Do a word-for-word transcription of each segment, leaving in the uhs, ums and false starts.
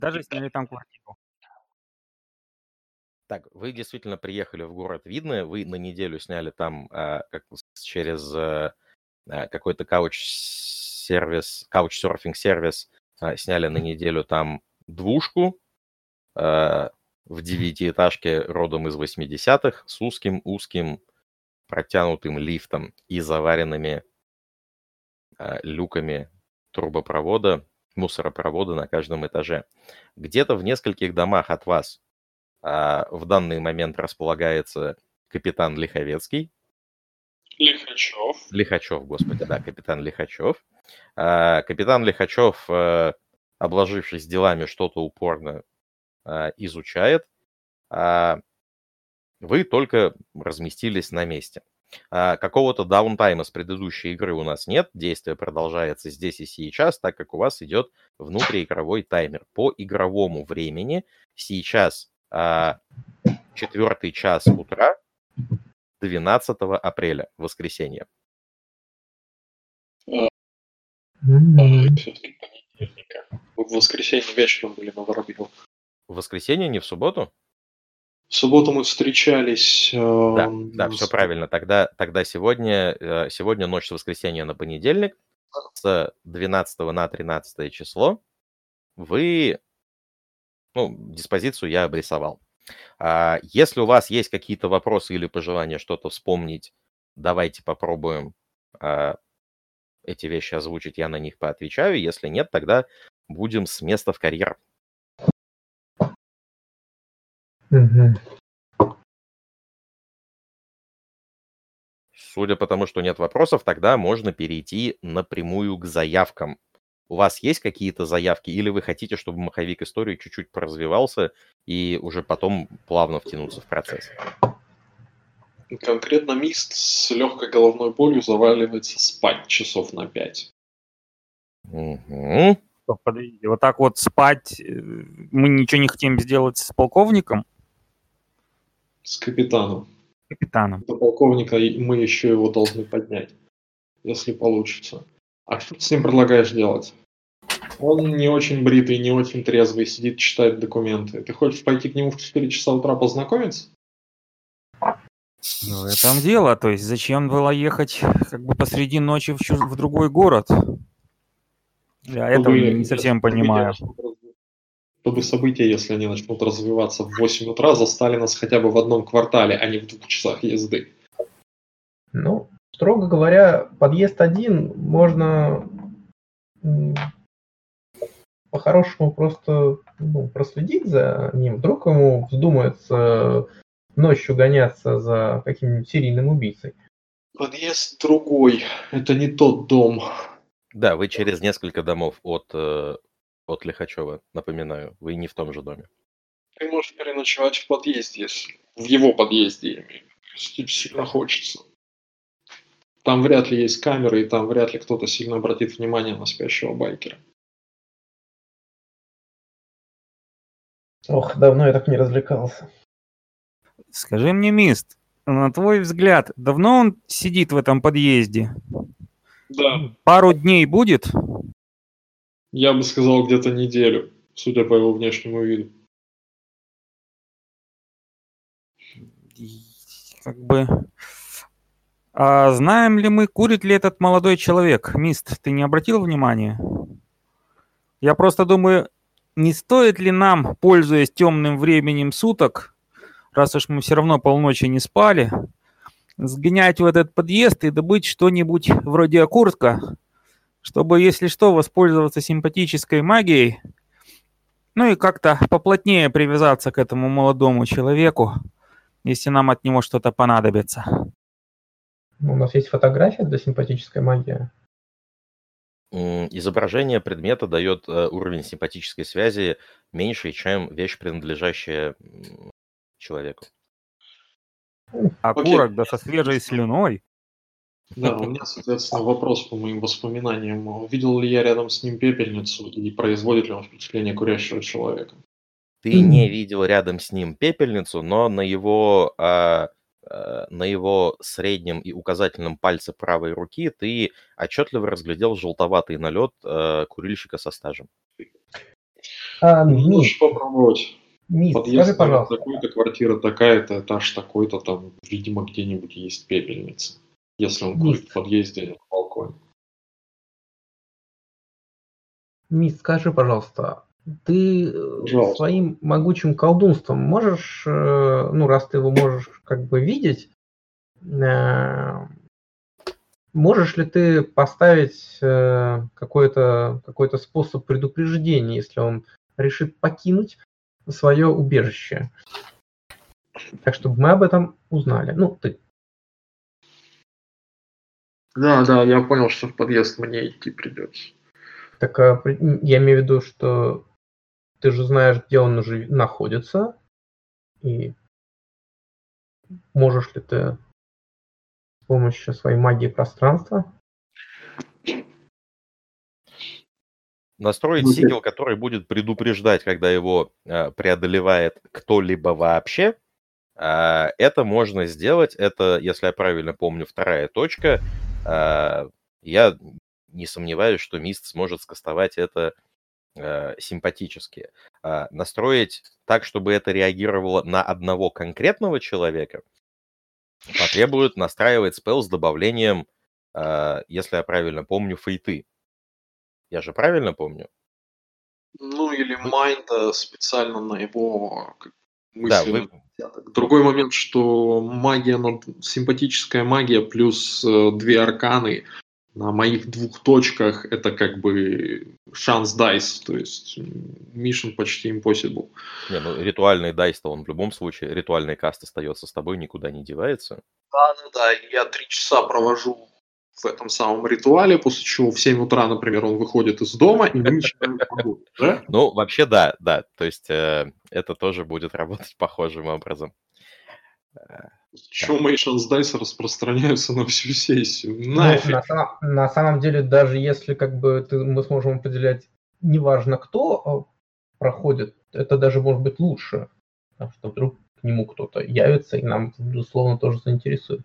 Даже сняли там квартиру. Так, вы действительно приехали в город Видное, вы на неделю сняли там а, как, с- через а, а, какой-то кауч-сервис, каучсерфинг-сервис, а, сняли на неделю там двушку а, в девятиэтажке родом из восьмидесятых с узким-узким протянутым лифтом и заваренными а, люками трубопровода, мусоропровода на каждом этаже. Где-то в нескольких домах от вас а, в данный момент располагается капитан Лиховецкий. Лихачев. Лихачев, господи, да, капитан Лихачев. А, капитан Лихачев, э, обложившись делами, что-то упорно а, изучает. А вы только разместились на месте. А, какого-то даунтайма с предыдущей игры у нас нет. Действие продолжается здесь и сейчас, так как у вас идет внутриигровой таймер. По игровому времени сейчас а, четвертый час утра двенадцатого апреля, воскресенье. А, все-таки понедельника. Вы в воскресенье вечером были на Воробьевых. В воскресенье, не в субботу? В субботу мы встречались. Да, э, да, все с- правильно. Тогда, тогда сегодня, э, сегодня ночь с воскресенья на понедельник, с двенадцатого на тринадцатое число вы, ну, диспозицию я обрисовал. А, Если у вас есть какие-то вопросы или пожелания что-то вспомнить, давайте попробуем а, эти вещи озвучить, я на них поотвечаю. Если нет, тогда будем с места в карьер. Мгм. Судя по тому, что нет вопросов, тогда можно перейти напрямую к заявкам. У вас есть какие-то заявки, или вы хотите, чтобы маховик истории чуть-чуть поразвивался и уже потом плавно втянуться в процесс? Конкретно Мист с легкой головной болью заваливается спать часов на пять. Мгм. Стоп, подождите, вот так вот спать, э, мы ничего не хотим сделать с полковником, С капитаном. капитаном. До полковника и мы еще его должны поднять, если получится. А что ты с ним предлагаешь делать? Он не очень бритый, не очень трезвый, сидит, читает документы. Ты хочешь пойти к нему в четыре часа утра познакомиться? Ну, в этом дело, то есть зачем было ехать как бы посреди ночи в, чуж- в другой город? Я этого Чтобы, не если совсем события понимаю. начнут разви- чтобы события, если они начнут развиваться в восемь утра, застали нас хотя бы в одном квартале, а не в двух часах езды. Ну, строго говоря, подъезд один можно м, по-хорошему просто ну, проследить за ним. Вдруг ему вздумается ночью гоняться за каким-нибудь серийным убийцей. Подъезд другой. Это не тот дом. Да, вы через несколько домов от, э, от Лихачева, напоминаю. Вы не в том же доме. Ты можешь переночевать в подъезде, если... В его подъезде, я имею в виду, если тебе сильно хочется. Там вряд ли есть камеры, и там вряд ли кто-то сильно обратит внимание на спящего байкера. Ох, давно я так не развлекался. Скажи мне, Мист, на твой взгляд, давно он сидит в этом подъезде? Да, Пару дней будет? я бы сказал где-то неделю, судя по его внешнему виду. И Как бы... А знаем ли мы, курит ли этот молодой человек? Мист, ты не обратил внимания? Я просто думаю, не стоит ли нам, пользуясь темным временем суток, раз уж мы все равно полночи не спали, сгонять в этот подъезд и добыть что-нибудь вроде окуртка, чтобы, если что, воспользоваться симпатической магией, ну и как-то поплотнее привязаться к этому молодому человеку, если нам от него что-то понадобится. У нас есть фотография для симпатической магии. М, Изображение предмета дает э, уровень симпатической связи меньше, чем вещь, принадлежащая м, человеку. Окурок, Окей. да со свежей слюной. Да, у меня, соответственно, вопрос по моим воспоминаниям. Видел ли я рядом с ним пепельницу и производит ли он впечатление курящего человека? Ты не видел рядом с ним пепельницу, но на его, а, а, на его среднем и указательном пальце правой руки ты отчетливо разглядел желтоватый налет а, курильщика со стажем. А, Ну, Мист, можешь попробовать. Мист, скажи, Подъезд номер пожалуйста, такой-то, квартира такая-то, этаж такой-то, там, видимо, где-нибудь есть пепельница. Если он курит Мист, в подъезде или на балконе. Мист, скажи, пожалуйста, ты э, Пожалуйста. своим могучим колдунством можешь, э, ну, раз ты его можешь как бы видеть, э, можешь ли ты поставить э, какой-то какой-то способ предупреждения, если он решит покинуть свое убежище? Так, чтобы мы об этом узнали. Ну, ты. Да, да, я понял, что в подъезд мне идти придется. Так а, при- я имею в виду, что ты же знаешь, где он уже находится, и можешь ли ты с помощью своей магии пространства? Настроить Ну, сигил, который будет предупреждать, когда его э, преодолевает кто-либо вообще, э, это можно сделать. Это, если я правильно помню, вторая точка. Э, я не сомневаюсь, что Мист сможет скастовать это э, симпатически. Э, настроить так, чтобы это реагировало на одного конкретного человека, потребует настраивать спелл с добавлением, э, если я правильно помню, фейты. Я же правильно помню? Ну, или Вы- майнда специально на его как, Да, мысленный вы, десяток. Другой момент, что магия, над- симпатическая магия плюс э, две арканы на моих двух точках, это как бы шанс дайс, то есть мишен почти impossible. Не, ну ритуальный дайс-то он в любом случае, ритуальный каст остается с тобой, никуда не девается. Да, да, да, я три часа провожу в этом самом ритуале, после чего в семь утра, например, он выходит из дома, и мы начинаем погоду, да? Ну, вообще, да, да. То есть э, это тоже будет работать похожим образом. Э, Чего Так. мои шанс дайса распространяются на всю сессию? Ну, Нафиг! на, самом- на самом деле, даже если как бы ты- мы сможем определять, неважно кто э, проходит, это даже может быть лучше, потому что вдруг к нему кто-то явится и нам, безусловно, тоже заинтересует.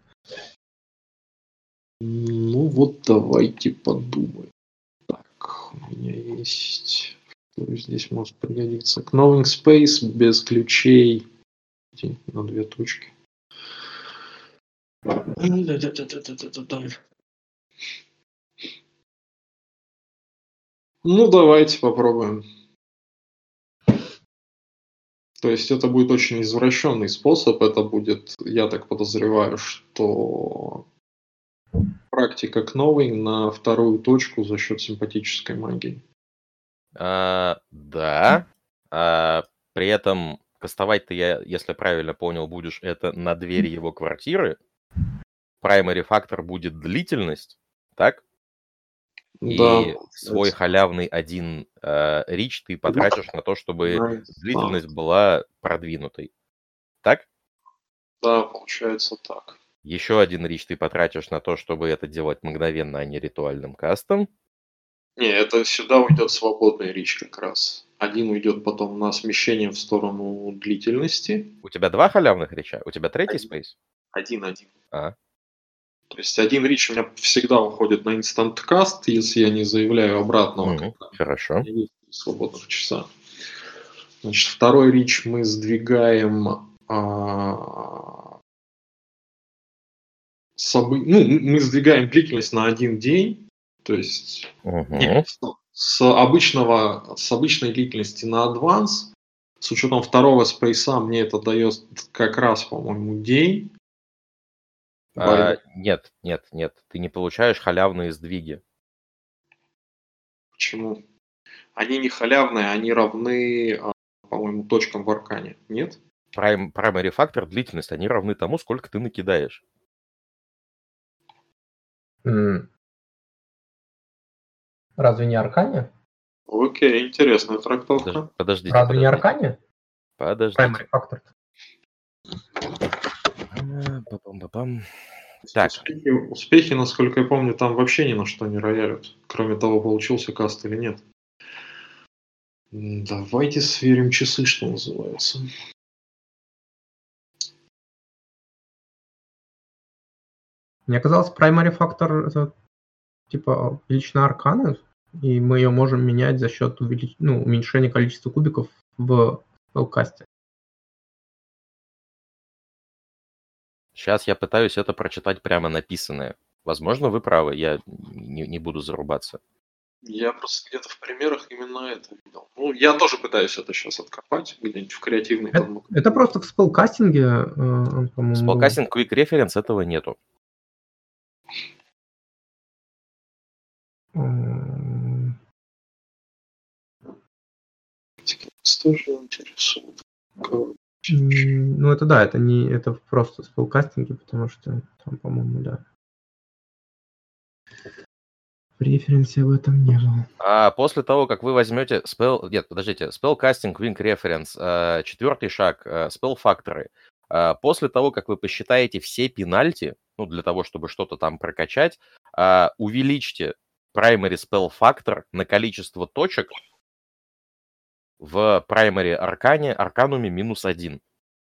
Ну вот давайте подумаем. Так, у меня есть... Что здесь может пригодиться? Knowing Space без ключей. Где? На две точки. Ну, давайте попробуем. То есть это будет очень извращенный способ. Это будет, я так подозреваю, что практика к новой на вторую точку за счет симпатической магии. А, да. А, при этом кастовать-то я, если правильно понял, будешь это на двери его квартиры. Primary фактор будет длительность, так? Да, И свой получается. халявный один э, рич ты потратишь на то, чтобы Nice. длительность была продвинутой. Так? Да, получается так. Еще один рич ты потратишь на то, чтобы это делать мгновенно, а не ритуальным кастом. Не, это сюда уйдет свободный рич как раз. Один уйдет потом на смещение в сторону длительности. У тебя два халявных рича? У тебя третий Один. спейс? Один-один. А, То есть один рич у меня всегда уходит на инстант каст, если я не заявляю обратного, мгм, когда у хорошо. меня есть три свободных часа. Значит, второй рич мы сдвигаем а, собы- ну, мы сдвигаем длительность на один день. То есть Мгм. нет, стоп. с обычного, с обычной длительности на адванс, с учетом второго спейса, мне это дает как раз, по-моему, день. А, нет, нет, нет. Ты не получаешь халявные сдвиги. Почему? Они не халявные, они равны, а, по-моему, точкам в аркане. Нет? Prime, primary фактор, длительность, они равны тому, сколько ты накидаешь. М. Разве не Аркане? Окей, интересная Подож- трактовка. Подождите, Разве не подождите. Аркане? Подождите. Primary фактор. А, па-пам-па-пам. То есть Так, Успехи, успехи, насколько я помню, там вообще ни на что не роялят. Кроме того, получился каст или нет. М, Давайте сверим часы, что называется. Мне казалось, primary фактор это типа лично Арканы. и мы ее можем менять за счет увелич... ну, уменьшения количества кубиков в спеллкасте. Сейчас я пытаюсь это прочитать прямо написанное. Возможно, вы правы, я не, не буду зарубаться. Я просто где-то в примерах именно это видел. Ну, я тоже пытаюсь это сейчас откопать где-нибудь в креативной Это, подмог. это просто в спеллкастинге, э, В по-моему, был. Spellcasting Quick Reference этого нету. М, Тоже интересует. м, Ну, это да, это не это просто в спеллкастинге, потому что там, по-моему, да. В референсе об этом не было. А после того, как вы возьмете spell... Нет, подождите. Spellcasting Quick Reference. э, Четвертый шаг. э, Spell Factory. Э, После того, как вы посчитаете все пенальти, ну, для того, чтобы что-то там прокачать, э, увеличьте Primary Spell Factor на количество точек в Primary Аркане, Аркануме минус один.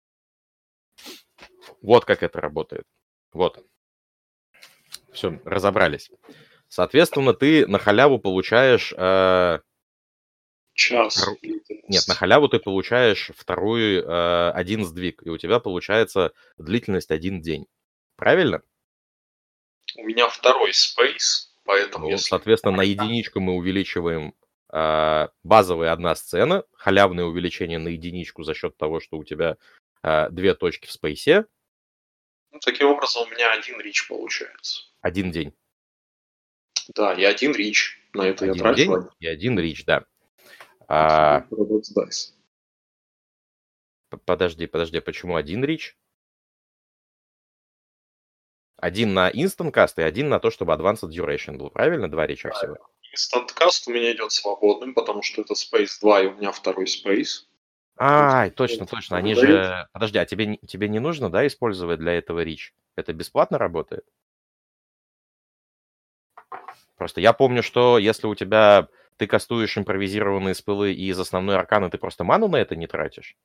Вот как это работает. Вот. Все, разобрались. Соответственно, ты на халяву получаешь... э, Час. Втору- Нет, на халяву ты получаешь вторую э, один сдвиг, и у тебя получается длительность один день. Правильно? У меня второй спейс, поэтому Ну, если... соответственно, на единичку мы увеличиваем э, базовая одна сцена, халявное увеличение на единичку за счет того, что у тебя э, две точки в спейсе, Ну, таким образом у меня один рич получается. один день. Да, и один рич. На это я Один трачу. день один. и один рич, да. А, Paradox Dice. п- подожди, подожди, почему один рич? Один на instant cast и один на то, чтобы advanced duration был, правильно? Два рича всего. Инстанткаст у меня идет свободным, потому что это Space два, и у меня второй Space. Ай, точно, Вот. точно. Они Дают. же... Подожди, а тебе, не- тебе не нужно, да, использовать для этого рич? Это бесплатно работает? Просто я помню, что если у тебя... Ты кастуешь импровизированные спылы и из основной арканы, ты просто ману на это не тратишь.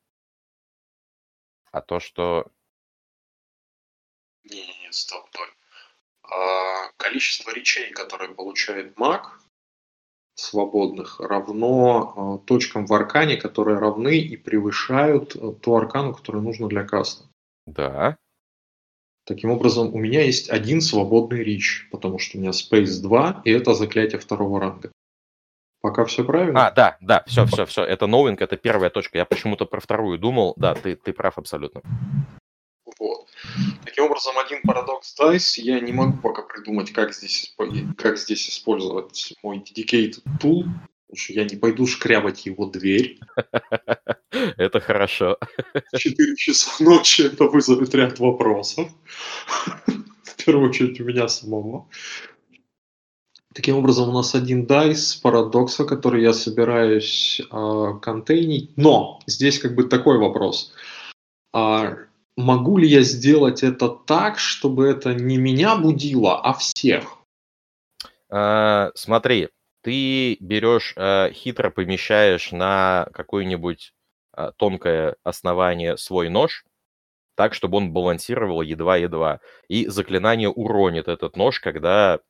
А то, что... Не-не-не, стоп, Толь. А, количество речей, которые получает маг, свободных, равно а, точкам в аркане, которые равны и превышают а, ту аркану, которая нужна для каста. Да. Таким образом, у меня есть один свободный рич, потому что у меня Space два, и это заклятие второго ранга. Пока все правильно? А, да, да, все, все, все. Это новинг, это первая точка. Я почему-то про вторую думал. Да, ты, ты прав абсолютно. Вот. Таким образом, один Paradox Dice я не могу пока придумать, как здесь, испо- как здесь использовать мой Dedicated Tool, потому что я не пойду шкрябать его дверь. Это хорошо. В четыре часа ночи это вызовет ряд вопросов. В первую очередь у меня самого. Таким образом, у нас один дайс парадокса, который я собираюсь э, контейнить. Но здесь как бы такой вопрос. А могу ли я сделать это так, чтобы это не меня будило, а всех? А, смотри, ты берешь, а, хитро помещаешь на какое-нибудь а, тонкое основание свой нож, так, чтобы он балансировал едва-едва. И заклинание уронит этот нож, когда,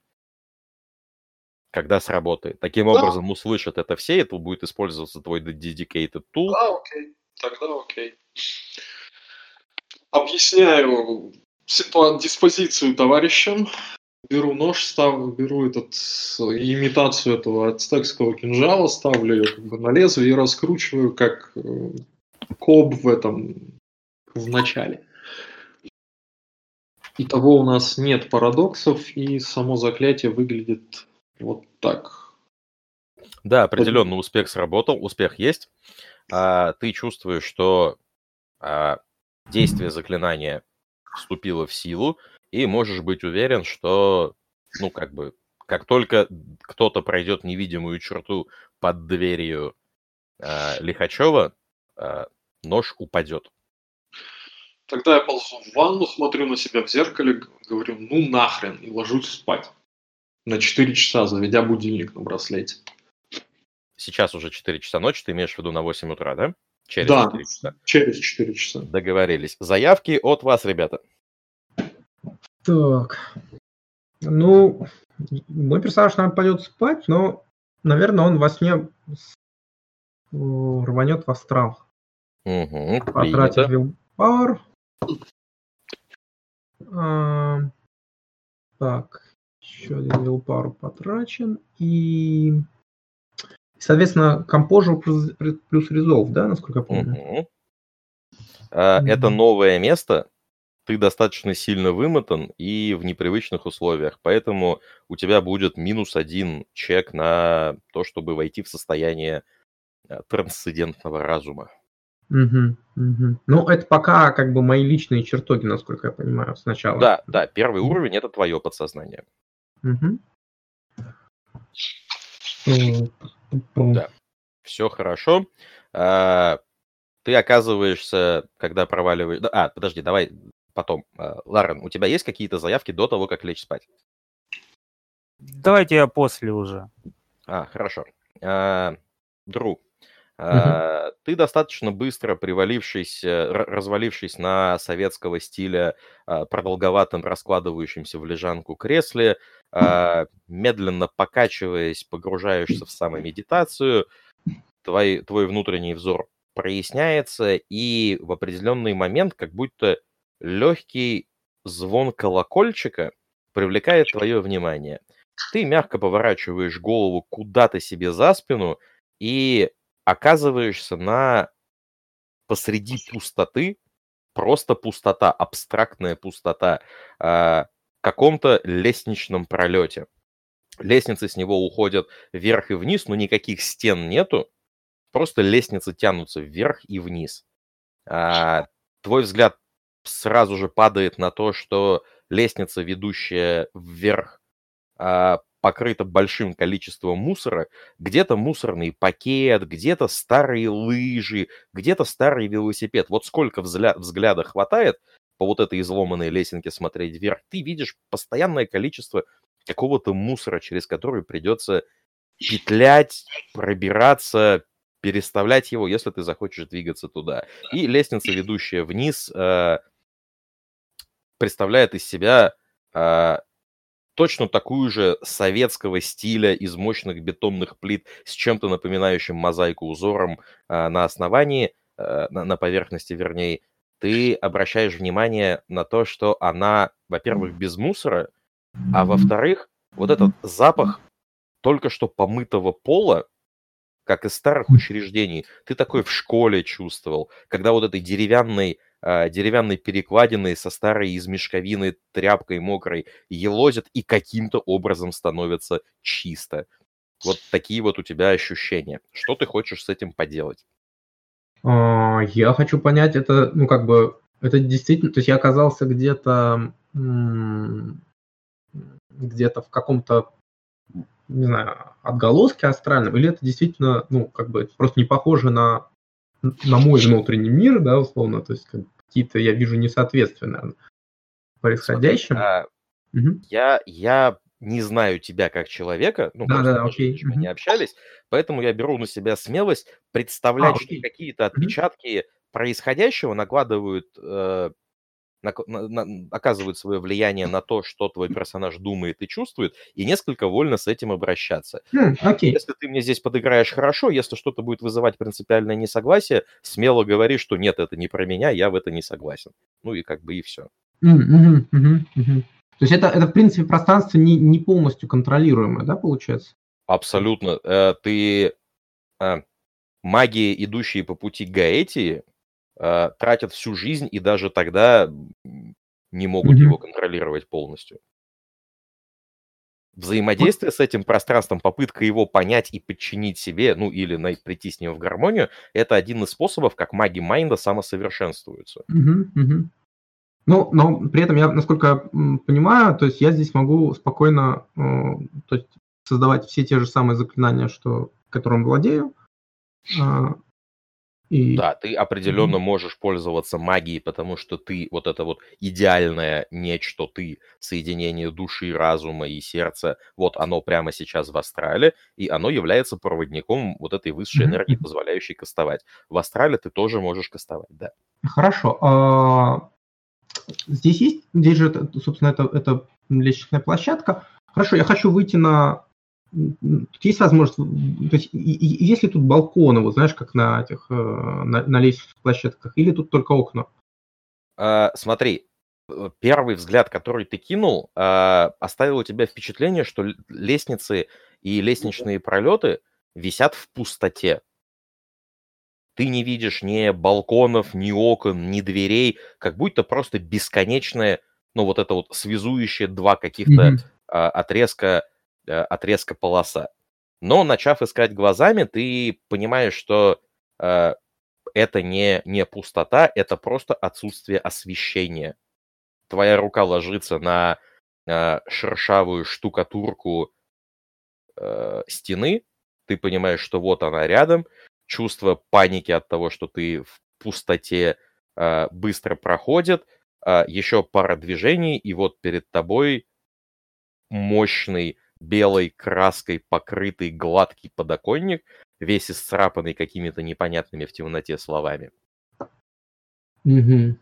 когда сработает. Таким Да. образом, услышат это все, это будет использоваться твой dedicated tool. Да, окей. Тогда окей. Объясняю ситуа- диспозицию товарищам. Беру нож, ставлю, беру этот, имитацию этого ацтекского кинжала, ставлю ее как бы на лезвие и раскручиваю, как э, коб в этом, в начале. Итого у нас нет парадоксов, и само заклятие выглядит вот так. Да, определенно успех сработал, успех есть. А, ты чувствуешь, что а, действие заклинания вступило в силу, и можешь быть уверен, что, ну, как бы, как только кто-то пройдет невидимую черту под дверью а, Лихачева, а, нож упадет. Тогда я ползу в ванну, смотрю на себя в зеркале, г- говорю, ну нахрен, и ложусь спать. На четыре часа, заведя будильник на браслете. Сейчас уже четыре часа ночи, ты имеешь в виду на восемь утра, да? Через Да, четыре часа. через четыре часа. Договорились. Заявки от вас, ребята. Так. Ну, мой персонаж, наверное, пойдет спать, но наверное, он во сне с- э, рванет в астрал. Угу, Потратит принято. willpower. А, так, еще один willpower потрачен. И, соответственно, Composure плюс, плюс Resolve, да, насколько я помню? Угу. А, Это Мгм. новое место, ты достаточно сильно вымотан и в непривычных условиях, поэтому у тебя будет минус один чек на то, чтобы войти в состояние э, трансцендентного разума. Мгм, мгм. Ну, это пока как бы мои личные чертоги, насколько я понимаю, сначала. Да, да, первый Мгм. уровень — это твое подсознание. Мгм. М, Да, все хорошо. А, Ты оказываешься, когда проваливаешь... да, А, подожди, давай потом. А, Ларен, у тебя есть какие-то заявки до того, как лечь спать? Давайте я после уже. А, хорошо. А, Дру, Мгм. а, ты достаточно быстро привалившись, э, р- развалившись на советского стиля а, продолговатым раскладывающимся в лежанку кресле, а, медленно покачиваясь, погружаешься в самомедитацию, твой, твой внутренний взор проясняется, и в определенный момент как будто легкий звон колокольчика привлекает твое внимание. Ты мягко поворачиваешь голову куда-то себе за спину и оказываешься на посреди пустоты, просто пустота, абстрактная пустота, а, в каком-то лестничном пролете. Лестницы с него уходят вверх и вниз, но никаких стен нету, просто лестницы тянутся вверх и вниз. А, Твой взгляд сразу же падает на то, что лестница, ведущая вверх, а, покрыта большим количеством мусора. Где-то мусорный пакет, где-то старые лыжи, где-то старый велосипед. Вот сколько взгля- взгляда хватает по вот этой изломанной лесенке смотреть вверх, ты видишь постоянное количество какого-то мусора, через который придется петлять, пробираться, переставлять его, если ты захочешь двигаться туда. И лестница, ведущая вниз, э, представляет из себя э, точно такую же советского стиля из мощных бетонных плит с чем-то напоминающим мозаику узором э, на основании, э, на, на поверхности, вернее. Ты обращаешь внимание на то, что она, во-первых, без мусора, а во-вторых, вот этот запах только что помытого пола, как из старых учреждений, ты такой в школе чувствовал, когда вот этой деревянной, а, деревянной перекладиной со старой из мешковины тряпкой мокрой елозят и каким-то образом становится чисто. Вот такие вот у тебя ощущения. Что ты хочешь с этим поделать? А, Я хочу понять, это, ну, как бы, это действительно, то есть я оказался где-то, м, где-то в каком-то, не знаю, отголоске астральном, или это действительно, ну, как бы, это просто не похоже на, на мой внутренний мир, да, условно, то есть как бы какие-то, я вижу, несоответствия, наверное, Смотри, происходящему. а, Мгм. я, я не знаю тебя как человека, ну, просто Да-да-да, мы же, мы окей. же не Мгм. общались, поэтому я беру на себя смелость А, представлять, что окей. какие-то Мгм. отпечатки происходящего накладывают э, нак- на- на- оказывают свое влияние на то, что твой персонаж думает и чувствует, и несколько вольно с этим обращаться. М, окей. Если ты мне здесь подыграешь хорошо, если что-то будет вызывать принципиальное несогласие, смело говори, что нет, это не про меня, я в это не согласен. Ну и как бы и все. М, мгм, мгм, мгм. То есть это, это в принципе, пространство не, не полностью контролируемое, да, получается? То есть, Абсолютно. Э, Ты а, Маги, идущие по пути Гаэтии, а, тратят всю жизнь и даже тогда м, не могут мгм. его контролировать полностью. Вот, Взаимодействие с этим пространством, попытка его понять и подчинить себе, ну или най- прийти с ним в гармонию, это один из способов, как маги майнда самосовершенствуются. мгм, мгм. Ну, но при этом я, насколько м, понимаю, то есть я здесь могу спокойно, э, то есть создавать все те же самые заклинания, что, которым владею, а, и Да, ты определенно мгм, можешь пользоваться магией, потому что ты вот это вот идеальное нечто, ты, соединение души, разума и сердца, вот оно прямо сейчас в астрале, и оно является проводником вот этой высшей мгм, энергии, мгм. позволяющей кастовать. В астрале ты тоже можешь кастовать, да. Хорошо. А, здесь есть, здесь же, это, собственно, это, это лестничная площадка. Хорошо, я хочу выйти на Тут есть возможность, то есть, и- и- есть ли тут балконы, вот знаешь, как на этих, э, на, на лестничных площадках, или тут только окна? А, смотри, э, первый взгляд, который ты кинул, а, оставил у тебя впечатление, что л- лестницы и лестничные пролеты висят в пустоте. Ты не видишь ни балконов, ни окон, ни дверей, как будто просто бесконечное, ну вот это вот связующее два каких-то Мгм. а, отрезка, а, отрезка полоса. Но начав искать глазами, ты понимаешь, что а, это не, не пустота, это просто отсутствие освещения. Твоя рука ложится на а, шершавую штукатурку э, стены, ты понимаешь, что вот она рядом, чувство паники от того, что ты в пустоте, а, быстро проходит, а, еще пара движений, и вот перед тобой мощный белой краской покрытый гладкий подоконник, весь исцарапанный какими-то непонятными в темноте словами. Мгм.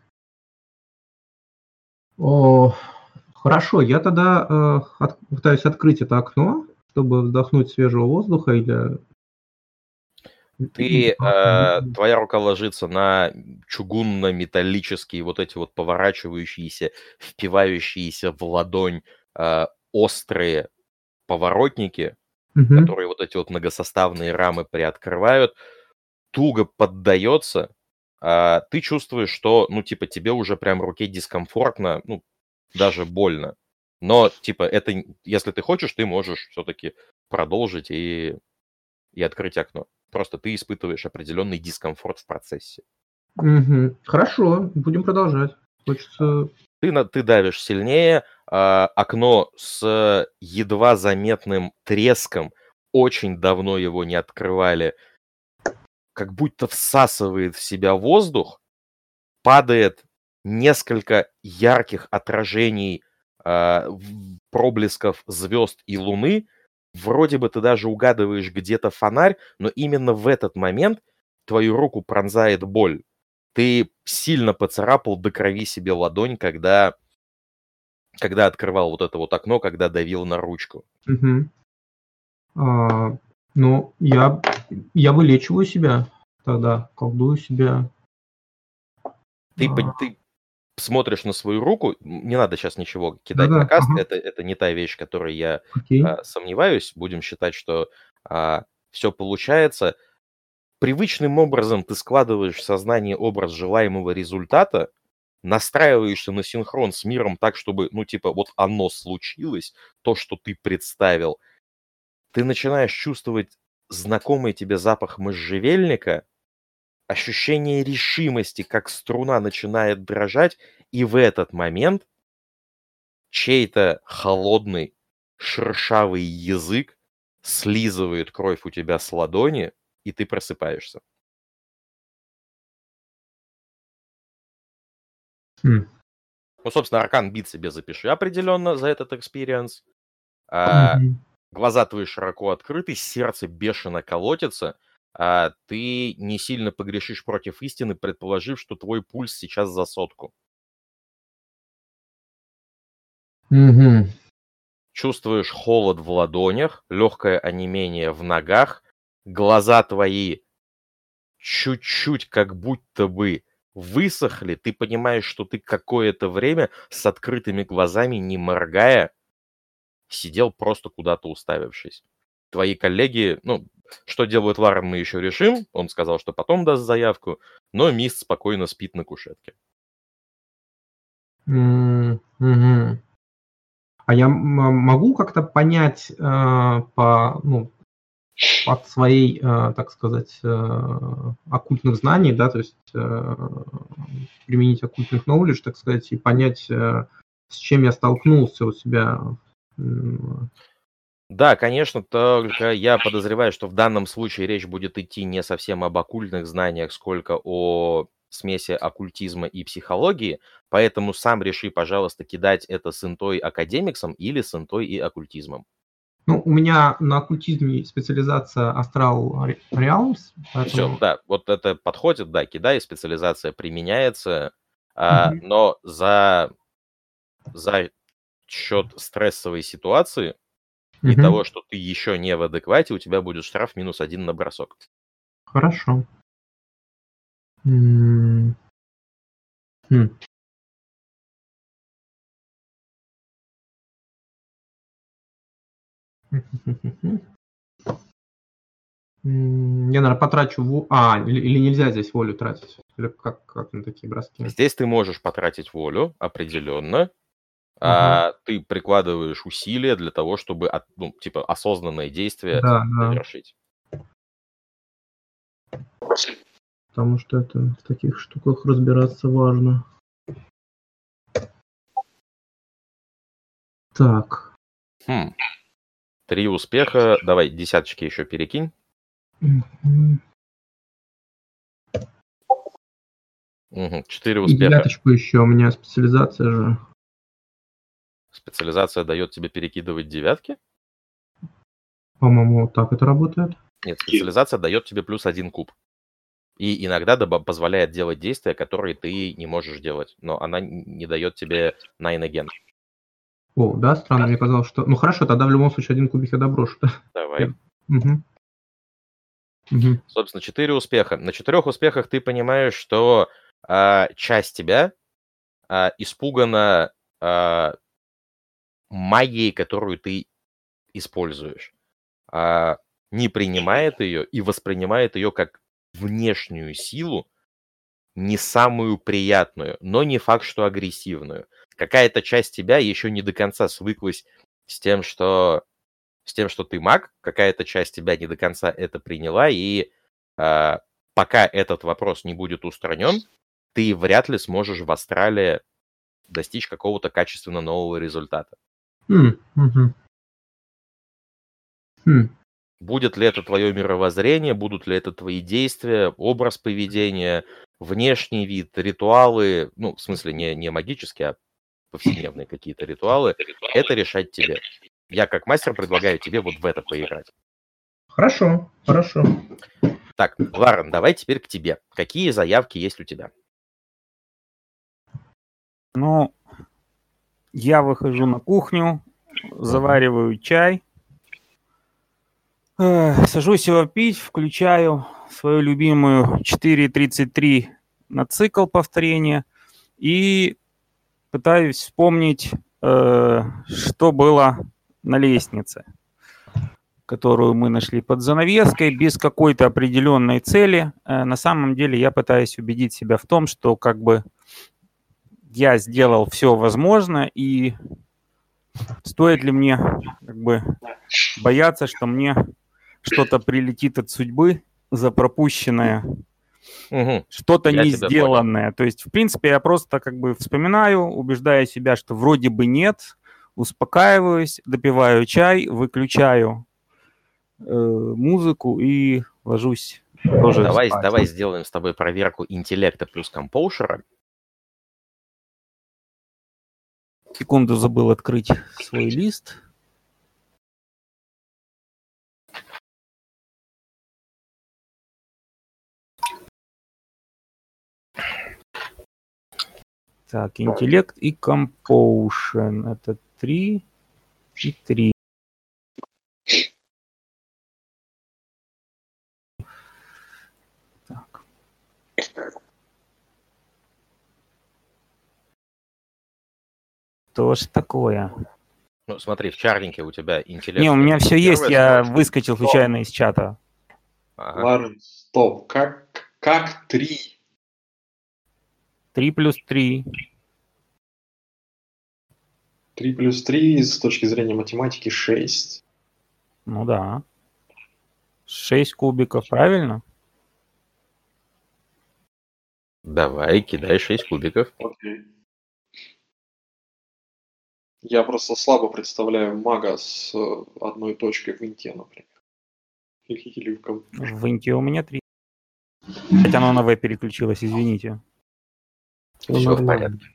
О, хорошо, я тогда э, от- пытаюсь открыть это окно, чтобы вдохнуть свежего воздуха или... Ты, э, твоя рука ложится на чугунно-металлические вот эти вот поворачивающиеся, впивающиеся в ладонь э, острые поворотники, Мгм. которые вот эти вот многосоставные рамы приоткрывают, туго поддается. а, Ты чувствуешь, что, ну, типа, тебе уже прям руке дискомфортно, ну, даже больно. Но, типа, это, н- если ты хочешь, ты можешь все-таки продолжить и, и открыть окно. Просто ты испытываешь определенный дискомфорт в процессе. Мгм. Хорошо, будем продолжать. Хочется... Ты, на, ты давишь сильнее, а, окно с едва заметным треском, очень давно его не открывали, как будто всасывает в себя воздух, падает несколько ярких отражений, а, в- проблесков звезд и луны. Вроде бы ты даже угадываешь где-то фонарь, но именно в этот момент твою руку пронзает боль. Ты сильно поцарапал до крови себе ладонь, когда, когда открывал вот это вот окно, когда давил на ручку. Мгм. А, ну, я, я вылечиваю себя тогда, колдую себя. Ты, А, пон- ты смотришь на свою руку, м, не надо сейчас ничего кидать на да-да, каст, ага, это, это не та вещь, которой я окей. а, сомневаюсь. Будем считать, что все получается. Привычным образом ты складываешь в сознание образ желаемого результата, настраиваешься на синхрон с миром так, чтобы, ну, типа, вот оно случилось, то, что ты представил. Ты начинаешь чувствовать знакомый тебе запах можжевельника, ощущение решимости, как струна начинает дрожать, и в этот момент чей-то холодный, шершавый язык слизывает кровь у тебя с ладони, и ты просыпаешься. Хм. Ну, собственно, аркан бит себе запиши определенно за этот экспириенс. А, Мгм. глаза твои широко открыты, сердце бешено колотится, а ты не сильно погрешишь против истины, предположив, что твой пульс сейчас за сотку. Мгм. Чувствуешь холод в ладонях, легкое онемение в ногах, глаза твои чуть-чуть как будто бы высохли, ты понимаешь, что ты какое-то время с открытыми глазами, не моргая, сидел просто куда-то уставившись. Твои коллеги, ну, что делает Ларен, мы еще решим. Он сказал, что потом даст заявку, но Мист спокойно спит на кушетке. М, мгм. А я м- могу как-то понять э, по, ну, от своей, э, так сказать, э, оккультных знаний, да, то есть э, применить оккультных knowledge, так сказать, и понять, э, с чем я столкнулся у себя. М, Да, конечно, только я подозреваю, что в данном случае речь будет идти не совсем об оккультных знаниях, сколько о смеси оккультизма и психологии, поэтому сам реши, пожалуйста, кидать это с интой академиксом или с интой и оккультизмом. Ну, у меня на оккультизме специализация Astral Realms, Все, поэтому... да, вот это подходит, да, кидай, специализация применяется, а, Мгм. но за, за счет стрессовой ситуации и Мгм. того, что ты еще не в адеквате, у тебя будет штраф минус один на бросок. Хорошо. М. Хм. М, Я, наверное, потрачу... во- А, или, или нельзя здесь волю тратить? Или как, как на такие броски? Здесь ты можешь потратить волю определенно, Ага. а ты прикладываешь усилия для того, чтобы, от- ну, типа, осознанное действие Да, да. совершить. Потому что это в таких штуках разбираться важно. Так. Хм. Три успеха. Давай десяточки еще перекинь. Мгм. Мгм. Четыре И успеха. девяточку еще. У меня специализация же. Специализация дает тебе перекидывать девятки? По-моему, вот так это работает. Нет, специализация дает тебе плюс один куб. И иногда доба- позволяет делать действия, которые ты не можешь делать. Но она н- не дает тебе nine again. О, да, странно. Мне казалось, что... Ну хорошо, тогда в любом случае один кубик я доброшу. Давай. Я- Мгм. Мгм. Собственно, четыре успеха. На четырех успехах ты понимаешь, что а, часть тебя а, испугана а, магией, которую ты используешь. А, не принимает ее и воспринимает ее как внешнюю силу, не самую приятную, но не факт, что агрессивную. Какая-то часть тебя еще не до конца свыклась с тем, что, с тем, что ты маг, какая-то часть тебя не до конца это приняла, и а, пока этот вопрос не будет устранен, ты вряд ли сможешь в астрале достичь какого-то качественно нового результата. М, мгм. Хм. Будет ли это твое мировоззрение, будут ли это твои действия, образ поведения, внешний вид, ритуалы, ну, в смысле, не, не магические, а повседневные какие-то ритуалы, это решать тебе. Я как мастер предлагаю тебе вот в это поиграть. Хорошо, хорошо. Так, Ларен, давай теперь к тебе. Какие заявки есть у тебя? Ну, я выхожу на кухню, завариваю чай, э, сажусь его пить, включаю свою любимую четыре тридцать три на цикл повторения и пытаюсь вспомнить, э, что было на лестнице, которую мы нашли под занавеской, без какой-то определенной цели. Э, на самом деле я пытаюсь убедить себя в том, что как бы я сделал все возможное, и стоит ли мне как бы бояться, что мне что-то прилетит от судьбы за пропущенное, Угу, что-то я не тебя понял. сделанное. То есть, в принципе, я просто как бы вспоминаю, убеждаю себя, что вроде бы нет, успокаиваюсь, допиваю чай, выключаю э, музыку и ложусь тоже Давай, спать. давай сделаем с тобой проверку интеллекта плюс компоушера. Секунду, забыл открыть свой лист. Так, интеллект и компоушен. Это три и три. Так. Что ж такое? Ну, смотри, в чарнике у тебя интеллект. Не, у меня все есть, первая я строчка. выскочил случайно из чата. Ага. Ларен, стоп. Как, как три? три плюс три. Три плюс три с точки зрения математики шесть. Ну да. шесть кубиков, правильно? Давай, кидай шесть кубиков. Окей. Я просто слабо представляю мага с э, одной точкой в инте, например. Или, или в ком- В инте у меня три. Хотя оно на V переключилось, извините. Всё Все в нормально. порядке.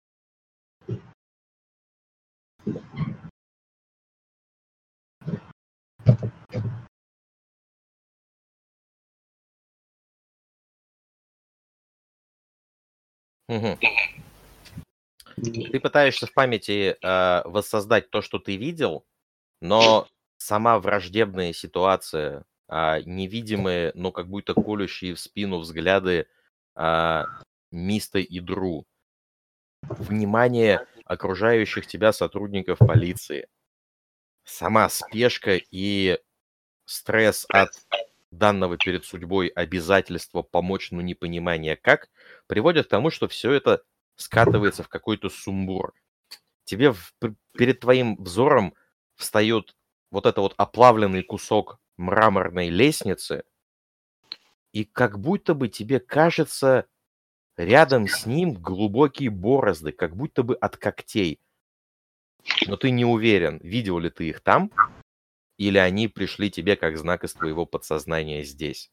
Мгм. Ты пытаешься в памяти э, воссоздать то, что ты видел, но сама враждебная ситуация, а, невидимые, но как будто колющие в спину взгляды а, Миста и Дру, внимание окружающих тебя сотрудников полиции, сама спешка и стресс от данного перед судьбой обязательства помочь, но непонимание как, приводят к тому, что все это скатывается в какой-то сумбур. Тебе в, перед твоим взором встает вот это вот оплавленный кусок мраморной лестницы, и как будто бы тебе кажется, рядом с ним глубокие борозды, как будто бы от когтей. Но ты не уверен, видел ли ты их там, или они пришли тебе как знак из твоего подсознания здесь.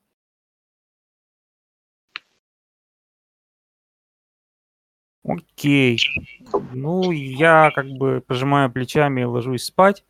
Окей. Ну, я как бы пожимаю плечами и ложусь спать.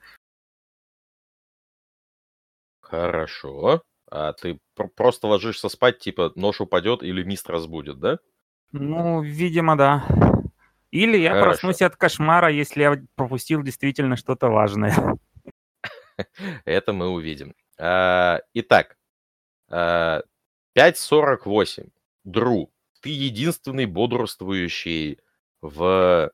Хорошо. А ты пр- просто ложишься спать, типа нож упадет или мист разбудит, да? Ну, видимо, да. Или я Хорошо. проснусь от кошмара, если я пропустил действительно что-то важное. Это мы увидим. А, итак, а, пять сорок восемь. Дру, ты единственный бодрствующий в,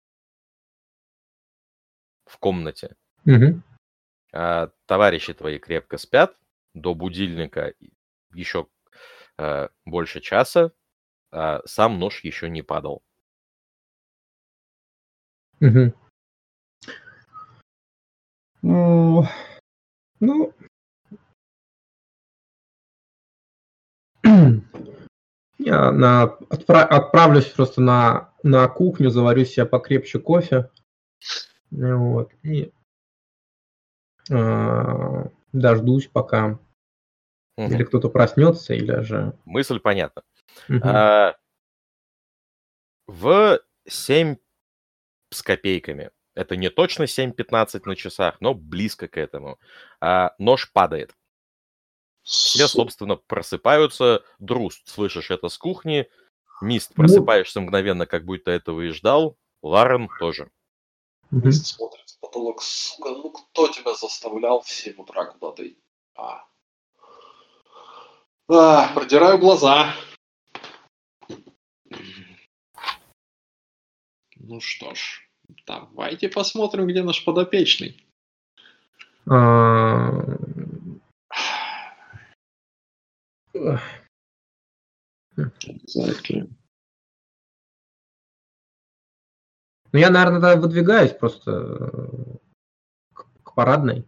в комнате. Мгм. А, товарищи твои крепко спят. До будильника еще а, больше часа. А сам нож еще не падал. Мгм. Ну, ну, я на, отпра- отправлюсь просто на, на кухню, заварю себе покрепче кофе. Ну Вот, и а, дождусь, пока Мгм. или кто-то проснется, или же... Мысль понятна. Мгм. А, в семь с копейками. Это не точно семь пятнадцать на часах, но близко к этому. А, нож падает. Все, Су- собственно, просыпаются. Друз, слышишь это с кухни. Мист, Ну, просыпаешься мгновенно, как будто этого и ждал. Ларен тоже. мгм. Мист смотрит в потолок. Сука, ну кто тебя заставлял в семь утра куда-то идти? А. А, продираю глаза. Ну что ж, давайте посмотрим, где наш подопечный. А, эх, Обязательно. Ну, я, наверное, тогда выдвигаюсь просто э, к, к парадной.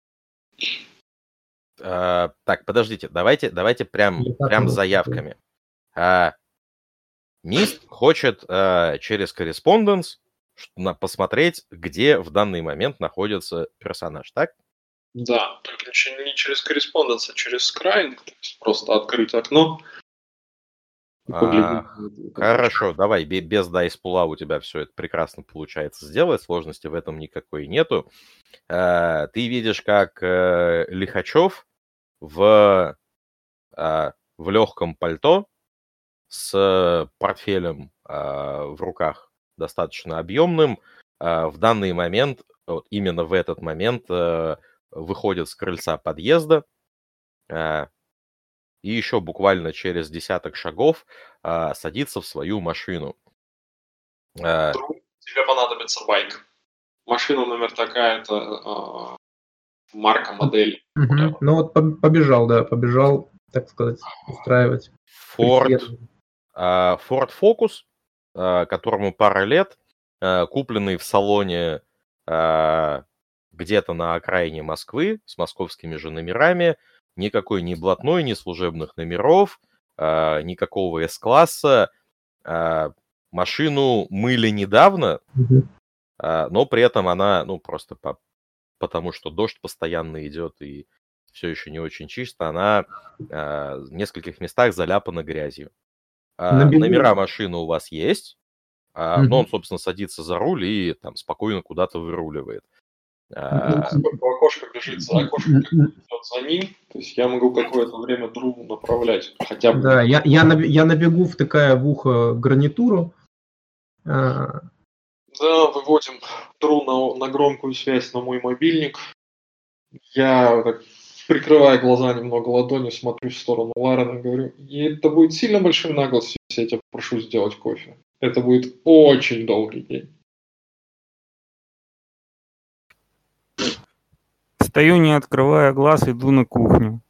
А, так, подождите, давайте, давайте прям, Или как прям у нас заявками. А, Мист хочет а, через корреспонденс ш- на- посмотреть, где в данный момент находится персонаж, так? Да, только ничего не через корреспонденс, а через скрайинг. То есть просто открыть окно и поглядеть. А, на эту табличку. Хорошо, давай, бе- без дайс-пула у тебя все это прекрасно получается сделать, сложности в этом никакой нету. А, Ты видишь, как э, Лихачев в, а, в легком пальто с портфелем а, в руках достаточно объемным, а, в данный момент, вот именно в этот момент, э, выходит с крыльца подъезда, а, и еще буквально через десяток шагов а, садится в свою машину. А, Вдруг тебе понадобится байк. Машина номер такая-то, а, марка, модель. Мгм. Ну вот поб- побежал, да, побежал, так сказать, устраивать Ford, преследование. а, Ford Focus, а, которому пара лет, а, купленный в салоне а, где-то на окраине Москвы с московскими же номерами, никакой ни блатной, ни служебных номеров, а, никакого С-класса. А, Машину мыли недавно, Мгм. а, но при этом она, ну, просто по- потому что дождь постоянно идет и все еще не очень чисто, она а, в нескольких местах заляпана грязью. На А, бегу. номера машины у вас есть, а, но Мгм. он, собственно, садится за руль и там спокойно куда-то выруливает. Ну, А, поскольку окошко бежит за окошко, как бы идет за ним, то есть я могу какое-то время другу направлять. Хотя бы. Да, я, я, на, я на бегу втыкая в ухо гарнитуру. а, Да, выводим Дру на, на громкую связь на мой мобильник. Я так, прикрывая глаза немного ладонью, смотрю в сторону Ларена и говорю, и это будет сильно большой наглостью, если я тебя попрошу сделать кофе. Это будет очень долгий день. Стою, не открывая глаз, иду на кухню.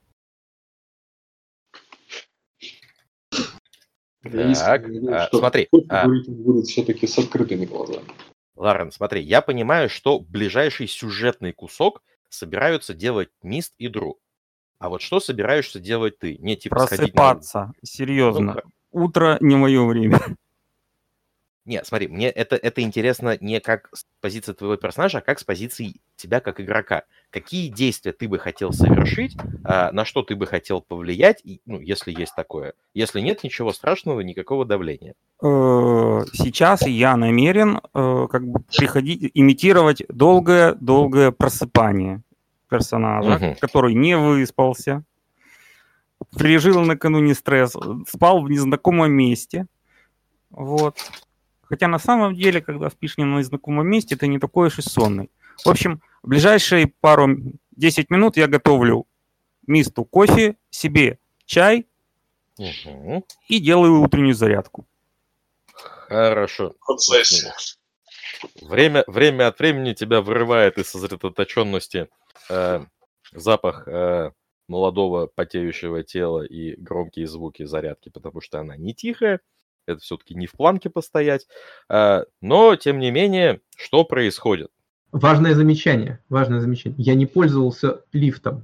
Я Так, искренне надеюсь, а, что смотри, кофе а, говорить он будет все-таки с открытыми глазами. Ларен, смотри, я понимаю, что ближайший сюжетный кусок собираются делать Мист и Дру. А вот что собираешься делать ты? Не типа сходить на... Просыпаться. Ну, Серьезно. хо- Утро не мое время. Не, смотри, мне это, это интересно не как с позиции твоего персонажа, а как с позиции тебя как игрока. Какие действия ты бы хотел совершить, а, на что ты бы хотел повлиять, и, ну, если есть такое. Если нет, ничего страшного, никакого давления. Э, Сейчас я намерен э, как бы приходить, имитировать долгое-долгое просыпание персонажа, Мгм. который не выспался, пережил накануне стресс, спал в незнакомом месте. Вот. Хотя на самом деле, когда спишь не на незнакомом месте, ты не такой уж и сонный. В общем, в ближайшие пару десять минут я готовлю мисту кофе, себе чай Мгм. и делаю утреннюю зарядку. Хорошо. Процессе. Время, время от времени тебя вырывает из сосредоточенности э, запах э, молодого потеющего тела и громкие звуки зарядки, потому что она не тихая, это все-таки не в планке постоять. Э, но, тем не менее, что происходит? Важное замечание, важное замечание. Я не пользовался лифтом.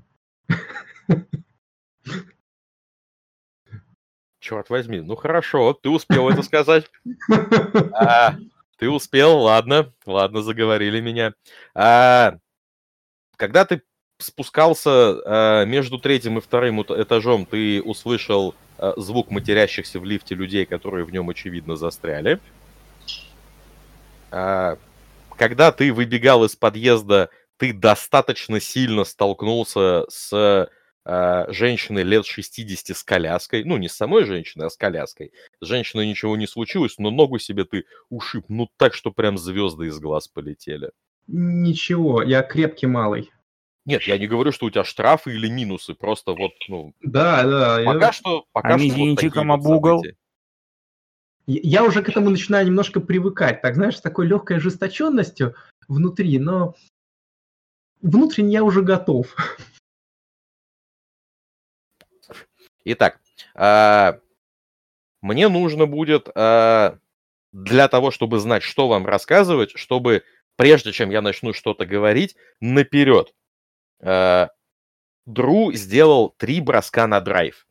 Черт возьми, ну хорошо, ты успел это сказать. А, ты успел, ладно, ладно, заговорили меня. А, когда ты спускался а, между третьим и вторым ут- этажом, ты услышал а, звук матерящихся в лифте людей, которые в нем, очевидно, застряли. А, когда ты выбегал из подъезда, ты достаточно сильно столкнулся с а, женщиной лет шестидесяти с коляской. Ну, не с самой женщиной, а с коляской. С женщиной ничего не случилось, но ногу себе ты ушиб, ну так, что прям звезды из глаз полетели. Ничего, я крепкий малый. Нет, я не говорю, что у тебя штрафы или минусы, просто вот, ну, Да, да. пока Я, что, А пока что вот такие мизинчиком вот об угол. события. я уже к этому начинаю немножко привыкать. Так, знаешь, с такой легкой ожесточенностью внутри, но внутренне я уже готов. Итак, а, мне нужно будет а, для того, чтобы знать, что вам рассказывать, чтобы прежде чем я начну что-то говорить, наперед. А, Дру сделал три броска на драйв.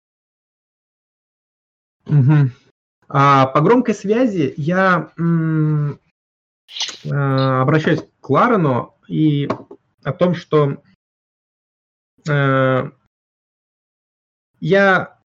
Мгм. А по громкой связи я м, э, обращаюсь к Ларену и о том, что э, я,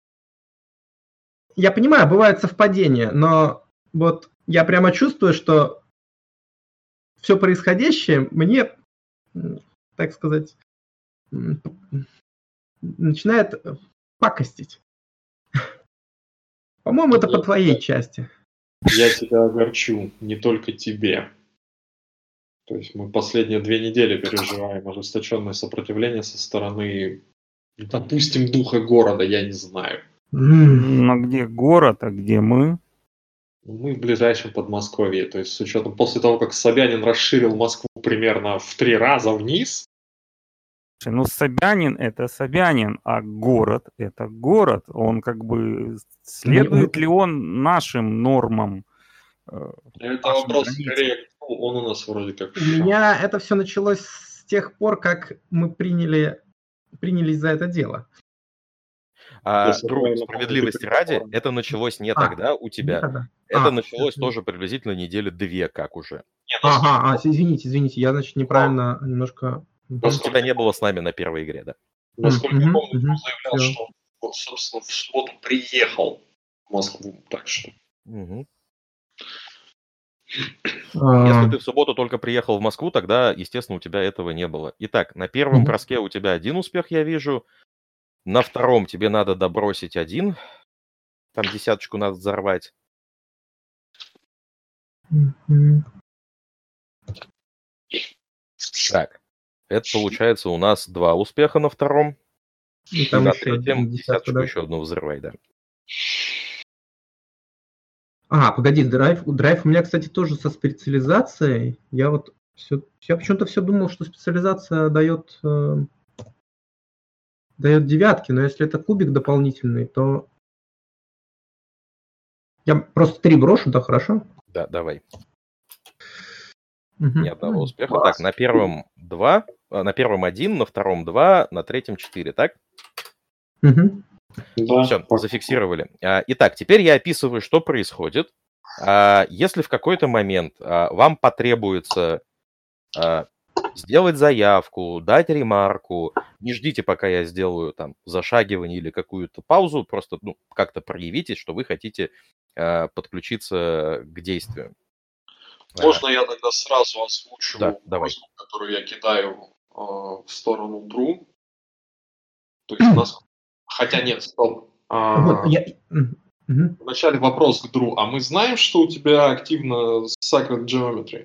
я понимаю, бывают совпадения, но вот я прямо чувствую, что все происходящее мне, м, так сказать, м, начинает пакостить. По-моему, это по твоей части. Я тебя огорчу, не только тебе. То есть мы последние две недели переживаем ожесточенное сопротивление со стороны, допустим, духа города, я не знаю. М, Но где город, а где мы? Мы в ближайшем Подмосковье. То есть с учетом после того, как Собянин расширил Москву примерно в три раза вниз, Слушай, ну, Собянин — это Собянин, а город — это город. Он как бы... Следует ли он нашим нормам? э, это нашим вопрос границам? скорее, ну, он у нас вроде как У в шаг. меня это все началось с тех пор, как мы приняли, принялись за это дело. А, Если Дру, правильно справедливости помню, ты ради, приговор. это началось не А, тогда у Не тебя. тогда. Это А, началось всё, тоже приблизительно недели две, как уже. Не, насколько, Ага, а, извините, извините, я, значит, неправильно немножко... Мгм. Просто тебя не было с нами на первой игре, да? насколько я Мгм, помню, мгм, он заявлял, всё. что вот, собственно, в субботу приехал в Москву. Так что Мгм. А, Если ты в субботу только приехал в Москву, тогда, естественно, у тебя этого не было. Итак, на первом Мгм. броске у тебя один успех, я вижу. На втором тебе надо добросить один. Там десяточку надо взорвать. Мгм. Так. это получается у нас два успеха на втором. И И там на еще третьем десятку, десяточку да? еще одну взрывай, да. А, погоди, драйв. Драйв у меня, кстати, тоже со специализацией. Я вот все, я почему-то все думал, что специализация дает, э, дает девятки, но если это кубик дополнительный, то я просто три брошу, да, хорошо? Да, давай. Мгм. Ни одного Ну, успеха. класс. Так, на первом два, а, на первом один, на втором два, на третьем четыре, так? Мгм. Да, Все, пока. зафиксировали. А, Итак, теперь я описываю, что происходит. А, Если в какой-то момент а, вам потребуется а, сделать заявку, дать ремарку, не ждите, пока я сделаю там зашагивание или какую-то паузу, просто ну, как-то проявите, что вы хотите а, подключиться к действию. А, Можно я тогда сразу озвучу Да, давай. просьбу, которую я кидаю э, в сторону Дру? То есть нас... Хотя нет, стоп. А, Вот, я... Мгм. Мгм. Вначале вопрос к Дру. А мы знаем, что у тебя активно Sacred Geometry?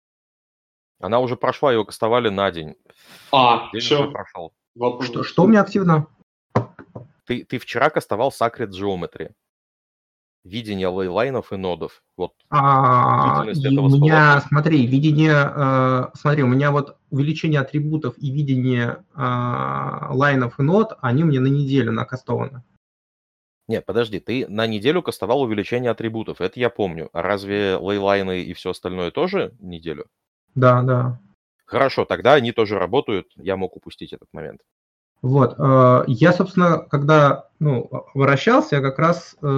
Она уже прошла, ее кастовали на день. А, День уже все. прошел. Что, что у меня активно? Ты, ты вчера кастовал Sacred Geometry. Видение лейлайнов и нодов. Вот А, длительность и этого у меня, стола. смотри, видение, э, смотри, у меня вот увеличение атрибутов и видение э, лайнов и нод, они мне на неделю накастованы. Нет, подожди, ты на неделю кастовал увеличение атрибутов, это я помню. А разве лейлайны и все остальное тоже неделю? Да, да. Хорошо, тогда они тоже работают, я мог упустить этот момент. Вот, э, я, собственно, когда, ну, обращался, я как раз, э,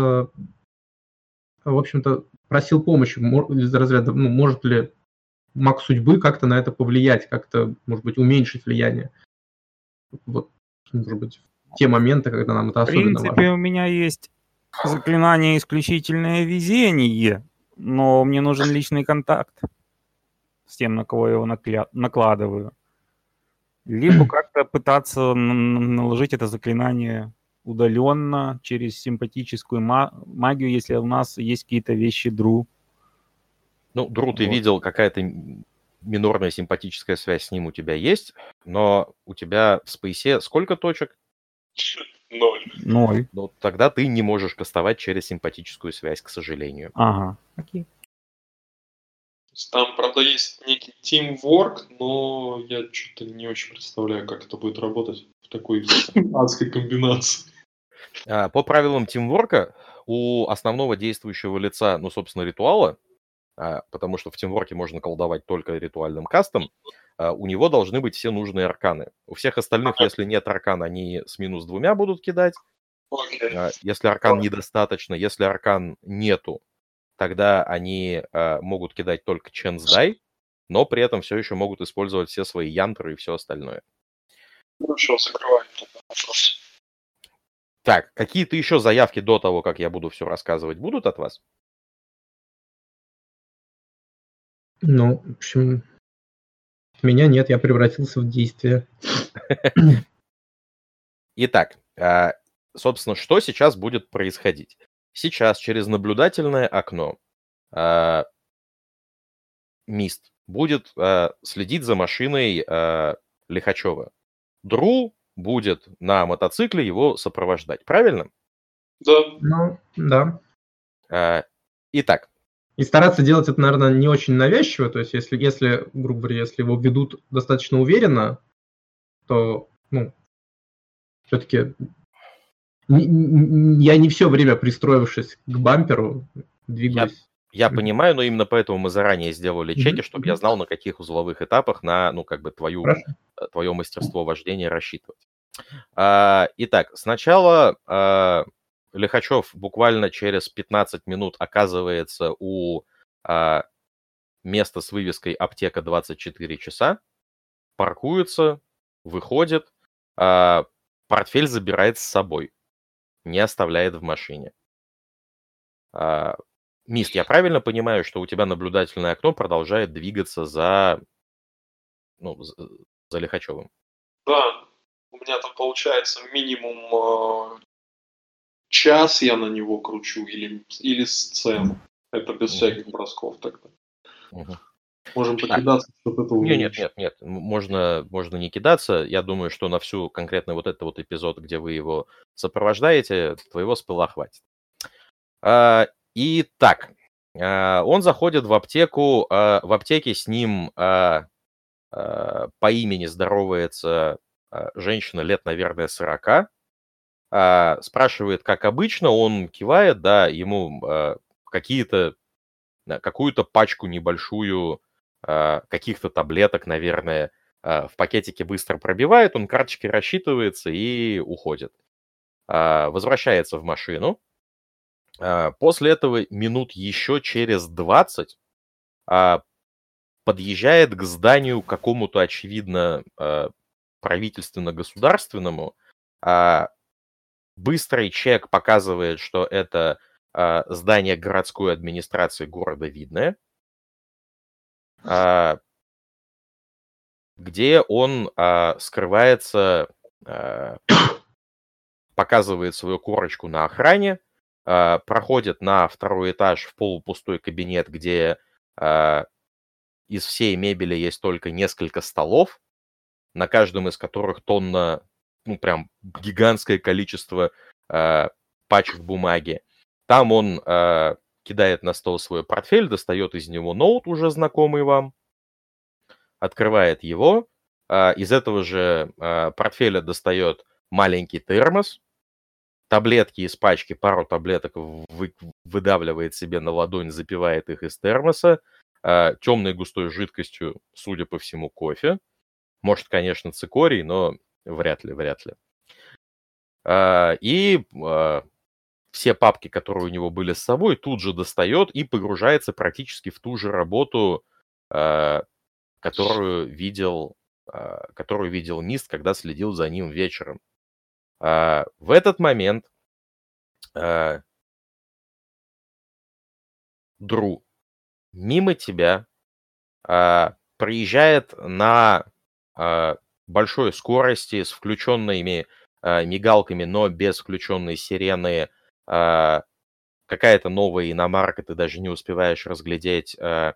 в общем-то, просил помощи мо- из разряда, ну, может ли маг судьбы как-то на это повлиять, как-то, может быть, уменьшить влияние. Вот, может быть, в те моменты, когда нам это В особенно принципе, важно. у меня есть заклинание «Исключительное везение», но мне нужен личный контакт с тем, на кого я его накля- накладываю. Либо как-то пытаться н- н- наложить это заклинание удаленно через симпатическую ма- магию, если у нас есть какие-то вещи дру. Ну, Дру, ты Вот. видел, какая-то м- минорная симпатическая связь с ним у тебя есть, но у тебя в спейсе сколько точек? Ноль. Ноль. Ну, тогда ты не можешь кастовать через симпатическую связь, к сожалению. Ага. Окей. Там, правда, есть некий teamwork, но я что-то не очень представляю, как это будет работать в такой адской комбинации. А, По правилам тимворка у основного действующего лица, ну, собственно, ритуала, а, потому что в тимворке можно колдовать только ритуальным кастом, а, у него должны быть все нужные арканы. У всех остальных, если нет аркана, они с минус двумя будут кидать. Окей. А, Если аркан недостаточно, если аркан нету, тогда они а, могут кидать только chance die, но при этом все еще могут использовать все свои янтры и все остальное. Хорошо, закрываем тогда вопрос. Так, какие-то еще заявки до того, как я буду все рассказывать, будут от вас? Ну, в общем, меня нет, я превратился в действие. Итак, а, собственно, что сейчас будет происходить? Сейчас через наблюдательное окно а, Мист будет а, следить за машиной а, Лихачева. Дру будет на мотоцикле его сопровождать, правильно? Да. Ну, да. А, Итак, И стараться делать это, наверное, не очень навязчиво. То есть, если, если, грубо говоря, если его ведут достаточно уверенно, то, ну, все-таки я не все время, пристроившись к бамперу, двигаюсь. я Мгм. понимаю, но именно поэтому мы заранее сделали Мгм, чеки, чтобы я мгм. знал, на каких узловых этапах на, ну, как бы твою, Хорошо. э, твое мастерство вождения рассчитывать. А, Итак, сначала а, Лихачев буквально через пятнадцать минут оказывается у а, места с вывеской «Аптека двадцать четыре часа», паркуется, выходит, а, портфель забирает с собой, не оставляет в машине. А, Мист, я правильно понимаю, что у тебя наблюдательное окно продолжает двигаться за, ну, за, за Лихачевым? Да. У меня там получается минимум э, час я на него кручу или, или сцену. Это без Мгм. всяких бросков тогда. Мгм. Можем покидаться, а, чтобы это нет, увеличить. нет, нет, нет, можно, можно не кидаться. Я думаю, что на всю конкретно вот этот вот эпизод, где вы его сопровождаете, твоего спыла хватит. А, и так, а, он заходит в аптеку, а, в аптеке с ним а, а, по имени здоровается а, женщина лет, наверное, сорока. А, спрашивает, как обычно, он кивает, да, ему а, какие-то, да, какую-то пачку небольшую а, каких-то таблеток, наверное, а, в пакетике быстро пробивает, он карточкой рассчитывается и уходит. А, возвращается в машину. А, после этого минут еще через двадцать а, подъезжает к зданию какому-то, очевидно, а, правительственно-государственному. А, быстрый чек показывает, что это а, здание городской администрации города Видное, а, где он а, скрывается, а, показывает свою корочку на охране, а, проходит на второй этаж в полупустой кабинет, где а, из всей мебели есть только несколько столов, на каждом из которых тонна, ну прям гигантское количество а, пачек бумаги. Там он а, кидает на стол свой портфель, достает из него ноут, уже знакомый вам, открывает его, а, из этого же а, портфеля достает маленький термос, таблетки из пачки, пару таблеток вы, выдавливает себе на ладонь, запивает их из термоса, а, темной густой жидкостью, судя по всему, кофе. Может, конечно, цикорий, но вряд ли, вряд ли. А, и а, все папки, которые у него были с собой, тут же достает и погружается практически в ту же работу, а, которую видел, а, которую видел Мист, когда следил за ним вечером. А, в этот момент а, Дру, мимо тебя а, проезжает на а, большой скорости с включенными а, мигалками, но без включенной сирены а, какая-то новая иномарка, ты даже не успеваешь разглядеть, а,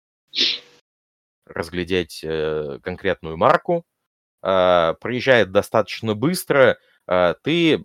разглядеть а, конкретную марку. А, проезжает достаточно быстро. А, ты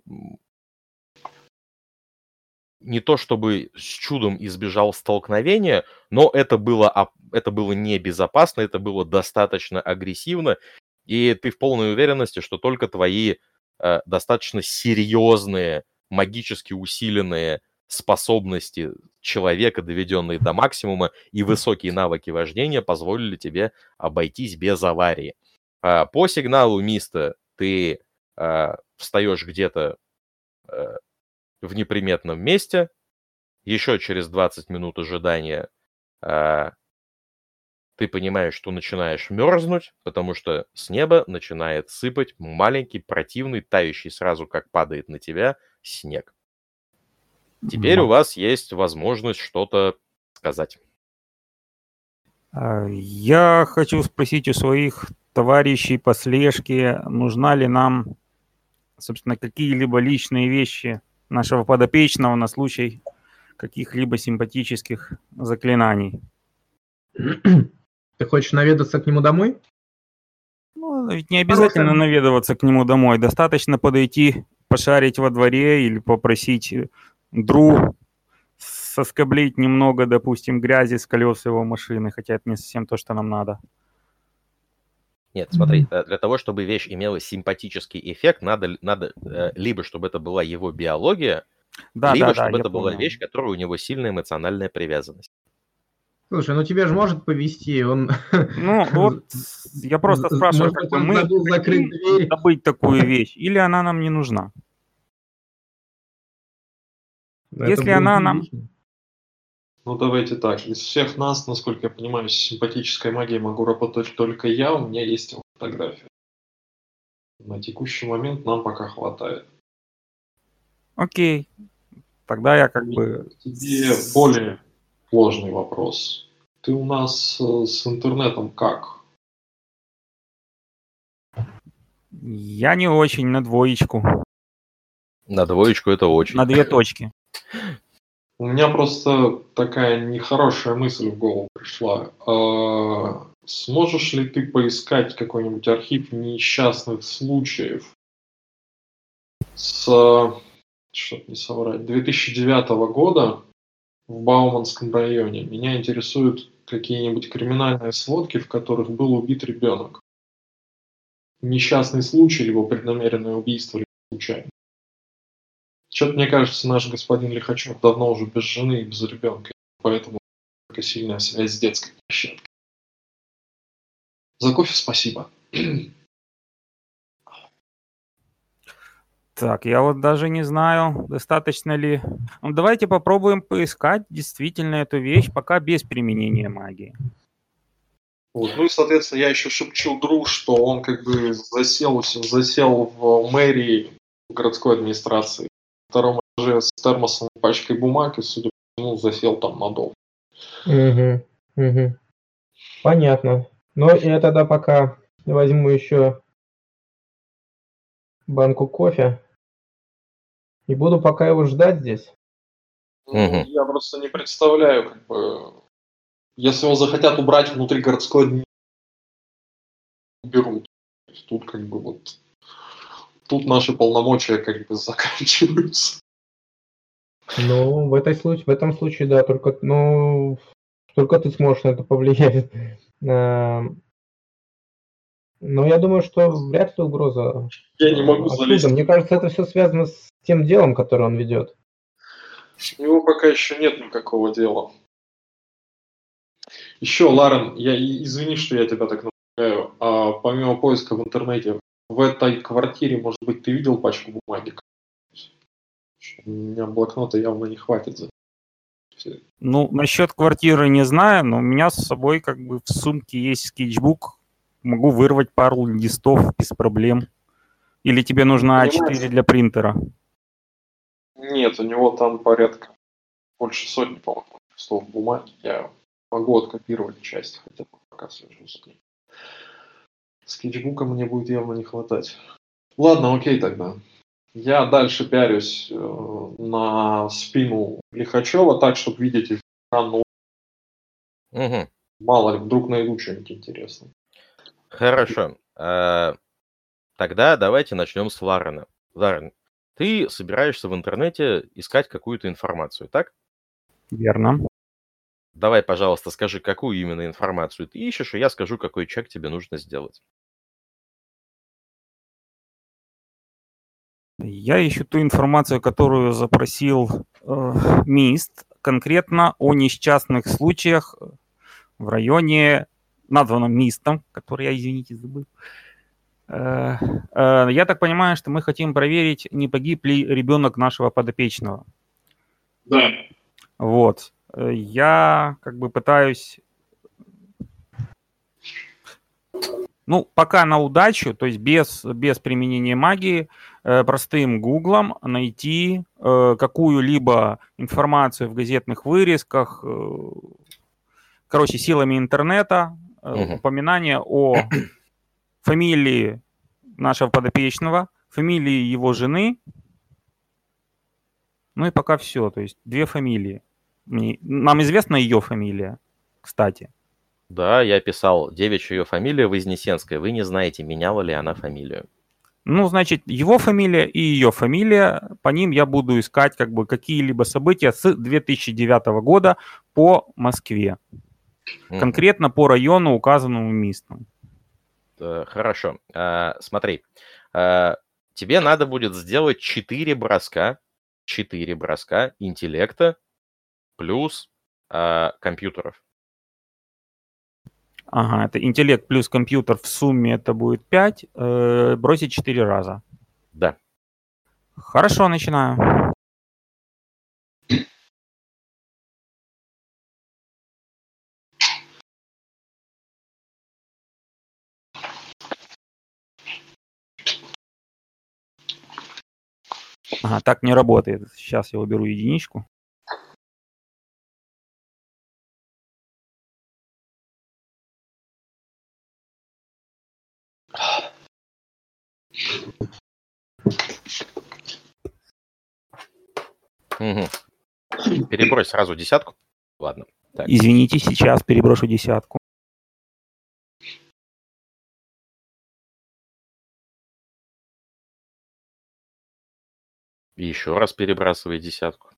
не то чтобы с чудом избежал столкновения, но это было, это было небезопасно, это было достаточно агрессивно, и ты в полной уверенности, что только твои э, достаточно серьезные, магически усиленные способности человека, доведенные до максимума, и высокие навыки вождения позволили тебе обойтись без аварии. Э, по сигналу Миста ты э, встаешь где-то э, в неприметном месте. Еще через двадцать минут ожидания а, ты понимаешь, что начинаешь мерзнуть, потому что с неба начинает сыпать маленький, противный, тающий сразу, как падает на тебя, снег. Теперь у вас есть возможность что-то сказать. Я хочу спросить у своих товарищей по слежке, нужна ли нам, собственно, какие-либо личные вещи нашего подопечного на случай каких-либо симпатических заклинаний. Ты хочешь наведаться к нему домой? Ну, ведь не обязательно наведываться к нему домой. Достаточно подойти, пошарить во дворе или попросить Дру соскоблить немного, допустим, грязи с колес его машины, хотя это не совсем то, что нам надо. Нет, смотри, mm-hmm. для того, чтобы вещь имела симпатический эффект, надо, надо либо чтобы это была его биология, да, либо да, чтобы да, это была понял. вещь, которая у него сильная эмоциональная привязанность. Слушай, ну тебе же может повезти, он... Ну, вот я просто спрашиваю, как бы мы хотим добыть такую вещь, или она нам не нужна? Это Если она нам... Ну, давайте так. Из всех нас, насколько я понимаю, с симпатической магией могу работать только я. У меня есть фотография. На текущий момент нам пока хватает. Окей. Тогда я как бы... Тебе более сложный вопрос. Ты у нас с интернетом как? Я не очень, на двоечку. На двоечку это очень. На две точки. У меня просто такая нехорошая мысль в голову пришла. А, сможешь ли ты поискать какой-нибудь архив несчастных случаев с, чтобы не соврать, две тысячи девятого года в Бауманском районе? Меня интересуют какие-нибудь криминальные сводки, в которых был убит ребенок. Несчастный случай, либо преднамеренное убийство, либо случайно. Что-то, мне кажется, наш господин Лихачев давно уже без жены и без ребенка, поэтому такая сильная связь с детской площадкой. За кофе спасибо. Так, я вот даже не знаю, достаточно ли... Ну, давайте попробуем поискать действительно эту вещь, пока без применения магии. Вот. Ну и, соответственно, я еще шепчу друг, что он как бы засел, засел в мэрии городской администрации. На втором этаже с термосом и пачкой бумаг, и, судя по всему, засел там надолго. Угу, угу. Понятно. Но я тогда пока возьму еще банку кофе и буду пока его ждать здесь. Ну, Мгм. я просто не представляю, как бы, если его захотят убрать внутри городской администрации, уберут. То есть тут как бы вот, тут наши полномочия как бы заканчиваются. Ну, в, этой случае, в этом случае, да, только, ну, только ты сможешь на это повлиять. А, Но я думаю, что вряд ли угроза Я не могу а, оттуда. залезть. Мне кажется, это все связано с тем делом, которое он ведет. У него пока еще нет никакого дела. Еще, Ларен, я и- извини, что я тебя так напрягаю. А помимо поиска в интернете, в этой квартире, может быть, ты видел пачку бумаги? У меня блокнота явно не хватит за все. Ну, насчет квартиры не знаю, но у меня с собой как бы в сумке есть скетчбук. Могу вырвать пару листов без проблем. Или тебе нужно а четыре Понимаете? для принтера? Нет, у него там порядка больше сотни, по-моему, листов бумаги. Я могу откопировать часть, хотя бы пока свяжусь с ним. Скетчбука мне будет явно не хватать. Ладно, окей тогда. Я дальше пярюсь э, на спину Лихачева так, чтобы видеть экран. Ну, Мгм. мало ли, вдруг найду что-нибудь интересное. Хорошо. А, Тогда давайте начнем с Ларена. Ларен, ты собираешься в интернете искать какую-то информацию, так? Верно. Давай, пожалуйста, скажи, какую именно информацию ты ищешь, и я скажу, какой чек тебе нужно сделать. Я ищу ту информацию, которую запросил э, МИСТ, конкретно о несчастных случаях в районе, названном МИСТом, который я, извините, забыл. Э, э, я так понимаю, что мы хотим проверить, не погиб ли ребенок нашего подопечного. Да. Вот. Э, Я как бы пытаюсь, ну, пока на удачу, то есть без, без применения магии, э, простым гуглом найти э, какую-либо информацию в газетных вырезках, э, короче, силами интернета, э, Мгм. упоминание о фамилии нашего подопечного, фамилии его жены, ну и пока все, то есть две фамилии. Мне- Нам известна ее фамилия, кстати. Да, я писал девичья ее фамилия Вознесенская. Вы не знаете, меняла ли она фамилию. Ну, значит, его фамилия и ее фамилия, по ним я буду искать как бы какие-либо события с две тысячи девятого года по Москве. Мгм. Конкретно по району, указанному МИСТом. Э, Хорошо. А, Смотри, а, тебе надо будет сделать четыре броска, четыре броска интеллекта плюс а, компьютеров. Ага, это интеллект плюс компьютер в сумме это будет пять, э, бросить четыре раза. Да. Хорошо, начинаю. Ага, так не работает. Сейчас я уберу единичку. Мгм. Перебрось сразу десятку. Ладно. Так. Извините, сейчас переброшу десятку. И еще раз перебрасывай десятку.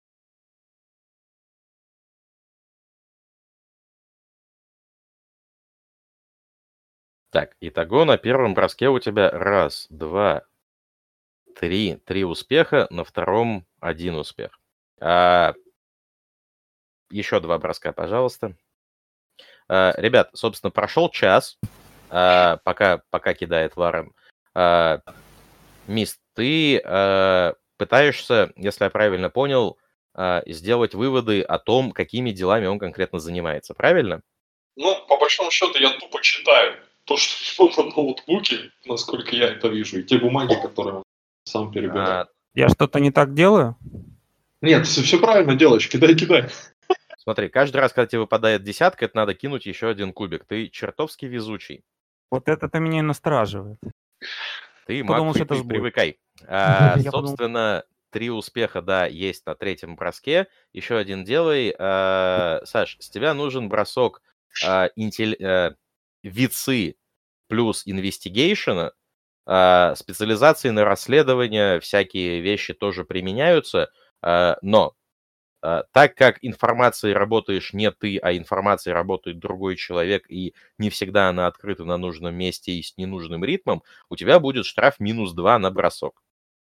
Так, итого на первом броске у тебя раз, два, три, три успеха, на втором один успех. А, еще два броска, пожалуйста. А, ребят, собственно, прошел час, а, пока, пока кидает Ларен. А, Мист, ты а, пытаешься, если я правильно понял, а, сделать выводы о том, какими делами он конкретно занимается, правильно? Ну, по большому счету, я тупо читаю то, что у него на ноутбуке, насколько я это вижу, и те бумаги, которые он сам перебирает. А, Я что-то не так делаю? Нет, все, все правильно делаешь, кидай, кидай. Смотри, каждый раз, когда тебе выпадает десятка, это надо кинуть еще один кубик. Ты чертовски везучий. Вот это-то меня и настораживает. Ты Подумал, маг, что это ты сбой. привыкай. А, Я подумал- собственно, три успеха, да, есть на третьем броске. Еще один делай. А, Саш, с тебя нужен бросок а, интель- а, вицы плюс инвестигейшена. А, специализации на расследование, всякие вещи тоже применяются, а, но а, так как информацией работаешь не ты, а информацией работает другой человек, и не всегда она открыта на нужном месте и с ненужным ритмом, у тебя будет штраф минус два на бросок.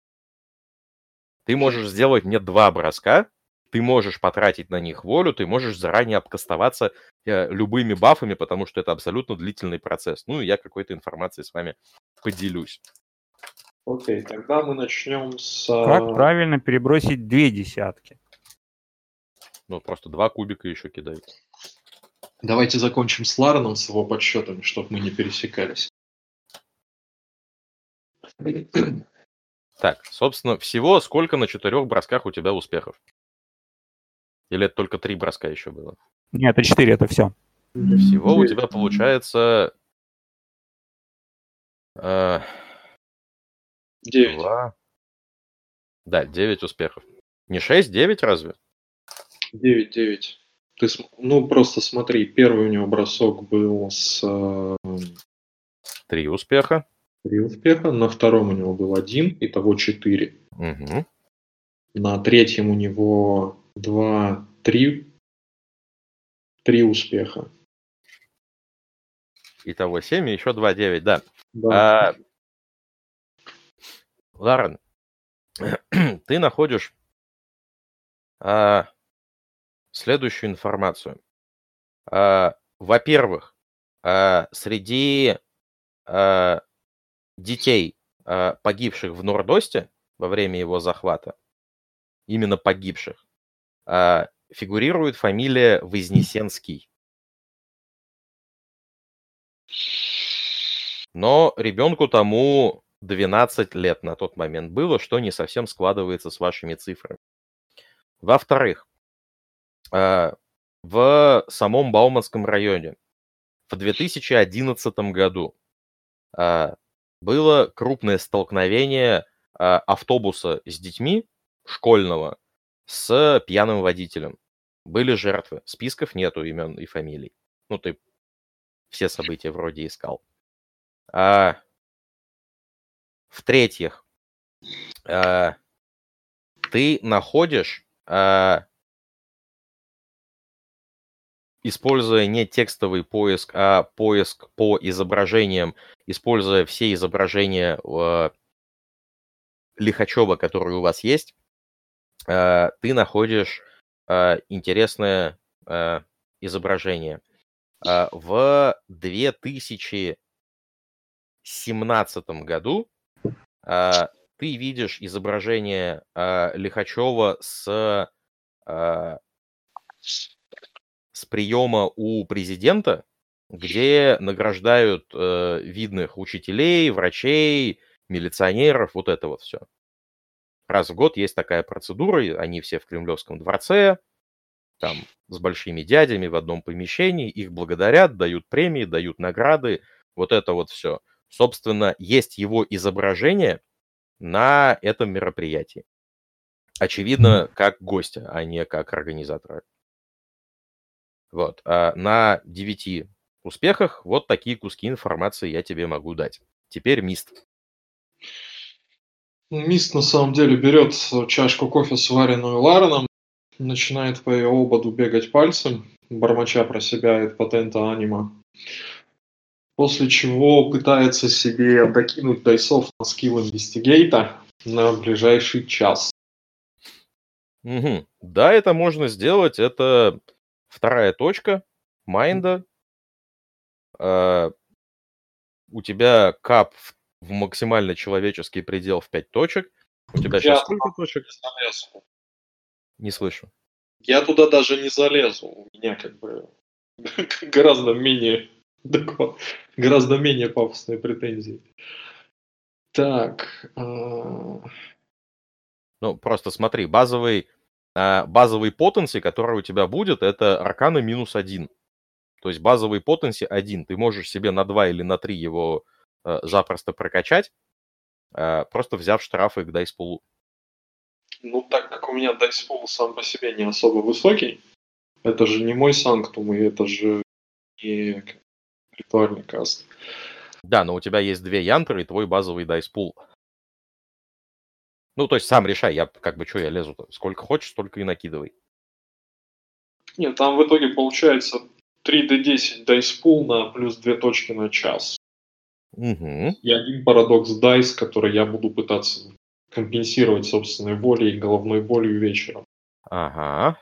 Ты можешь сделать мне два броска, ты можешь потратить на них волю, ты можешь заранее обкастоваться э, любыми бафами, потому что это абсолютно длительный процесс. Ну, и я какой-то информацией с вами поделюсь. Окей, тогда мы начнем с... Как а, правильно перебросить две десятки? Ну, просто два кубика еще кидают. Давайте закончим с Лареном, с его подсчетами, чтобы мы не пересекались. Так, собственно, всего сколько на четырех бросках у тебя успехов? Или это только три броска еще было? Нет, это четыре, это все. Всего у тебя получается... э, Девять. два... Да, девять успехов. Не шесть, девять разве? Девять, девять. Ты, см- ну, просто смотри, первый у него бросок был с э, Три успеха. три успеха, на втором у него был один, итого четыре. Угу. На третьем у него два, три, три успеха. Итого семь, и еще два, девять, да. Да. А, Ларен, ты находишь а, следующую информацию. А, во-первых, а, среди а, детей, а, погибших в Нордосте во время его захвата, именно погибших, а, фигурирует фамилия Вознесенский. Но ребенку тому двенадцать лет на тот момент было, что не совсем складывается с вашими цифрами. Во-вторых, а, в самом Бауманском районе в две тысячи одиннадцатом году а, было крупное столкновение а, автобуса с детьми школьного с пьяным водителем. Были жертвы. Списков нету имен и фамилий. Ну, ты все события вроде искал. А, в-третьих, а, ты находишь, а, используя не текстовый поиск, а поиск по изображениям, используя все изображения а, Лихачева, которые у вас есть, а, ты находишь а, интересное а, изображение. А, в две тысячи семнадцатом году а, ты видишь изображение а, Лихачева с, а, с приема у президента, где награждают э, видных учителей, врачей, милиционеров, вот это вот все. Раз в год есть такая процедура, и они все в Кремлевском дворце, там с большими дядями в одном помещении, их благодарят, дают премии, дают награды, вот это вот все. Собственно, есть его изображение на этом мероприятии. очевидно, как гостя, а не как организатора. Вот. А на девяти успехах вот такие куски информации я тебе могу дать. Теперь Мист. Мист на самом деле берет чашку кофе, сваренную Лареном, начинает по ее ободу бегать пальцем, бормоча про себя это патента анима. После чего пытается себе докинуть дайсов на скилл инвестигейта на ближайший час. Угу. Да, это можно сделать. Это вторая точка майнда. А, у тебя кап в, в максимально человеческий предел в пять точек. У тебя сейчас сколько точек? Залезу. Не слышу. Я туда даже не залезу. У меня как бы гораздо менее гораздо менее пафосные претензии. Так. А... Ну, просто смотри, базовый, а, базовый потенси, который у тебя будет, это аркана минус один. То есть базовый потенси один. Ты можешь себе на два или на три его а, запросто прокачать, а, просто взяв штрафы к дайспулу. Ну, так как у меня дайспул сам по себе не особо высокий, это же не мой санктум, и это же не ритуальный каст. Да, но у тебя есть две янтры и твой базовый дайспул. Ну, то есть сам решай, я как бы что я лезу-то. Сколько хочешь, столько и накидывай. Нет, там в итоге получается три дэ десять дайспул на плюс две точки на час. Угу. И один парадокс дайс, который я буду пытаться компенсировать собственной волей и головной болью вечером. Ага.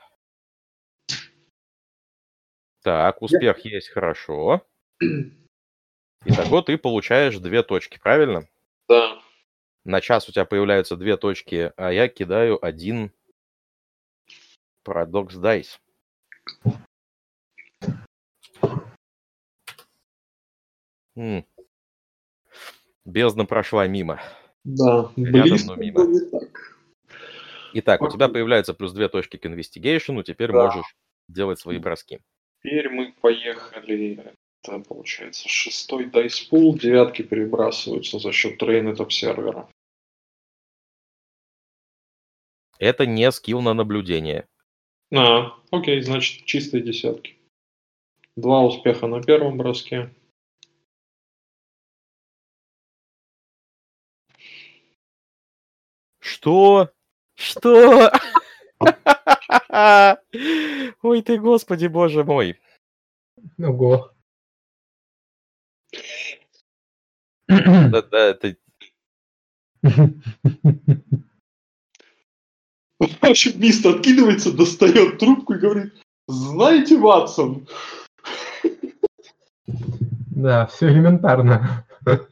Так, успех есть, хорошо. Итого ты получаешь две точки, правильно? Да. На час у тебя появляются две точки, а я кидаю один парадокс дайс. М. Бездна прошла мимо. Да, Рядом, близко, но мимо. но не так. Итак, у тебя Окей. появляются плюс две точки к инвестигейшену, теперь Да. можешь делать свои броски. Теперь мы поехали. Это получается шестой дайспул, девятки перебрасываются за счет трейн топ сервера. Это не скилл на наблюдение. А, окей, значит чистые десятки. Два успеха на первом броске. Что? Что? Ой ты, господи, боже мой. Ого. Да, да, это... В общем, Мист откидывается, достает трубку и говорит: знаете, Ватсон? Да, все элементарно.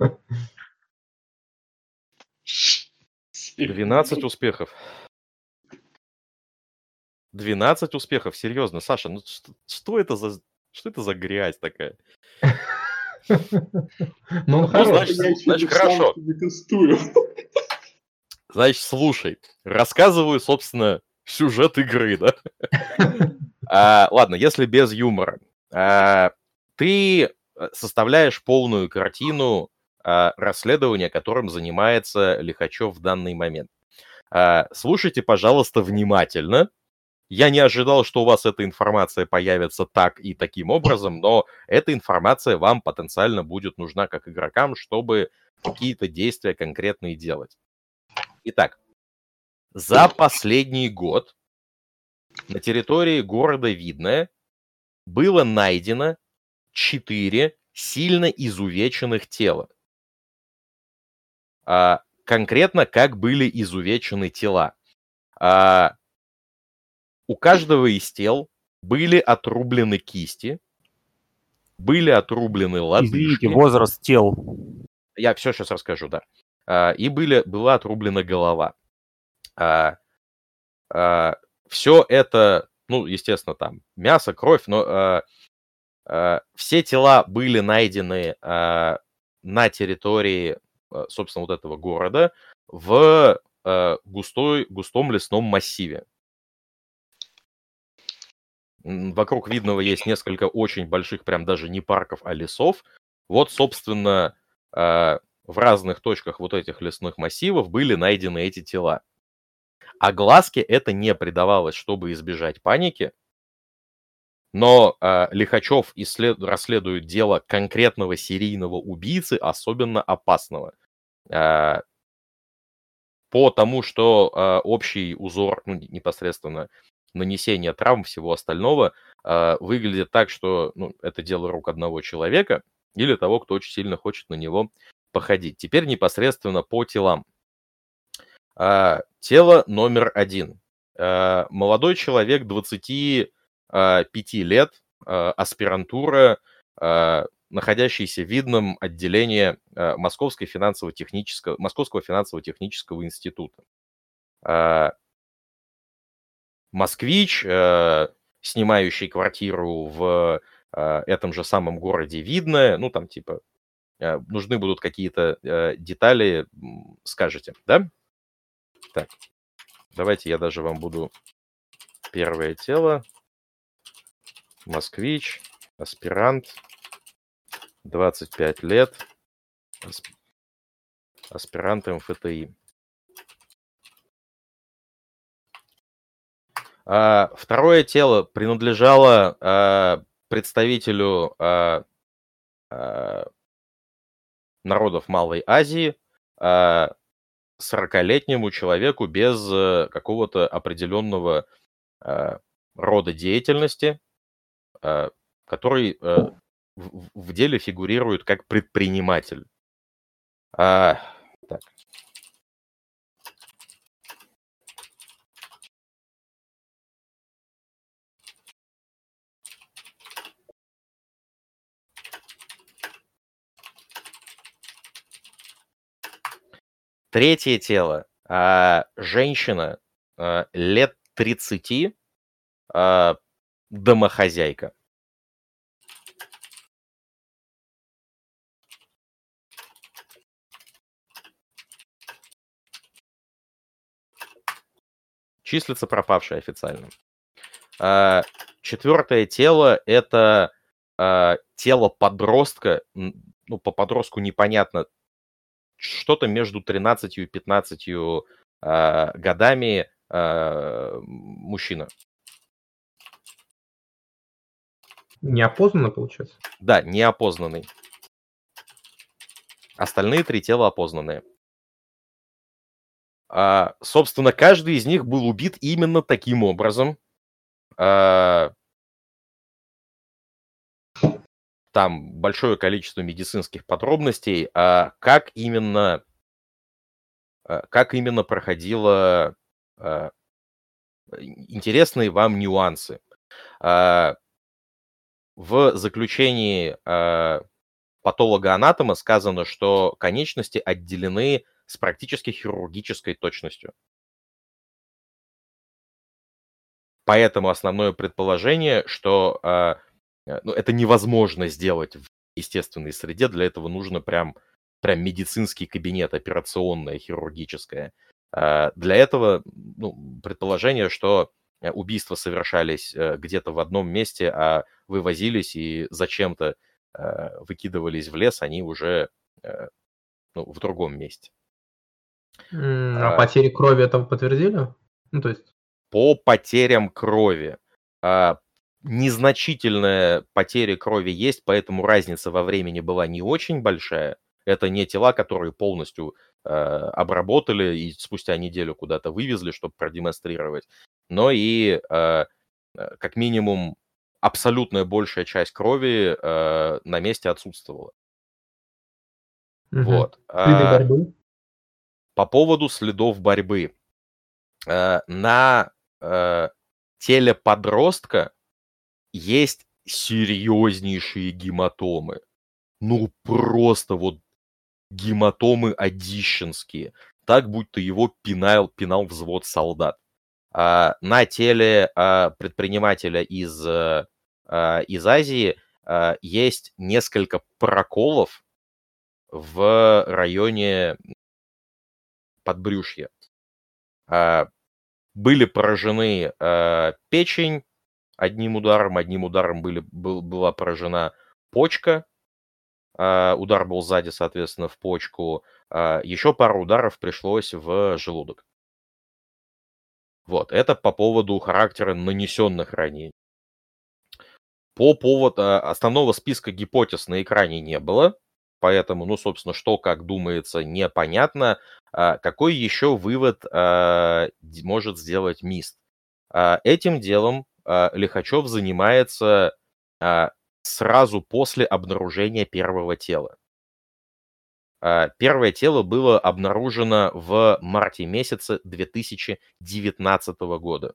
двенадцать успехов. двенадцать успехов, серьезно, Саша, ну что, что это за что это за грязь такая? Ну, он Ну, хороший. значит, значит, хорошо. Не тестую. Значит, слушай, рассказываю, собственно, сюжет игры, да? А, ладно, если без юмора. А, ты составляешь полную картину а, расследования, которым занимается Лихачев в данный момент. А, слушайте, пожалуйста, внимательно. Я не ожидал, что у вас эта информация появится так и таким образом, но эта информация вам потенциально будет нужна как игрокам, чтобы какие-то действия конкретные делать. Итак, за последний год на территории города Видное было найдено четыре сильно изувеченных тела. А, конкретно, как были изувечены тела. А, у каждого из тел были отрублены кисти, были отрублены лодыжки. Извините, возраст тел. Я все сейчас расскажу, да. А, и были, была отрублена голова. А, а, все это, ну, естественно, там мясо, кровь, но а, а, все тела были найдены а, на территории, а, собственно, вот этого города в а, густой, густом лесном массиве. Вокруг Видного есть несколько очень больших, прям даже не парков, а лесов. Вот, собственно, а, в разных точках вот этих лесных массивов были найдены эти тела. Огласке это не придавалось, чтобы избежать паники, но э, Лихачев исслед... расследует дело конкретного серийного убийцы, особенно опасного. Э, по тому, что э, общий узор, ну, непосредственно нанесение травм, всего остального, э, выглядит так, что ну, это дело рук одного человека или того, кто очень сильно хочет на него походить. Теперь непосредственно по телам. Э, тело номер один. Э, молодой человек, двадцати пяти лет, э, аспирантура, э, находящийся в видном отделении э, Московской финансово-технического, Московского финансово-технического института. Э, москвич, э, снимающий квартиру в э, этом же самом городе Видное, ну там типа э, нужны будут какие-то э, детали, м, скажете, да? Так, давайте я даже вам буду первое тело. Москвич, аспирант, двадцать пять лет, асп... аспирант эм эф тэ и. А, второе тело принадлежало а, представителю а, а, народов Малой Азии, а, сорокалетнему человеку без а, какого-то определенного а, рода деятельности, а, который а, в, в деле фигурирует как предприниматель. А, так. Третье тело. А, женщина а, лет тридцати, а, домохозяйка. Числится пропавшей официально. А, четвертое тело – это а, тело подростка. Ну, по подростку непонятно. Что-то между тринадцатью и пятнадцатью а, годами а, мужчина. Неопознанно, получается? Да, неопознанный. Остальные три тела опознанные. А, собственно, каждый из них был убит именно таким образом. А, там большое количество медицинских подробностей. А как именно, а, как именно проходило а, интересные вам нюансы. А, в заключении а, патолога-анатома сказано, что конечности отделены с практически хирургической точностью. Поэтому основное предположение, что а, ну, это невозможно сделать в естественной среде, для этого нужно прям, прям медицинский кабинет, операционное, хирургическое. А, для этого ну, предположение, что убийства совершались а, где-то в одном месте, а вывозились и зачем-то а, выкидывались в лес, они уже а, ну, в другом месте. А, а потери крови этого подтвердили? Ну, то есть... По потерям крови. А, незначительная потеря крови есть, поэтому разница во времени была не очень большая. Это не тела, которые полностью э, обработали и спустя неделю куда-то вывезли, чтобы продемонстрировать. Но и э, как минимум абсолютная большая часть крови э, на месте отсутствовала. Угу. Вот. Следы борьбы? По поводу следов борьбы. Э, на э, теле подростка есть серьезнейшие гематомы. Ну, просто вот гематомы одищенские. Так, будто его пинал, пинал взвод солдат. А, на теле а, предпринимателя из, а, из Азии а, есть несколько проколов в районе подбрюшья. А, были поражены а, печень одним ударом, одним ударом были, был, была поражена почка. Uh, удар был сзади, соответственно, в почку. Uh, еще пару ударов пришлось в желудок. Вот, это по поводу характера нанесенных ранений. По поводу основного списка гипотез на экране не было, поэтому, ну, собственно, что как думается, непонятно. А, какой еще вывод а, д- может сделать МИСТ? А, этим делом а, Лихачев занимается а, сразу после обнаружения первого тела. А, Первое тело было обнаружено в марте месяце две тысячи девятнадцатого года.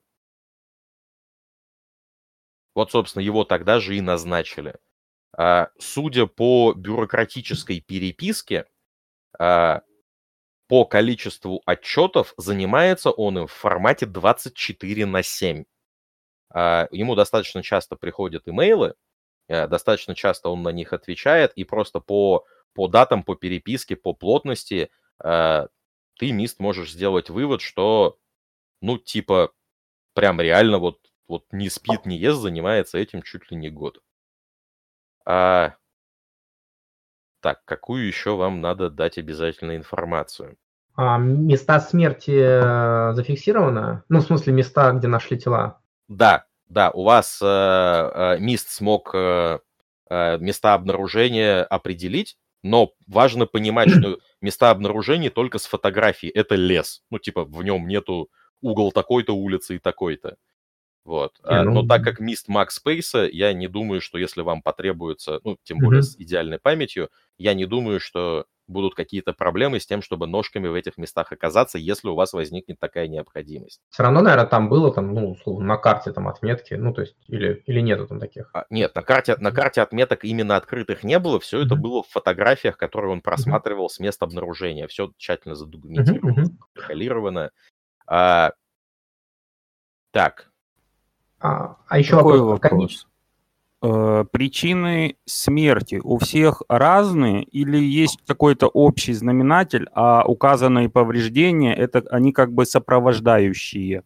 Вот, собственно, его тогда же и назначили. А, Судя по бюрократической переписке, а, по количеству отчетов занимается он им в формате двадцать четыре на семь. А, Ему достаточно часто приходят имейлы, э, достаточно часто он на них отвечает, и просто по, по датам, по переписке, по плотности а, ты, МИСТ, можешь сделать вывод, что, ну, типа, прям реально вот, вот не спит, не ест, занимается этим чуть ли не год. А, так, какую еще вам надо дать обязательно информацию? А места смерти э, зафиксированы? Ну, в смысле, места, где нашли тела. Да, да, у вас э, э, МИСТ смог э, э, места обнаружения определить, но важно понимать, что места обнаружения только с фотографий. Это лес. Ну, типа, в нем нету угол такой-то улицы и такой-то. Вот. Не, А, ну, Но так как МИСТ Max Space, я не думаю, что если вам потребуется, ну, тем более мгм. с идеальной памятью, я не думаю, что будут какие-то проблемы с тем, чтобы ножками в этих местах оказаться, если у вас возникнет такая необходимость. Все равно, наверное, там было, там, ну, условно, на карте там отметки, ну, то есть, или, или нету там таких. А, Нет, на карте, на карте отметок именно открытых не было, все это Мгм. было в фотографиях, которые он Мгм. просматривал с места обнаружения. Все тщательно Мгм. задокументировано, Мгм. запротоколировано. А, так, А, а еще Такой вопрос. Конеч- вопрос. Э, Причины смерти у всех разные или есть какой-то общий знаменатель, а указанные повреждения это они как бы сопровождающие?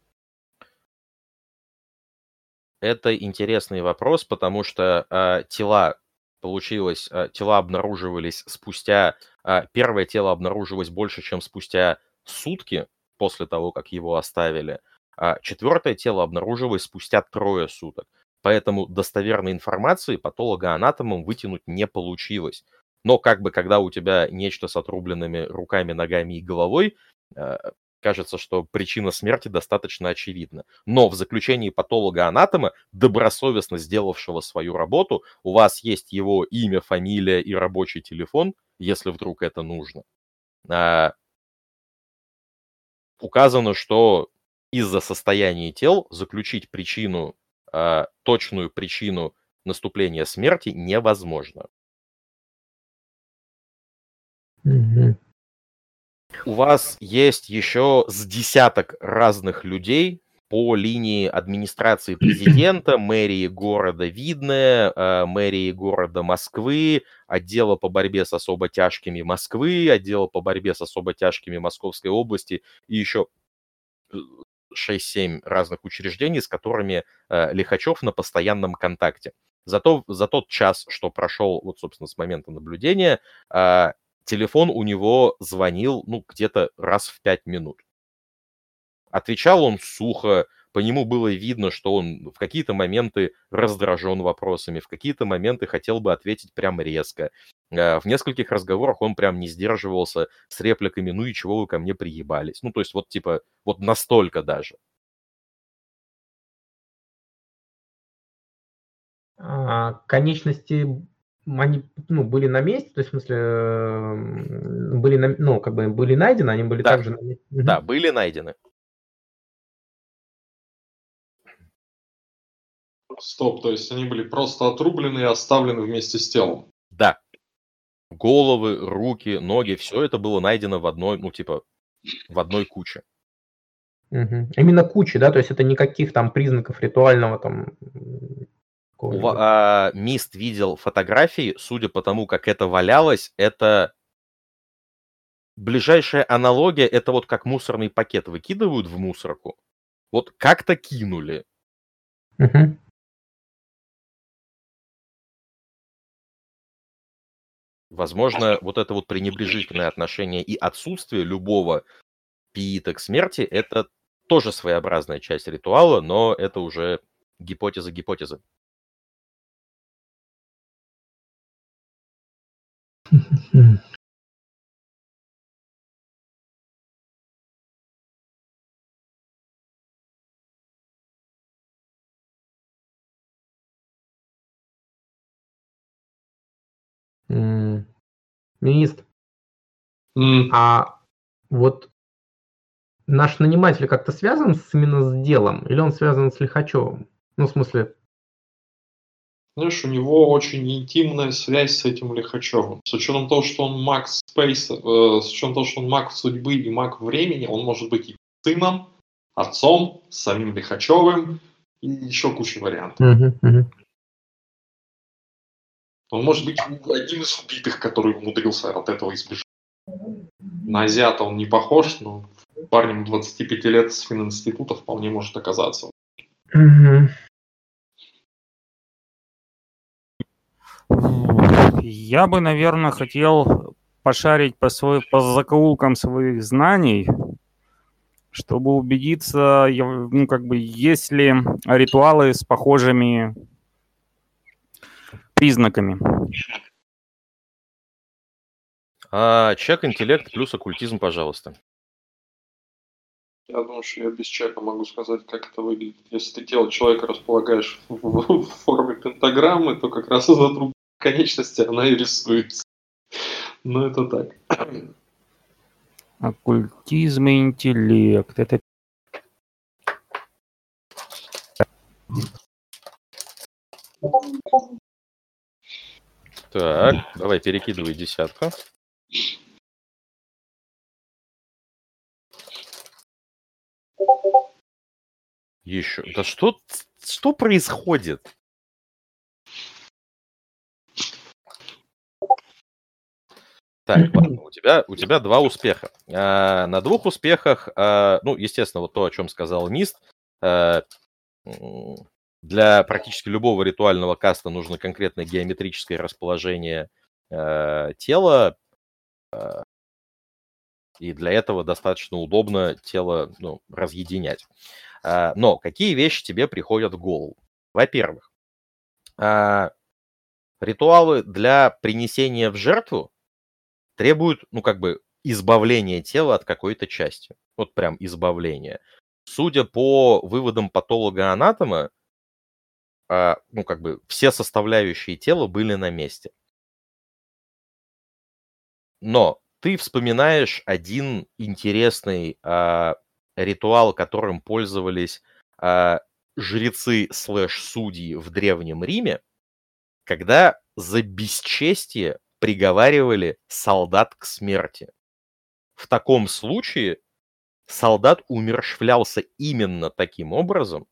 это интересный вопрос, потому что а, тела получилось, а, тела обнаруживались спустя, а, первое тело обнаруживалось больше, чем спустя сутки после того, как его оставили, а четвертое тело обнаруживалось спустя трое суток. Поэтому достоверной информации патологоанатомам вытянуть не получилось. Но как бы когда у тебя нечто с отрубленными руками, ногами и головой, э, кажется, что причина смерти достаточно очевидна. Но в заключении патолога-анатома, добросовестно сделавшего свою работу, у вас есть его имя, фамилия и рабочий телефон, если вдруг это нужно. А, Указано, что из-за состояния тел заключить причину, а, точную причину наступления смерти невозможно. Мгм. У вас есть еще с десяток разных людей по линии администрации президента, мэрии города Видное, э, мэрии города Москвы, отдела по борьбе с особо тяжкими Москвы, отдела по борьбе с особо тяжкими Московской области и еще шесть-семь разных учреждений, с которыми э, Лихачев на постоянном контакте. Зато за тот час, что прошел, вот, собственно, с момента наблюдения, э, телефон у него звонил, ну, где-то раз в пять минут. Отвечал он сухо, по нему было видно, что он в какие-то моменты раздражен вопросами, в какие-то моменты хотел бы ответить прям резко. Э, В нескольких разговорах он прям не сдерживался с репликами «ну и чего вы ко мне приебались?» Ну, то есть вот типа, вот настолько даже. А, конечности они, ну, были на месте, то есть, в смысле, м, были, на- ну, как бы были найдены, они были Да, также на месте. да, Мгм. были найдены. Стоп, то есть они были просто отрублены и оставлены вместе с телом. Да. Головы, руки, ноги, все это было найдено в одной, ну, типа, в одной куче. Мгм. Именно кучи, да, то есть это никаких там признаков ритуального там м, У какого-нибудь. ва- а, Мист видел фотографии, судя по тому, как это валялось, это ближайшая аналогия, это вот как мусорный пакет выкидывают в мусорку. Вот как-то кинули. Мгм. Возможно, вот это вот пренебрежительное отношение и отсутствие любого пиита к смерти, это тоже своеобразная часть ритуала, но это уже гипотеза гипотезы. М, Министр, М, а вот наш наниматель как-то связан с, именно с делом, или он связан с Лихачевым? Ну, в смысле, Знаешь, у него очень интимная связь с этим Лихачевым. С учетом того, что он маг спейса, э, с учетом того, что он маг судьбы и маг времени, он может быть и сыном, отцом, самим Лихачевым и еще куча вариантов. Мгм, мгм. Он может быть одним из убитых, который умудрился от этого избежать. На азиата он не похож, но парнем двадцати пяти лет с фининститута вполне может оказаться. Мгм. Я бы, наверное, хотел пошарить по, свой, по закоулкам своих знаний, чтобы убедиться, я- ну, как бы, есть ли ритуалы с похожими признаками. А, чек, интеллект плюс оккультизм, пожалуйста. Я думаю, что я без чека могу сказать, как это выглядит. Если ты тело человека располагаешь в, в- в форме пентаграммы, то как раз из-за трубы конечности она и рисуется. Ну, это так. Оккультизм и интеллект. Это Так, давай перекидывай десятку. Еще. Да что, что происходит? Так, ладно, у тебя, у тебя два успеха. А, на двух успехах, а, ну, естественно, вот то, о чем сказал Мист, а, м, для практически любого ритуального каста нужно конкретное геометрическое расположение а, тела, а, и для этого достаточно удобно тело, ну, разъединять. А, но какие вещи тебе приходят в голову? Во-первых, а, ритуалы для принесения в жертву требуют, ну, как бы, избавления тела от какой-то части. Вот прям избавления. Судя по выводам патолога-анатома, а, ну, как бы, все составляющие тела были на месте. Но ты вспоминаешь один интересный а, ритуал, которым пользовались а, жрецы слэш-судьи в Древнем Риме, когда за бесчестие приговаривали солдат к смерти. В таком случае солдат умерщвлялся именно таким образом.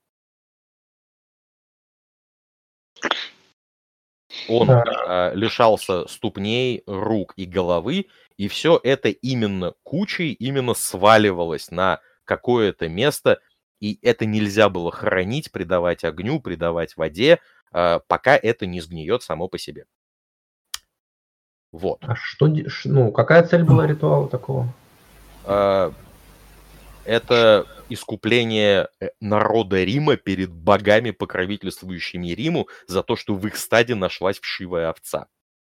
Он Да. а, лишался ступней, рук и головы, и все это именно кучей, именно сваливалось на какое-то место, и это нельзя было хранить, придавать огню, придавать воде, а, пока это не сгниет само по себе. Вот. А что, де- ш- ну, какая цель была ритуала такого? А, Это искупление э, народа Рима перед богами, покровительствующими Риму, за то, что в их стаде нашлась вшивая овца.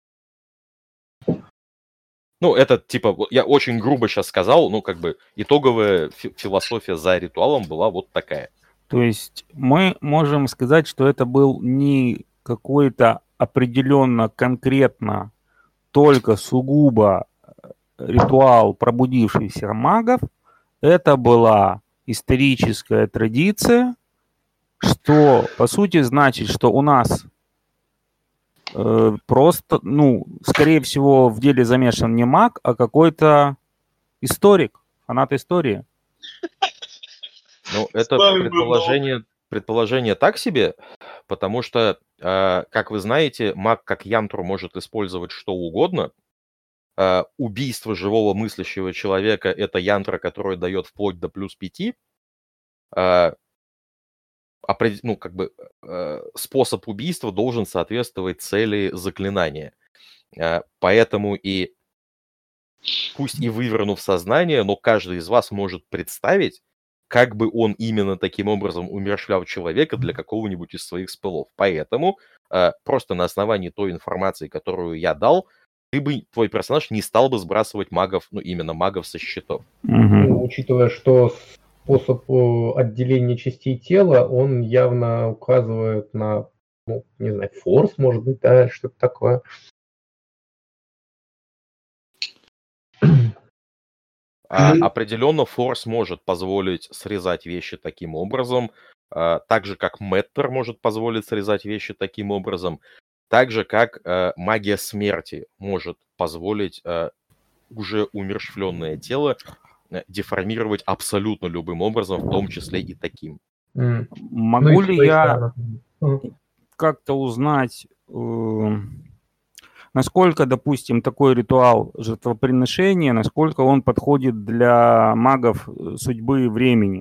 Ну, это типа, вот я очень грубо сейчас сказал, ну, как бы итоговая фи- философия за ритуалом была вот такая. То есть мы можем сказать, что это был не какой-то определенно конкретно только сугубо ритуал пробудившихся магов. Это была историческая традиция, что по сути значит, что у нас э, просто, ну, скорее всего, в деле замешан не маг, а какой-то историк, фанат истории. Ну, это предположение, предположение так себе, потому что, э, как вы знаете, маг как янтру может использовать что угодно. Э, убийство живого мыслящего человека — это янтра, которая дает вплоть до плюс пяти. Э, опред- ну, как бы э, способ убийства должен соответствовать цели заклинания. Э, поэтому и пусть и вывернув сознание, но каждый из вас может представить, как бы он именно таким образом умерщвлял человека для какого-нибудь из своих спелов. Поэтому э, просто на основании той информации, которую я дал, ты бы, твой персонаж не стал бы сбрасывать магов, ну именно магов со счетов. Ну, учитывая, что способ э, отделения частей тела, он явно указывает на, ну, не знаю, форс, может быть, да, что-то такое. А, определенно форс может позволить срезать вещи таким образом, а, так же как мэттер может позволить срезать вещи таким образом, так же как а, магия смерти может позволить а, уже умерщвленное тело а, деформировать абсолютно любым образом, в том числе и таким. Mm. Могу Ну, ли то есть, я да. как-то узнать, э, насколько, допустим, такой ритуал жертвоприношения, насколько он подходит для магов судьбы и времени?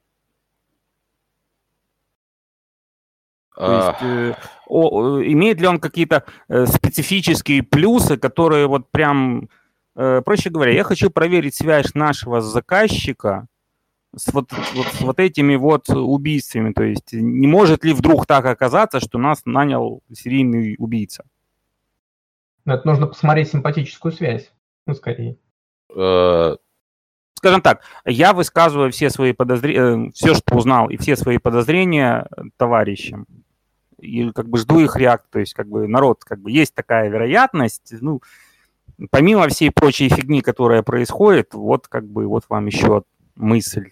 То А, есть э, о, э, имеет ли он какие-то э, специфические плюсы, которые вот прям, э, проще говоря, я хочу проверить связь нашего заказчика с вот, вот, с вот этими вот убийствами. То есть не может ли вдруг так оказаться, что нас нанял серийный убийца? Но это нужно посмотреть симпатическую связь, ну, скорее. э, Скажем так, я высказываю все свои подозрения, все, что узнал, и все свои подозрения товарищам. И как бы жду их реакцию. То есть как бы народ, как бы есть такая вероятность. Ну, помимо всей прочей фигни, которая происходит, вот как бы вот вам еще мысль.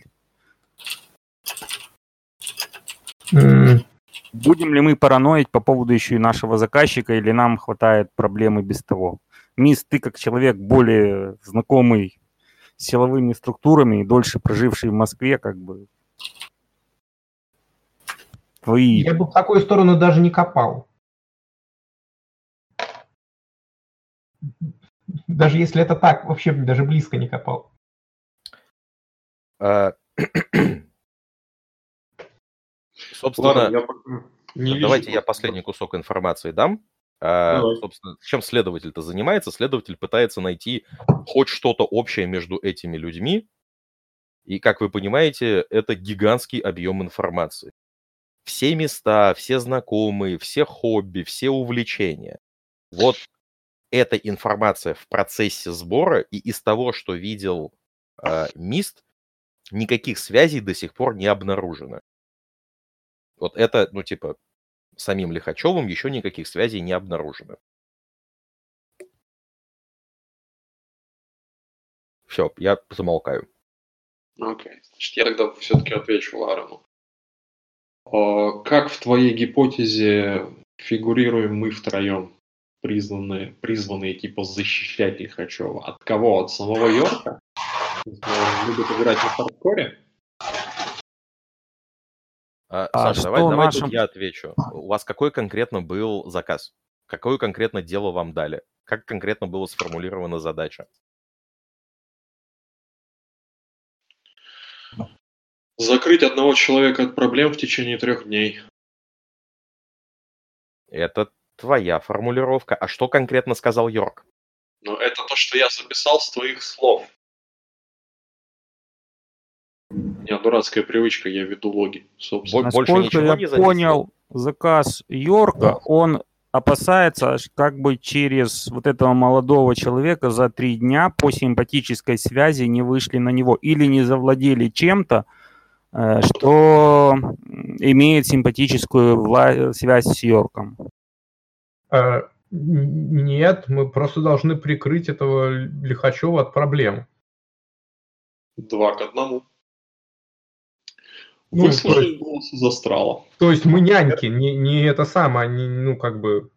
Mm. Будем ли мы параноить по поводу еще и нашего заказчика, или нам хватает проблем и без того? Мисс, ты как человек более знакомый с силовыми структурами и дольше проживший в Москве, как бы твои... Я бы в такую сторону даже не копал. Даже если это так, вообще даже близко не копал. а, собственно, Ладно, я пока не вижу давайте я просто- последний кусок информации дам. А, Давай. собственно, чем следователь-то занимается? Следователь пытается найти хоть что-то общее между этими людьми. И, как вы понимаете, это гигантский объем информации. Все места, все знакомые, все хобби, все увлечения. Вот эта информация в процессе сбора, и из того, что видел э, Мист, никаких связей до сих пор не обнаружено. Вот это, ну, типа, самим Лихачевым еще никаких связей не обнаружено. Все, я замолкаю. Окей, значит, я тогда все-таки отвечу Ларену. А, Как в твоей гипотезе фигурируем мы втроем, призванные, призванные типа защищать Лихачева? От кого? От самого Йорка? Если он любит играть на хардкоре? А, А Саша, давай, что давай нашим- тут я отвечу. У вас какой конкретно был заказ? Какое конкретно дело вам дали? Как конкретно была сформулирована задача? Закрыть одного человека от проблем в течение трех дней. Это твоя формулировка. А что конкретно сказал Йорк? Но это то, что я записал с твоих слов. У меня дурацкая привычка, я веду логи, собственно. Бо- больше Насколько ничего я не записывал? понял, заказ Йорка, он опасается, ш- как бы через вот этого молодого человека за три дня по симпатической связи не вышли на него или не завладели чем-то, э, что м, имеет симпатическую вла- связь с Йорком. А, н- нет, мы просто должны прикрыть этого Лихачева от проблем. Два к одному. Ну, Выслушай голос из астрала. То есть мы няньки, не, не это самое, не, ну как бы...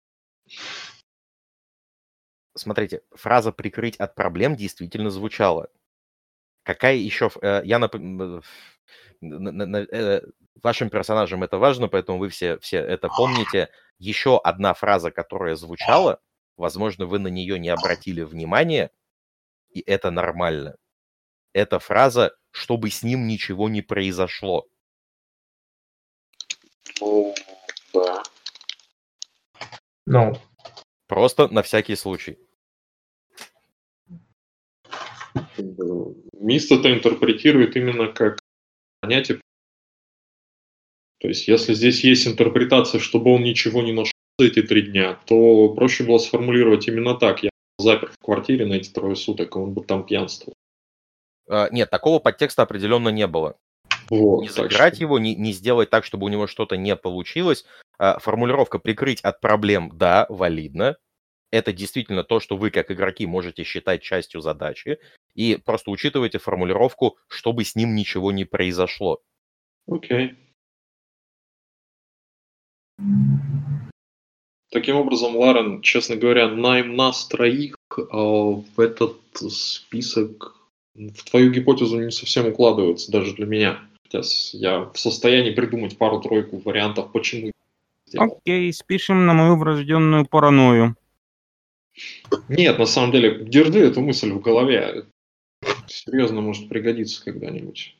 Смотрите, фраза «прикрыть от проблем» действительно звучала. Какая еще... ф- э, Я нап... м, на- на- на- э, Вашим персонажам это важно, поэтому вы все, все это помните. Еще одна фраза, которая звучала, возможно, вы на нее не обратили внимания, и это нормально. Это фраза «чтобы с ним ничего не произошло». Ну, да. Ну, Просто на всякий случай. Мист это интерпретирует именно как понятие. То есть, если здесь есть интерпретация, чтобы он ничего не нашел за эти три дня, то проще было сформулировать именно так. Я запер в квартире на эти трое суток, и он бы там пьянствовал. А, Нет, такого подтекста определенно не было. Вот, Не так запирать что- его, не, не сделать так, чтобы у него что-то не получилось. А, Формулировка «прикрыть от проблем», да, валидно. Это действительно то, что вы, как игроки, можете считать частью задачи. И просто учитывайте формулировку, чтобы с ним ничего не произошло. Окей. Таким образом, Ларен, честно говоря, найм нас троих э, в этот список, в твою гипотезу не совсем укладывается, даже для меня. Хотя с- я в состоянии придумать пару-тройку вариантов, почему я сделал. Окей, спишем на мою врожденную паранойю. Нет, на самом деле, держи эту мысль в голове. Серьезно может пригодиться когда-нибудь.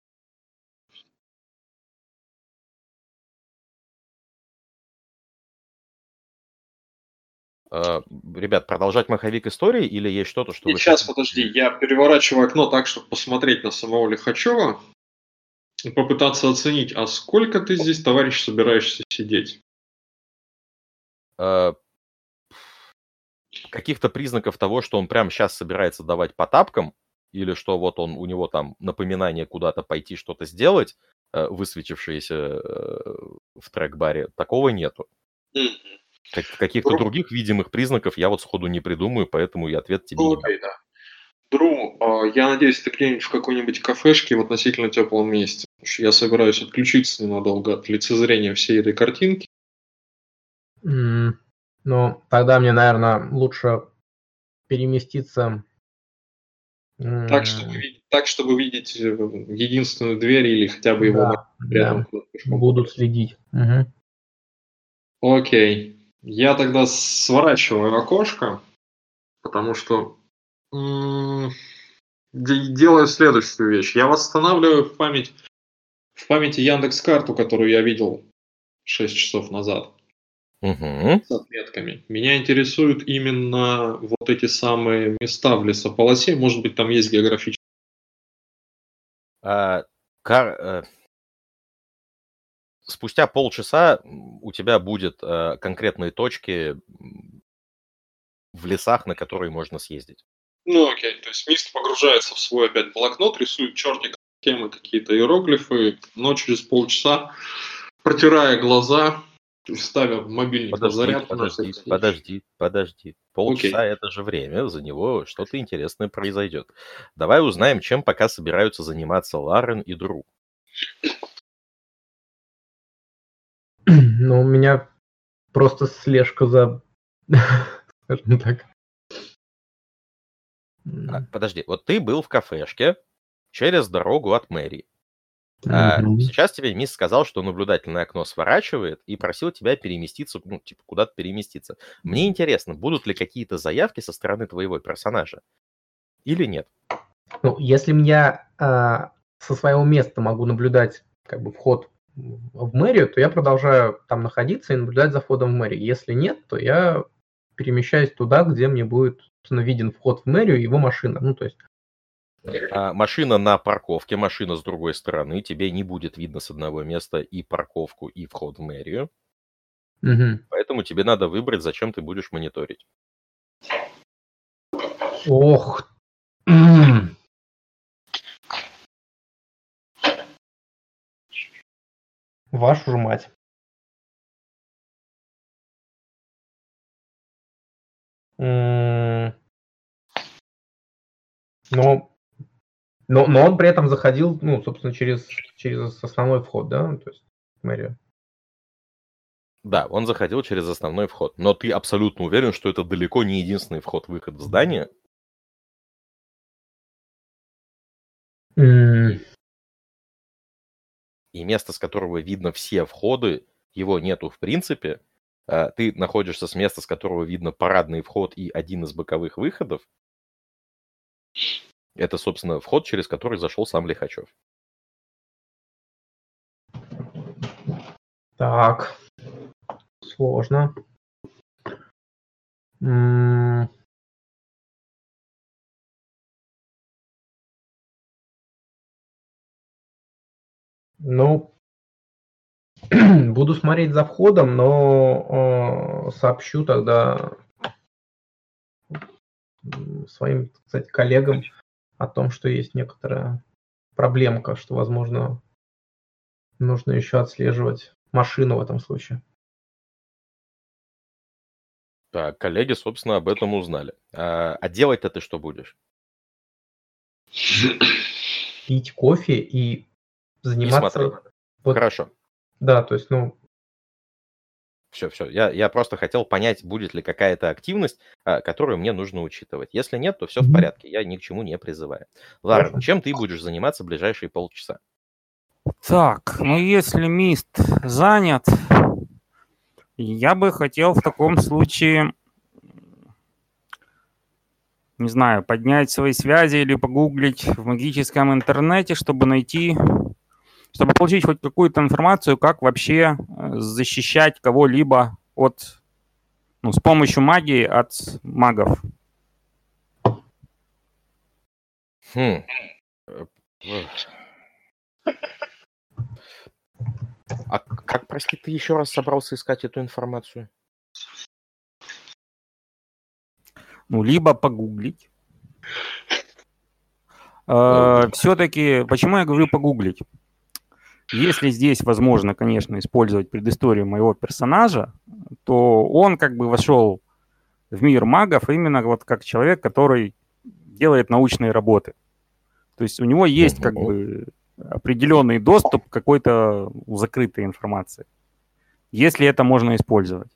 А, Ребят, продолжать маховик истории или есть что-то, что вы Сейчас, хотите? подожди, я переворачиваю окно так, чтобы посмотреть на самого Лихачева и попытаться оценить, а сколько ты здесь, товарищ, собираешься сидеть? А, Каких-то признаков того, что он прямо сейчас собирается давать по тапкам, или что вот он, у него там напоминание куда-то пойти что-то сделать, э, высветившееся э, в трек-баре, такого нету. Как- Каких-то Дру- других видимых признаков я вот сходу не придумаю, поэтому и ответ тебе Ну, не дам. окей, да. Дру, а, я надеюсь, ты где-нибудь в какой-нибудь кафешке в относительно теплом месте. Потому что я собираюсь отключиться ненадолго от лицезрения всей этой картинки. М, Ну, тогда мне, наверное, лучше переместиться. Так, чтобы, м, видеть- так, чтобы видеть э, единственную дверь или хотя бы его Да, при этом да, куда-то пешком буду попасть. следить. Мгм. Окей. Я тогда сворачиваю окошко, потому что м, де- делаю следующую вещь. Я восстанавливаю в память в памяти Яндекс.Карту, которую я видел шесть часов назад. Мгм. С отметками. Меня интересуют именно вот эти самые места в лесополосе. Может быть, там есть географические. А, кар- э, Спустя полчаса м, у тебя будет э, конкретные точки м, в лесах, на которые можно съездить. Ну, окей. То есть Мист погружается в свой опять блокнот, рисует чертик схемы, какие-то иероглифы, но через полчаса, протирая глаза, ставя мобильник на Подожди, зарядку на подожди, всякий случай. подожди, подожди. Полчаса Окей. это же время, за него что-то интересное произойдет. Давай узнаем, чем пока собираются заниматься Ларен и Дру. Ну, у меня просто слежка за, скажем так. А, М, Подожди, вот ты был в кафешке через дорогу от мэрии. А мгм. сейчас тебе мисс сказал, что наблюдательное окно сворачивает и просил тебя переместиться, ну, типа, куда-то переместиться. Мне интересно, будут ли какие-то заявки со стороны твоего персонажа или нет? Ну, если я а, со своего места могу наблюдать как бы вход в мэрию, то я продолжаю там находиться и наблюдать за входом в мэрию. Если нет, то я перемещаюсь туда, где мне будет, собственно, виден вход в мэрию и его машина. Ну, то есть, А машина на парковке, машина с другой стороны, тебе не будет видно с одного места и парковку, и вход в мэрию, мгм. поэтому тебе надо выбрать, зачем ты будешь мониторить. Ох, м. Вашу ж мать. М, Но, но, но он при этом заходил, ну, собственно, через, через основной вход, да, то есть в мэрию. Да, он заходил через основной вход, но ты абсолютно уверен, что это далеко не единственный вход-выход в здание. М, И место, с которого видно все входы, его нету в принципе. А, Ты находишься с места, с которого видно парадный вход и один из боковых выходов. Это, собственно, вход, через который зашел сам Лихачев. Так, сложно. М, Ну, буду смотреть за входом, но э, сообщу тогда м, своим, кстати, коллегам о том, что есть некоторая проблемка, что, возможно, нужно еще отслеживать машину в этом случае. Так, коллеги, собственно, об этом узнали. А, а делать-то ты что будешь? Пить кофе и заниматься... смотреть. вот, Хорошо. да, то есть, ну, Все, все. Я, я просто хотел понять, будет ли какая-то активность, а, которую мне нужно учитывать. Если нет, то все в Мгм. порядке. Я ни к чему не призываю. Ларен, Хорошо. чем ты будешь заниматься в ближайшие полчаса? Так, ну если Мист занят, я бы хотел в таком случае, не знаю, поднять свои связи или погуглить в магическом интернете, чтобы найти, чтобы получить хоть какую-то информацию, как вообще э, защищать кого-либо от, ну, с помощью магии от магов. Хм. Э, эх. А как, прости, ты еще раз собрался искать эту информацию? Ну, либо погуглить. Э, Все-таки, почему я говорю погуглить? Если здесь возможно, конечно, использовать предысторию моего персонажа, то он как бы вошел в мир магов именно вот как человек, который делает научные работы. То есть у него есть как Мгм. бы определенный доступ к какой-то закрытой информации, если это можно использовать.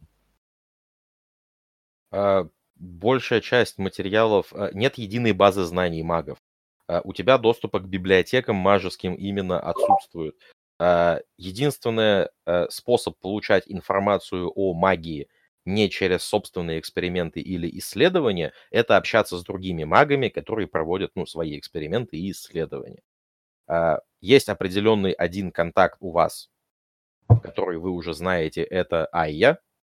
А, Большая часть материалов... а, Нет единой базы знаний магов. А, У тебя доступа к библиотекам мажеским именно отсутствует. А, Единственный а, способ получать информацию о магии не через собственные эксперименты или исследования, это общаться с другими магами, которые проводят, ну, свои эксперименты и исследования. А, Есть определенный один контакт у вас, который вы уже знаете, это Айя.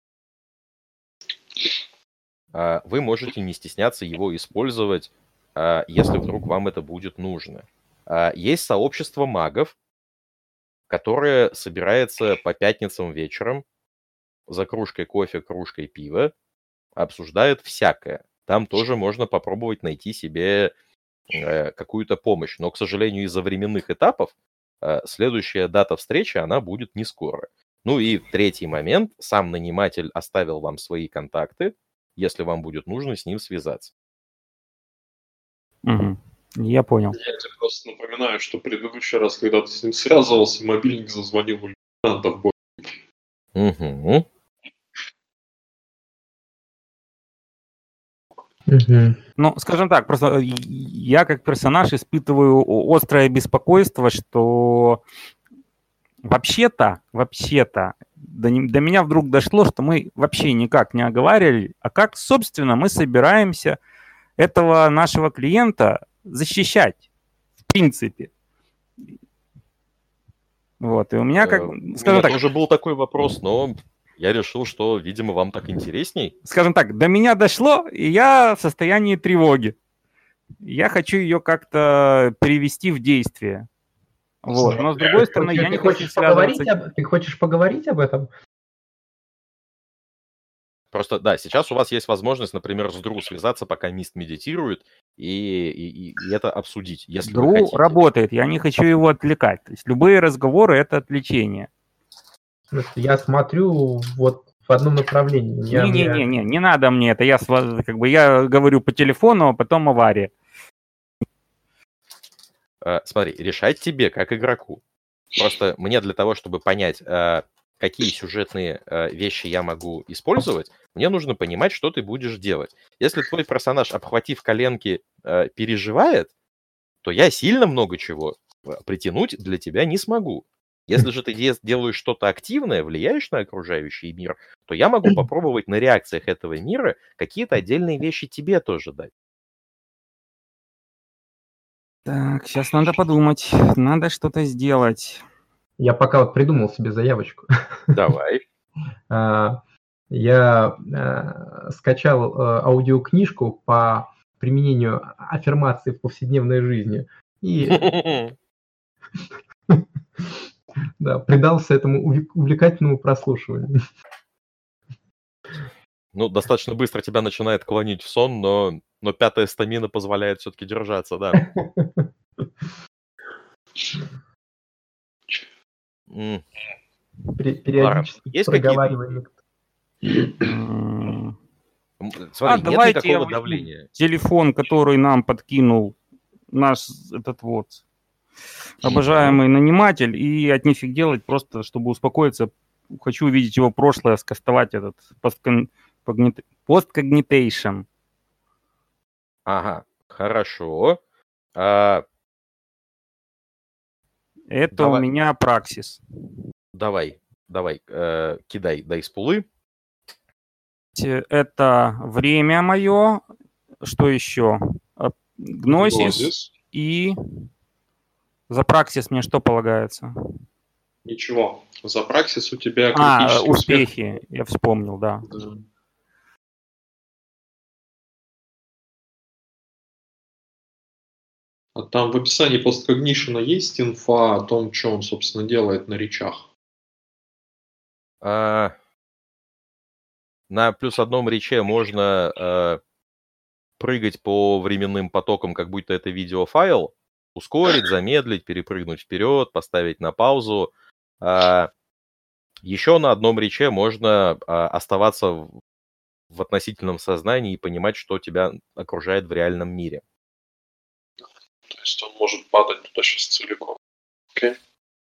А, Вы можете не стесняться его использовать, а, если вдруг вам это будет нужно. А, Есть сообщество магов, которое собирается по пятницам вечером за кружкой кофе, кружкой пива, обсуждает всякое. Там тоже можно попробовать найти себе э, какую-то помощь. Но, к сожалению, из-за временных этапов э, следующая дата встречи, она будет не скоро. Ну и третий момент. Сам наниматель оставил вам свои контакты, если вам будет нужно с ним связаться. Мгм. Я понял. Я тебе просто напоминаю, что предыдущий раз, когда ты с ним связывался, мобильник зазвонил у лейтенанта в бой. Угу. Мгм. Ну, скажем так, просто э, я как персонаж испытываю о- острое беспокойство, что вообще-то, вообще-то до, не- до меня вдруг дошло, что мы вообще никак не оговаривали, а как, собственно, мы собираемся этого нашего клиента защищать, в принципе. Вот, и у меня как, У бы, меня скажем так, тоже был такой вопрос, но я решил, что, видимо, вам так интересней. скажем так, до меня дошло, и я в состоянии тревоги. Я хочу ее как-то перевести в действие. Вот. Но с другой стороны, Хочешь- я не ты хочу хочешь связываться. поговорить об, ты хочешь поговорить об этом? Просто, да, сейчас у вас есть возможность, например, с Дру связаться, пока Мист медитирует, и, и, и это обсудить, если вы Дру хотите. работает, я не хочу его отвлекать. То есть любые разговоры — это отвлечение. В смысле, я смотрю вот в одном направлении. Я, мне- Не-не-не, не надо мне это. Я, с ва- как бы, я говорю по телефону, а потом авария. Э, Смотри, решать тебе, как игроку. Просто мне для того, чтобы понять, э, какие сюжетные э, вещи я могу использовать, мне нужно понимать, что ты будешь делать. Если твой персонаж, обхватив коленки, э, переживает, то я сильно много чего э, притянуть для тебя не смогу. Если же ты де- делаешь что-то активное, влияешь на окружающий мир, то я могу попробовать на реакциях этого мира какие-то отдельные вещи тебе тоже дать. Так, сейчас надо подумать. Надо что-то сделать. я пока вот придумал себе заявочку. Давай. А, Я э, скачал э, аудиокнижку по применению аффирмации в повседневной жизни. И Да, предался этому уви- увлекательному прослушиванию. Ну, достаточно быстро тебя начинает клонить в сон, но, но пятая стамина позволяет все-таки держаться, да. М, Пре- Ладно, Периодически есть какие-то... проговариваем. М. М, А Смотри, нет давайте я никакого возьму давления. телефон, который нам подкинул наш этот вот Мгм. обожаемый наниматель, и от нефиг делать, просто чтобы успокоиться. Хочу увидеть его прошлое, скастовать этот посткон- погнит- посткогнитейшн. Ага, хорошо. А, Это у давай, меня праксис. давай, давай, э, кидай, дай с пулы. Те- Это время мое. Что еще? А, Гносис. Гнозис. И за праксис мне что полагается? Ничего. За праксис у тебя А, критический успех. успехи. Я вспомнил, да. Да. А там в описании посткогнишена есть инфа о том, что он, собственно, делает на речах? А, на плюс одном рече можно э, прыгать по временным потокам, как будто это видеофайл, ускорить, замедлить, перепрыгнуть вперед, поставить на паузу. А, еще на одном рече можно а, оставаться в, в относительном сознании и понимать, что тебя окружает в реальном мире. То есть он может падать туда сейчас целиком. Окей.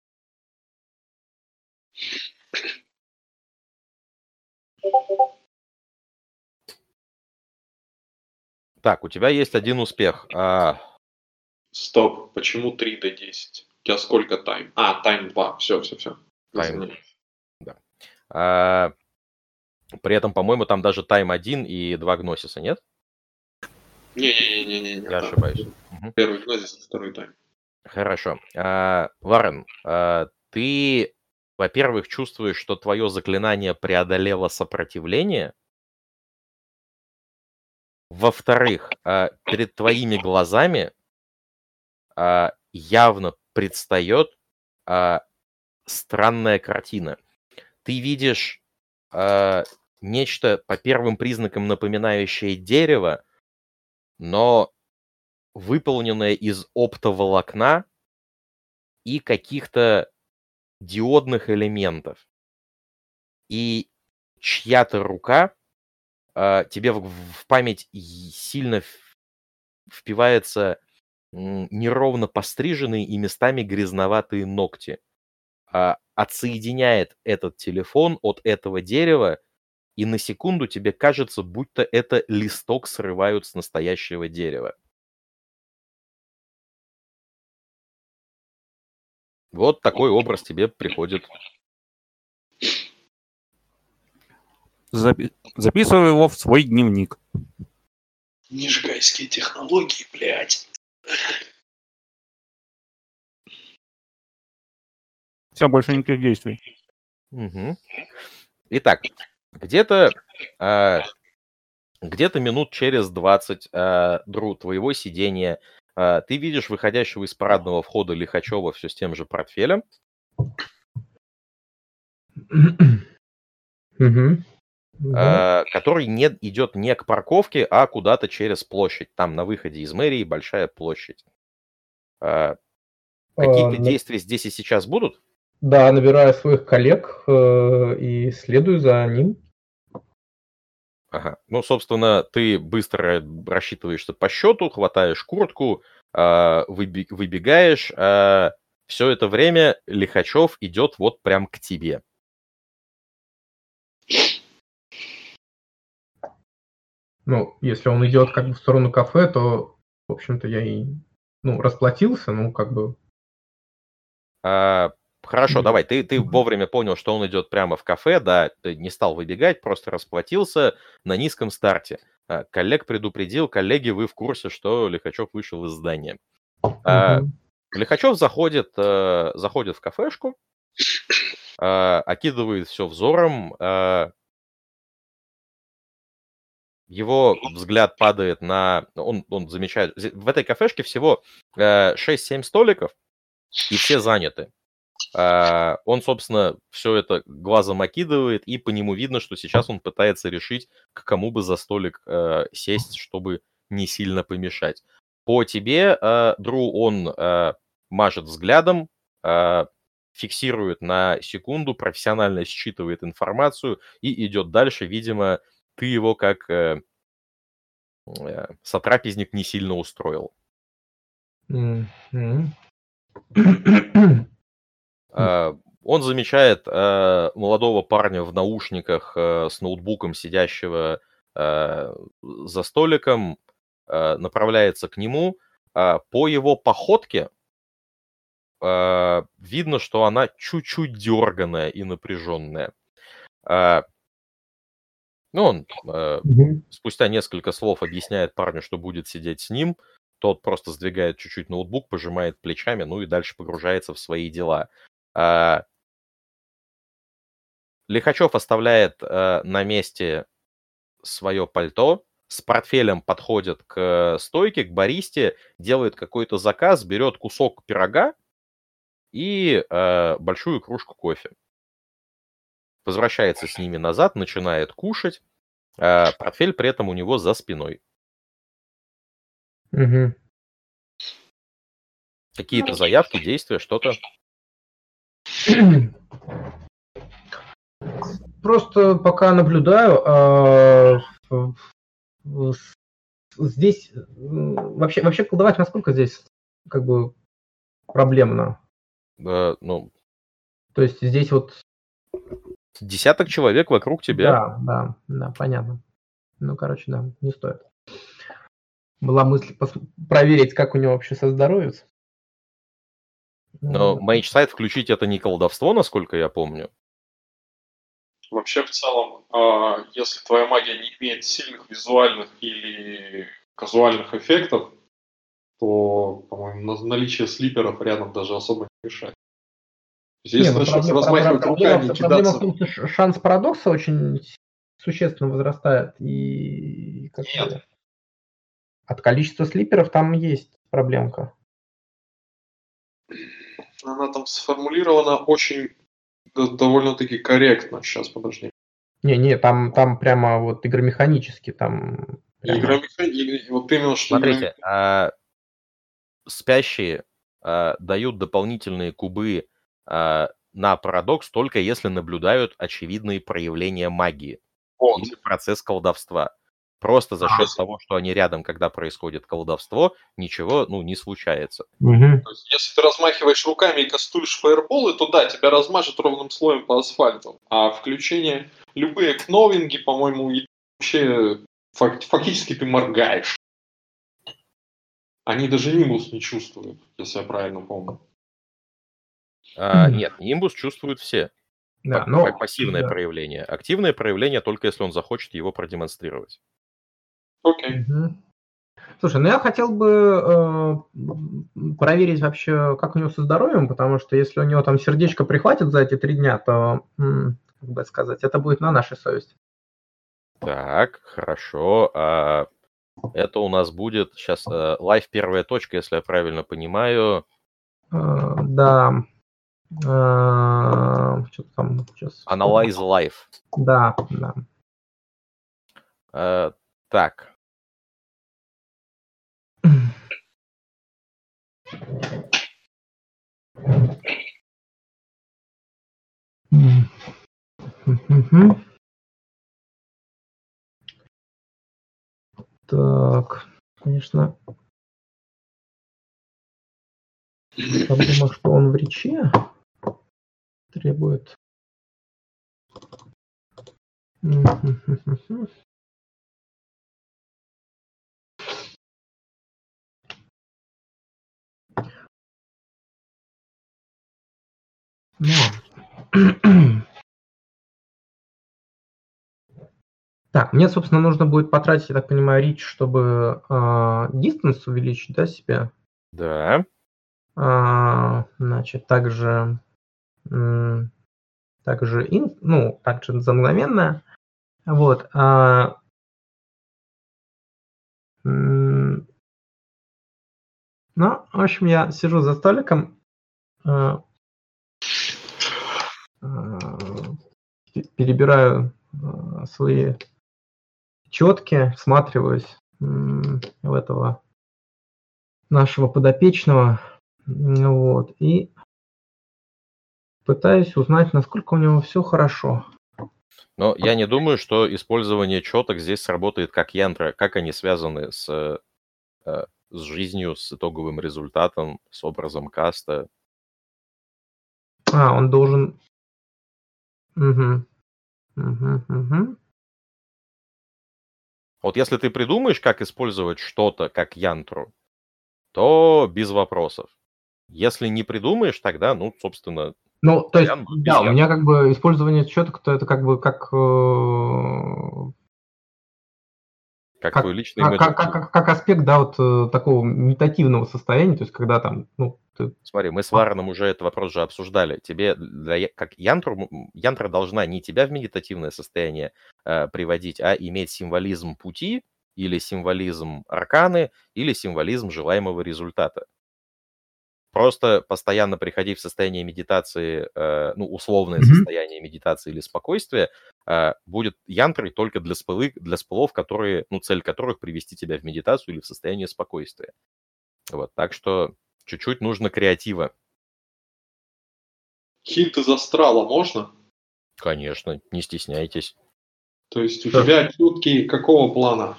Так, у тебя есть один успех. А, Стоп. Почему три до десяти? У тебя сколько тайм? А, тайм два. Все, все, все. Тайм. Да. А, при этом, по-моему, там даже тайм один и два гносиса, нет? Не-не-не-не-не. Я ошибаюсь. Мгм. Первый гнозис, второй тайм. Хорошо. А, Ларен, а, ты, во-первых, чувствуешь, что твое заклинание преодолело сопротивление. Во-вторых, а, перед твоими глазами а, явно предстает а, странная картина. Ты видишь а, нечто по первым признакам напоминающее дерево, но выполненное из оптоволокна и каких-то диодных элементов. И чья-то рука а, тебе в, в память и сильно в- впивается м, неровно постриженные и местами грязноватые ногти. А, отсоединяет этот телефон от этого дерева, и на секунду тебе кажется, будто это листок срывают с настоящего дерева. Вот такой образ тебе приходит. Запи- записываю его в свой дневник. Нижгайские технологии, блядь. Все, больше никаких действий. Мгм. Итак, где-то а, где-то минут через двадцать, а, Дру, твоего сидения, а, ты видишь выходящего из парадного входа Лихачева все с тем же портфелем. Мгм. Да. а, который не идет не к парковке, а куда-то через площадь. Там на выходе из мэрии большая площадь. А, А, Какие-то на- действия здесь и сейчас будут? Да, набираю своих коллег э, и следую за ним. Ага. Ну, собственно, ты быстро рассчитываешься по счету, хватаешь куртку, а, выби- выбегаешь. а Все это время Лихачев идет вот прям к тебе. Ну, если он идет как бы в сторону кафе, то, в общем-то, я и ну, расплатился, ну, как бы. А, Хорошо, Мгм. давай. Ты, ты Мгм. вовремя понял, что он идет прямо в кафе, да, ты не стал выбегать, просто расплатился на низком старте. А, Коллег предупредил, коллеги, вы в курсе, что Лихачев вышел из здания. А, Мгм. Лихачев заходит, э, заходит в кафешку, а, окидывает все взором, а, его взгляд падает на... Он, он замечает... зе- В этой кафешке всего э, шесть-семь столиков, и все заняты. А, Он, собственно, все это глазом окидывает, и по нему видно, что сейчас он пытается решить, к кому бы за столик э, сесть, чтобы не сильно помешать. По тебе, э, Дру, он э, мажет взглядом, э, фиксирует на секунду, профессионально считывает информацию и идет дальше. Видимо, ты его как э, э, сотрапезник не сильно устроил. Мгм. Э, Он замечает э, молодого парня в наушниках э, с ноутбуком, сидящего э, за столиком, э, направляется к нему. Э, По его походке э, видно, что она чуть-чуть дерганая и напряженная. Э, Ну, он э, Мгм. спустя несколько слов объясняет парню, что будет сидеть с ним. Тот просто сдвигает чуть-чуть ноутбук, пожимает плечами, ну и дальше погружается в свои дела. Э, Лихачев оставляет э, на месте свое пальто, с портфелем подходит к стойке, к баристе, делает какой-то заказ, берет кусок пирога и э, большую кружку кофе. Возвращается с ними назад, начинает кушать. Э, портфель при этом у него за спиной. Мгм. Какие-то заявки, действия, что-то. Просто пока наблюдаю, а, в- в- с- здесь м, вообще, вообще колдовать насколько здесь как бы проблемно. Э, ну, То есть здесь вот, десяток человек вокруг тебя. да, да, да, понятно. Ну, короче, да, не стоит. Была мысль пос- проверить, как у него вообще со здоровьем. Но Вот. Mage Sight включить это не колдовство, насколько я помню. Вообще, в целом, а, если твоя магия не имеет сильных визуальных или казуальных эффектов, то, по-моему, на- наличие слиперов рядом даже особо не мешает. То есть, Не, если ну начнешь проблема, размахивать проблема, руками и проблема в кидаться... том, что ш- шанс парадокса очень существенно возрастает. И как Нет. бы от количества слиперов там есть проблемка. Она там сформулирована очень д- довольно-таки корректно. Сейчас, подожди. Не, не, там, там прямо вот игромеханически, там прямо... Игромеханика, вот именно что Смотрите, а, спящие а, дают дополнительные кубы а, на парадокс только если наблюдают очевидные проявления магии Вот. или процесс колдовства. Просто за счет А. того, что они рядом, когда происходит колдовство, ничего, ну, не случается. Мгм. То есть, если ты размахиваешь руками и кастуешь фаерболы, то да, тебя размажет ровным слоем по асфальту. А включение любые кновинги, по-моему, и вообще фак- фактически ты моргаешь. Они даже нимбус не чувствуют, если я правильно помню. А, нет, нимбус чувствуют все. Да, Па- но... па- Пассивное да. проявление. Активное проявление только если он захочет его продемонстрировать. Окей. Мгм. Слушай, ну я хотел бы э, м, проверить вообще, как у него со здоровьем, потому что если у него там сердечко прихватит за эти три дня, то, м, как бы сказать, это будет на нашей совести. Так, хорошо. А, это у нас будет сейчас лайф первая точка, если я правильно понимаю. Э, да. Э, что-то там сейчас. Analyze Life. Да, да. Э, так, Мгм. Так, конечно, проблема, что он в речи требует. Мгм. Но. Так, мне, собственно, нужно будет потратить, я так понимаю, рич, чтобы а, distance увеличить, да, себе. да. А, значит, также, м, также, ин, ну, также за мгновенно. Вот. а, м, ну, в общем, я сижу за столиком, а, перебираю э, свои четки, всматриваюсь м, в этого нашего подопечного, м, вот, и пытаюсь узнать, насколько у него все хорошо. Но я не думаю, что использование четок здесь сработает как янтра. Как они связаны с, э, с жизнью, с итоговым результатом, с образом каста? А, он должен... Угу, угу, угу. Вот если ты придумаешь, как использовать что-то как янтру, то без вопросов. Если не придумаешь, тогда, ну, собственно, Ну, то есть, ян- без да, у янтры. меня как бы использование четок-то это как бы как э, Как как, твой личный как, magic как, tool. как, как аспект, да, вот э, такого медитативного состояния, то есть когда там, ну, ты... Смотри, мы с Вараном уже этот вопрос же обсуждали. Тебе для, я- как янтру, м, янтра должна не тебя в медитативное состояние э, приводить, а иметь символизм пути или символизм арканы или символизм желаемого результата. Просто постоянно приходить в состояние медитации, э, ну, условное Мгм. состояние медитации или спокойствия, э, будет янтрой только для, спылы, для спылов, которые, ну, цель которых привести тебя в медитацию или в состояние спокойствия. Вот, так что чуть-чуть нужно креатива. Хинт из астрала можно? Конечно, не стесняйтесь. То есть у Что ж, тебя четкие какого плана?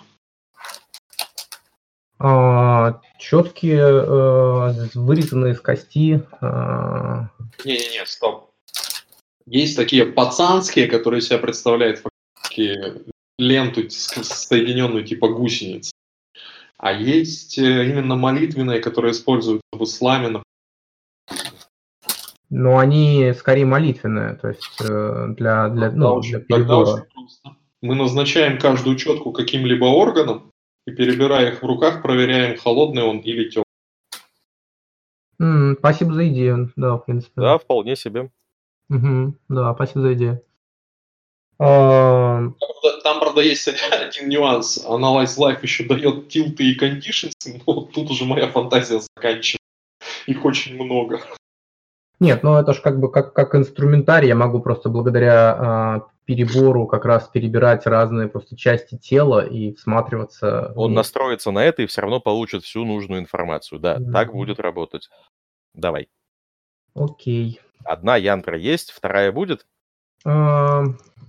а, четкие, э, с- вырезанные из кости. а, Не-не-не, стоп. Есть такие пацанские, которые себя представляют фактически ленту с- соединенную типа гусениц. А есть э, именно молитвенные, которые используются в исламе. нап- Но они скорее молитвенные, то есть э, для, для, Тогда ну, для очень, тогда очень перебора. просто. Мы назначаем каждую четку каким-либо органом и, перебирая их в руках, проверяем, холодный он или теплый. М, спасибо за идею, да, в принципе. Да, вполне себе. Мгм, да, спасибо за идею. А, Правда, Там, правда, есть один нюанс. Analyze Life еще дает тилты и conditions, но тут уже моя фантазия заканчивается. Их очень много. Нет, ну это же как бы как, как инструментарий, я могу просто благодаря а, перебору как раз перебирать разные просто части тела и всматриваться в Он них. настроится на это и все равно получит всю нужную информацию. Да, так Мгм. будет работать. Давай. Окей. Одна янтра есть, вторая будет. А,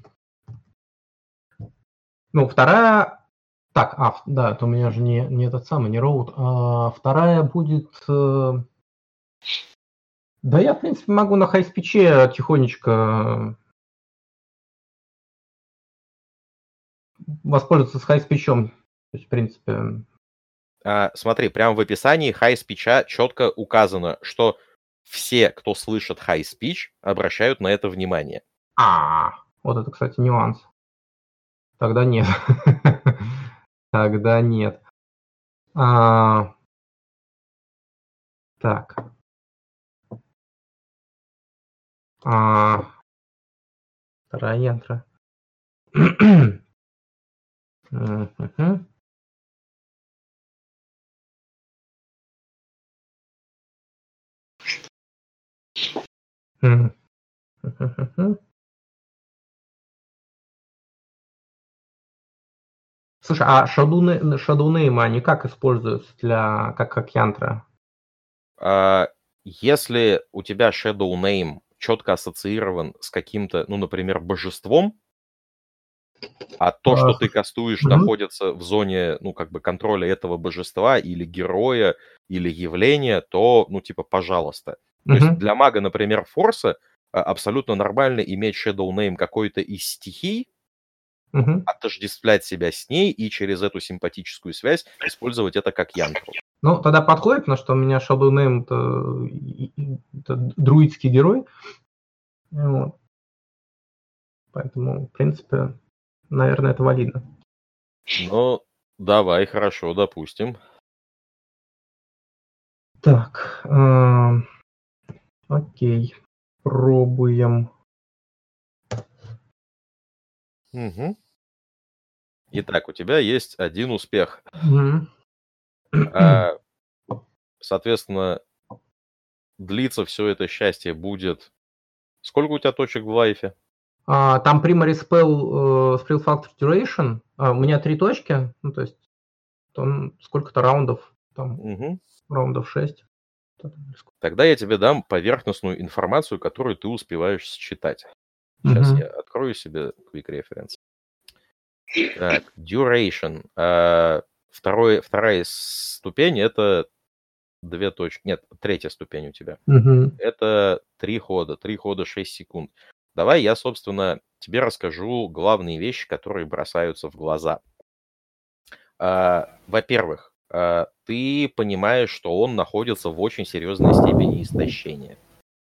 ну, вторая... Так, а, ф- да, это у меня же не, не этот самый, не роут. А, вторая будет... э, Да я, в принципе, могу на хайспиче тихонечко воспользоваться с хайспичом. То есть, в принципе... А, смотри, прямо в описании high speech четко указано, что все, кто слышит high speech, обращают на это внимание. А, вот это, кстати, нюанс. Тогда нет. Тогда нет. А, так. А, вторая янтра. Мгм. Мгм. Мгм. Слушай, а шадуны, шадунеймы, они как используются для, как, как янтра? А, если у тебя shadow name четко ассоциирован с каким-то, ну, например, божеством, а то, А, что ты слушай, кастуешь, мгм, находится в зоне, ну, как бы контроля этого божества или героя, или явления, то, ну, типа, пожалуйста. То есть мгм, для мага, например, Форса а, абсолютно нормально иметь shadow name какой-то из стихий, мгм. отождествлять себя с ней и через эту симпатическую связь использовать это как янтру. Ну, тогда подходит, потому что у меня шадунейм это, и- и- это друидский герой. Вот. Поэтому, в принципе, наверное, это валидно. Ну, давай, хорошо, допустим. Так, а, окей. Пробуем. Мгм. Итак, у тебя есть один успех. Мгм. А, Соответственно, длиться все это счастье будет Сколько у тебя точек в лайфе? А, там primary spell, э, spell factor duration. А, у меня три точки, ну, то есть там сколько-то раундов, там Угу. раундов шесть. Тогда я тебе дам поверхностную информацию, которую ты успеваешь считать. Сейчас Мгм. я открою себе Quick Reference. Так, duration. А, второе, вторая ступень — это две точки. Нет, третья ступень у тебя. Мгм. Это три хода. Три хода шесть секунд. Давай я, собственно, тебе расскажу главные вещи, которые бросаются в глаза. А, во-первых, а, ты понимаешь, что он находится в очень серьезной степени истощения.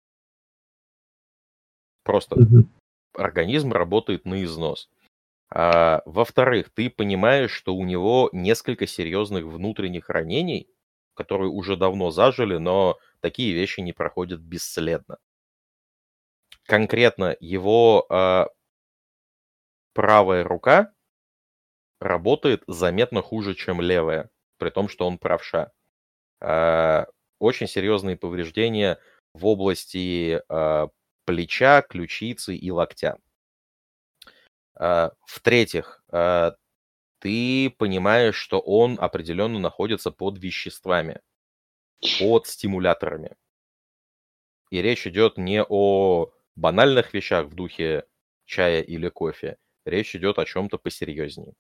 Просто Мгм. организм работает на износ. А, во-вторых, ты понимаешь, что у него несколько серьезных внутренних ранений, которые уже давно зажили, но такие вещи не проходят бесследно. Конкретно его а, правая рука работает заметно хуже, чем левая, при том, что он правша. А, очень серьезные повреждения в области а, плеча, ключицы и локтя. А, в-третьих, а, ты понимаешь, что он определенно находится под веществами, под стимуляторами. И речь идет не о банальных вещах в духе чая или кофе. Речь идет о чем-то посерьезнее.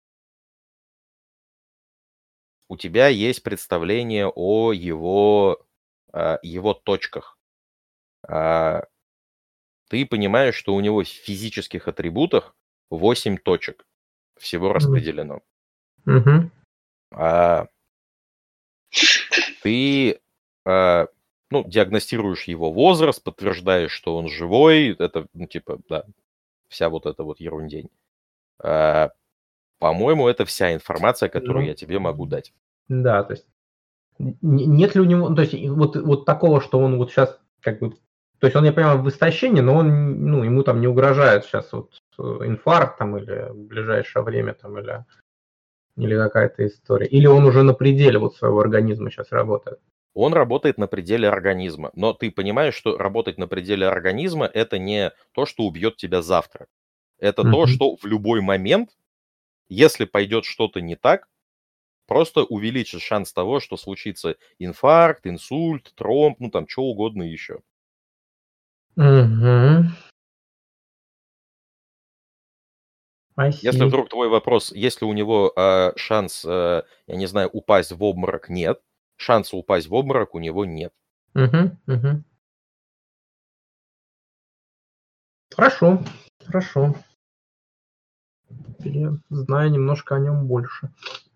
У тебя есть представление о его, а, его точках. А, Ты понимаешь, что у него в физических атрибутах восемь точек всего распределено. Мгм. А, Ты а, ну, диагностируешь его возраст, подтверждаешь, что он живой. Это, ну, типа, да, вся вот эта вот ерундень. А, По-моему, это вся информация, которую Ну, я тебе могу дать. да, то есть н- нет ли у него, ну, то есть и вот, вот такого, что он вот сейчас как бы, то есть он, я понимаю, в истощении, но он, ну, ему там не угрожает сейчас вот э, инфаркт там или в ближайшее время там или, или какая-то история. Или он уже на пределе вот своего организма сейчас работает. Он работает на пределе организма, но ты понимаешь, что работать на пределе организма — это не то, что убьет тебя завтра. Это то, Мгм. что в любой момент, если пойдет что-то не так, просто увеличит шанс того, что случится инфаркт, инсульт, тромб, ну там что угодно еще. Мгм. I Если see. вдруг твой вопрос, есть ли у него э, шанс, э, я не знаю, упасть в обморок, нет. Шанса упасть в обморок у него нет. Мгм, мгм. Хорошо, хорошо. Теперь я знаю немножко о нем больше.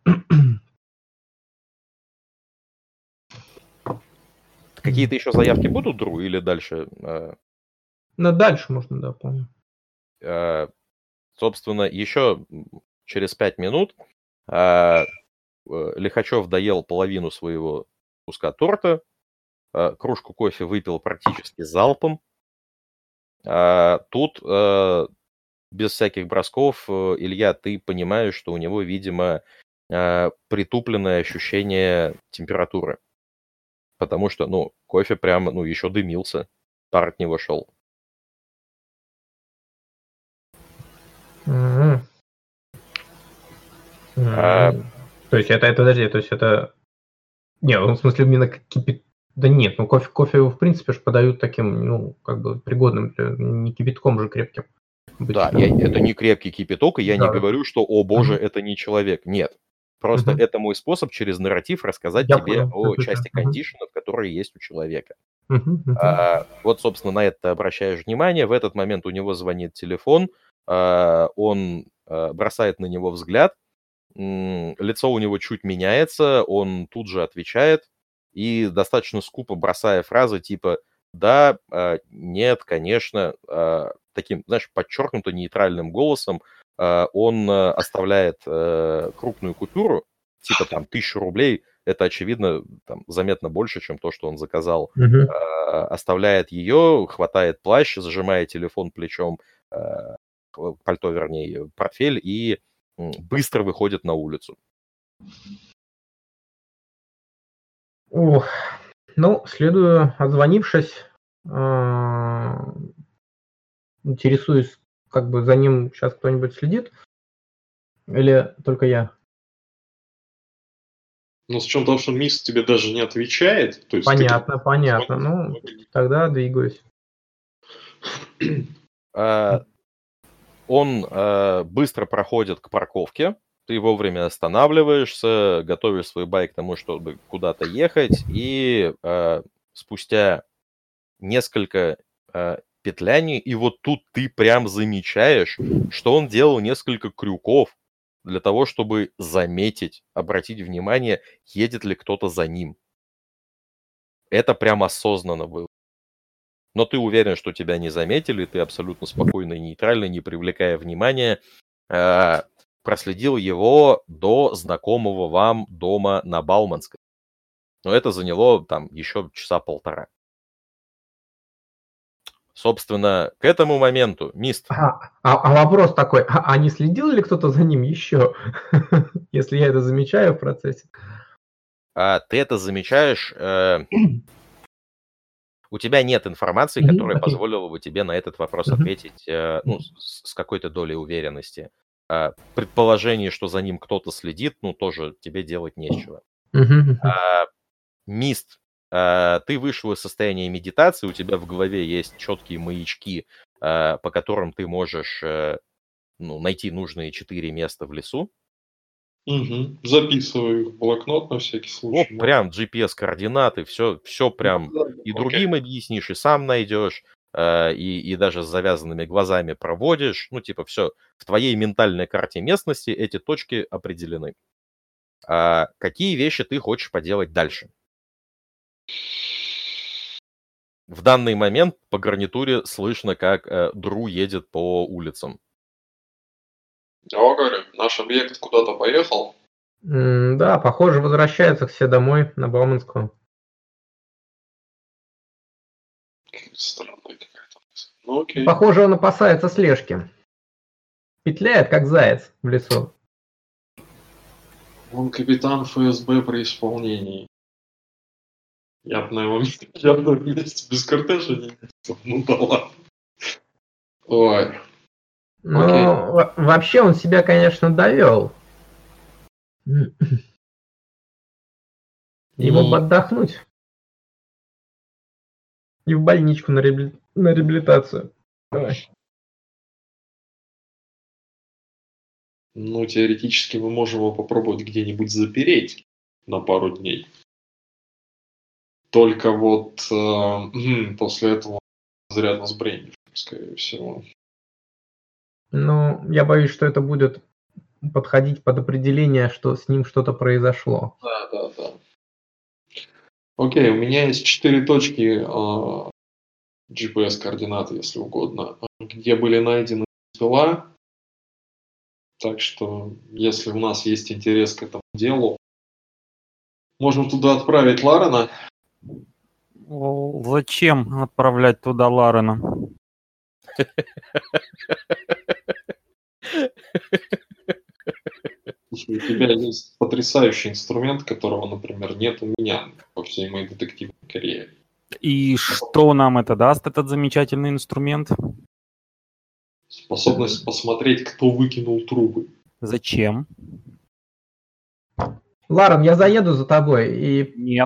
Какие-то еще заявки будут, Дру, или дальше? э, Ну, дальше можно, да, помню. э, Собственно, еще через пять минут э, э, Лихачев доел половину своего куска торта, э, кружку кофе выпил практически залпом. А тут э, без всяких бросков, э, Илья, ты понимаешь, что у него, видимо, э, притупленное ощущение температуры. Потому что, ну, кофе прямо, ну, еще дымился, пар от него шел. Мгм. А, М. То есть это, это, подожди, то есть это... Не, ну, в смысле именно как кипит... Да нет, ну кофе, кофе его в принципе же подают таким, ну, как бы пригодным, для... не кипятком же крепким да, обычно. я, это не крепкий кипяток, и я не Да, да. говорю, что, о боже, Мгм, это не человек. Нет. Просто мгм. это мой способ через нарратив рассказать Я тебе понял. о Всё-всё-всё. части Мгм, кондишенов, которые есть у человека. мгм, мгм. А, вот, собственно, на это ты обращаешь внимание. В этот момент у него звонит телефон, а, он а, бросает на него взгляд, м, лицо у него чуть меняется, он тут же отвечает и достаточно скупо бросая фразы типа «да», а, «нет», «конечно», а, таким, знаешь, подчеркнуто нейтральным голосом а, он а, оставляет э, крупную купюру, типа там тысячу рублей, это, очевидно, там, заметно больше, чем то, что он заказал, Мгм. а, оставляет ее, хватает плащ, зажимая телефон плечом, а, х- пальто, вернее, портфель, и м, быстро выходит на улицу. Ох, ну, следую, отзвонившись, а, интересуюсь, как бы за ним сейчас кто-нибудь следит? Или только я? Но с учетом того, что мисс тебе даже не отвечает, то есть Понятно, ты... понятно. Ну, тогда двигаюсь. А, он а, быстро проходит к парковке, ты вовремя останавливаешься, готовишь свой байк к тому, чтобы куда-то ехать, и а, спустя несколько а, петляний, и вот тут ты прям замечаешь, что он делал несколько крюков для того, чтобы заметить, обратить внимание, едет ли кто-то за ним. Это прям осознанно было. Но ты уверен, что тебя не заметили, ты абсолютно спокойно и нейтрально, не привлекая внимания, э, проследил его до знакомого вам дома на Бауманской. Но это заняло там еще часа полтора. Собственно, к этому моменту, Мист. А, а, а вопрос такой, а, а не следил ли кто-то за ним еще, если я это замечаю в процессе? А, ты это замечаешь... Э, у тебя нет информации, которая Окей. позволила бы тебе на этот вопрос Мгм. ответить э, ну, с, с какой-то долей уверенности. А, предположение, что за ним кто-то следит, ну, тоже тебе делать нечего. Мгм. А, Мист, а, ты вышел из состояния медитации, у тебя в голове есть четкие маячки, а, по которым ты можешь э, ну, найти нужные четыре места в лесу. Угу. Записываю их в блокнот на всякий Ну, случай. прям джи пи эс-координаты, все, все прям и другим объяснишь, и сам найдешь, э, и, и даже с завязанными глазами проводишь. Ну, типа, все, в твоей ментальной карте местности эти точки определены. А какие вещи ты хочешь поделать дальше? В данный момент по гарнитуре слышно, как э, Дру едет по улицам. Я говорю, наш объект куда-то поехал. М, Да, похоже, возвращаются все домой на Бауманскую. Странная какая-то мысль. Ну окей. Похоже, он опасается слежки. Петляет, как заяц в лесу. Он капитан эф эс бэ при исполнении. Я бы на его месте, я бы на его месте без кортежа не ездил. Ну да ладно. Ой. Но Окей. во- вообще он себя, конечно, довел. Ему бы Ну, отдохнуть. И в больничку на, реабили- на реабилитацию. Давай. ну, теоретически мы можем его попробовать где-нибудь запереть на пару дней. Только вот э, м, после этого зарядно сбрендишь, скорее всего. Ну, я боюсь, что это будет подходить под определение, что с ним что-то произошло. Да, да, да. Окей, у меня есть четыре точки э, джи пи эс-координаты, если угодно, где были найдены тела. Так что, если у нас есть интерес к этому делу, можем туда отправить Ларена. О, Зачем отправлять туда Ларена? Слушай, у тебя есть потрясающий инструмент, которого, например, нет у меня во всей моей детективной карьере. И что нам это даст, этот замечательный инструмент? Способность посмотреть, кто выкинул трубы. Зачем? Ларен, я заеду за тобой и... Нет.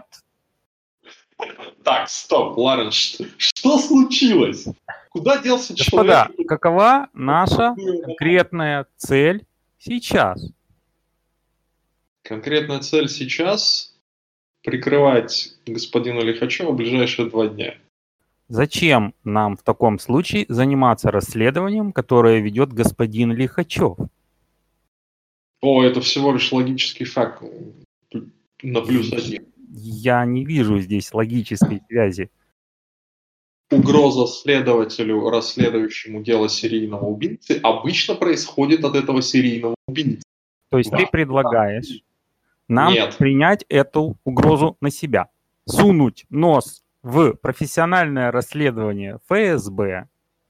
Так, стоп, Ларен, что, что случилось? Куда делся Господа, человек? какова наша конкретная цель сейчас? Конкретная цель сейчас – прикрывать господина Лихачева в ближайшие два дня. Зачем нам в таком случае заниматься расследованием, которое ведет господин Лихачев? О, это всего лишь логический факт на плюс один. Я не вижу здесь логической связи. Угроза следователю, расследующему дело серийного убийцы, обычно происходит от этого серийного убийцы. То есть Да. ты предлагаешь нам Нет. принять эту угрозу на себя, сунуть нос в профессиональное расследование эф эс бэ,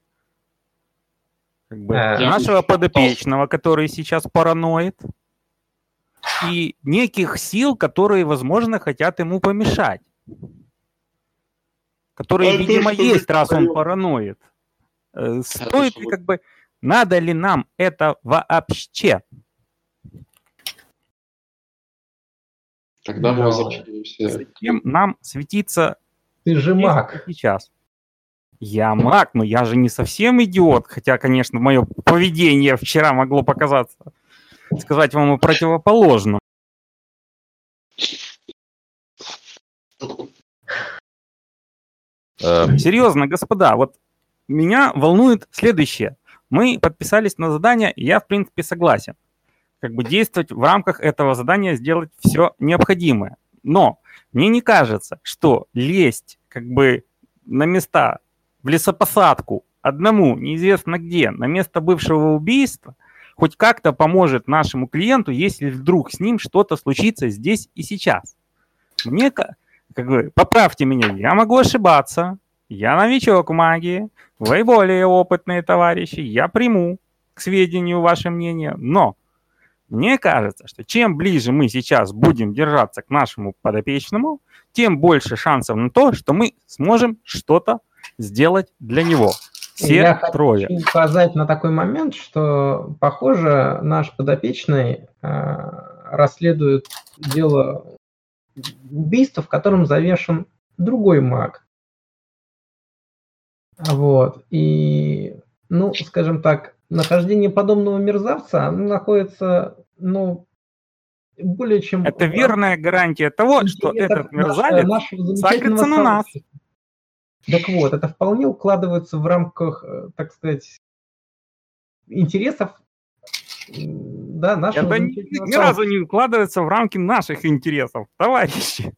как бы, Э, Я нашего лучше подопечного, который сейчас параноид, и неких сил, которые, возможно, хотят ему помешать. Которые, А то, видимо, что есть, вы раз он вдвоем- параноид. Э, стоит ли, как бы, надо ли нам это вообще? Тогда мы Но возвращаемся. Зачем нам светиться ты же здесь и маг. сейчас? Я маг, но я же не совсем идиот, хотя, конечно, мое поведение вчера могло показаться, сказать вам и противоположно. Эм, Серьезно, господа, вот меня волнует следующее. Мы подписались на задание, и я, в принципе, согласен. Как бы действовать в рамках этого задания, сделать все необходимое. Но мне не кажется, что лезть как бы на места, в лесопосадку, одному, неизвестно где, на место бывшего убийства, хоть как-то поможет нашему клиенту, если вдруг с ним что-то случится здесь и сейчас. Мне, ка- как бы, поправьте меня, я могу ошибаться, я новичок в магии, вы более опытные товарищи, я приму к сведению ваше мнение, но мне кажется, что чем ближе мы сейчас будем держаться к нашему подопечному, тем больше шансов на то, что мы сможем что-то сделать для него. Все Я трое. хочу указать на такой момент, что, похоже, наш подопечный э, расследует дело убийства, в котором завешен другой маг. Вот. И, ну, скажем так, нахождение подобного мерзавца оно находится, ну, более чем Это в верная гарантия того, что интересах этот наш- мерзавец нашего замечательного сагрится на нас. сообщества. Так вот, это вполне укладывается в рамках, э, так сказать, интересов, м, да, нашего Это ни, замечательного ни разу сообщества. не укладывается в рамки наших интересов, товарищи.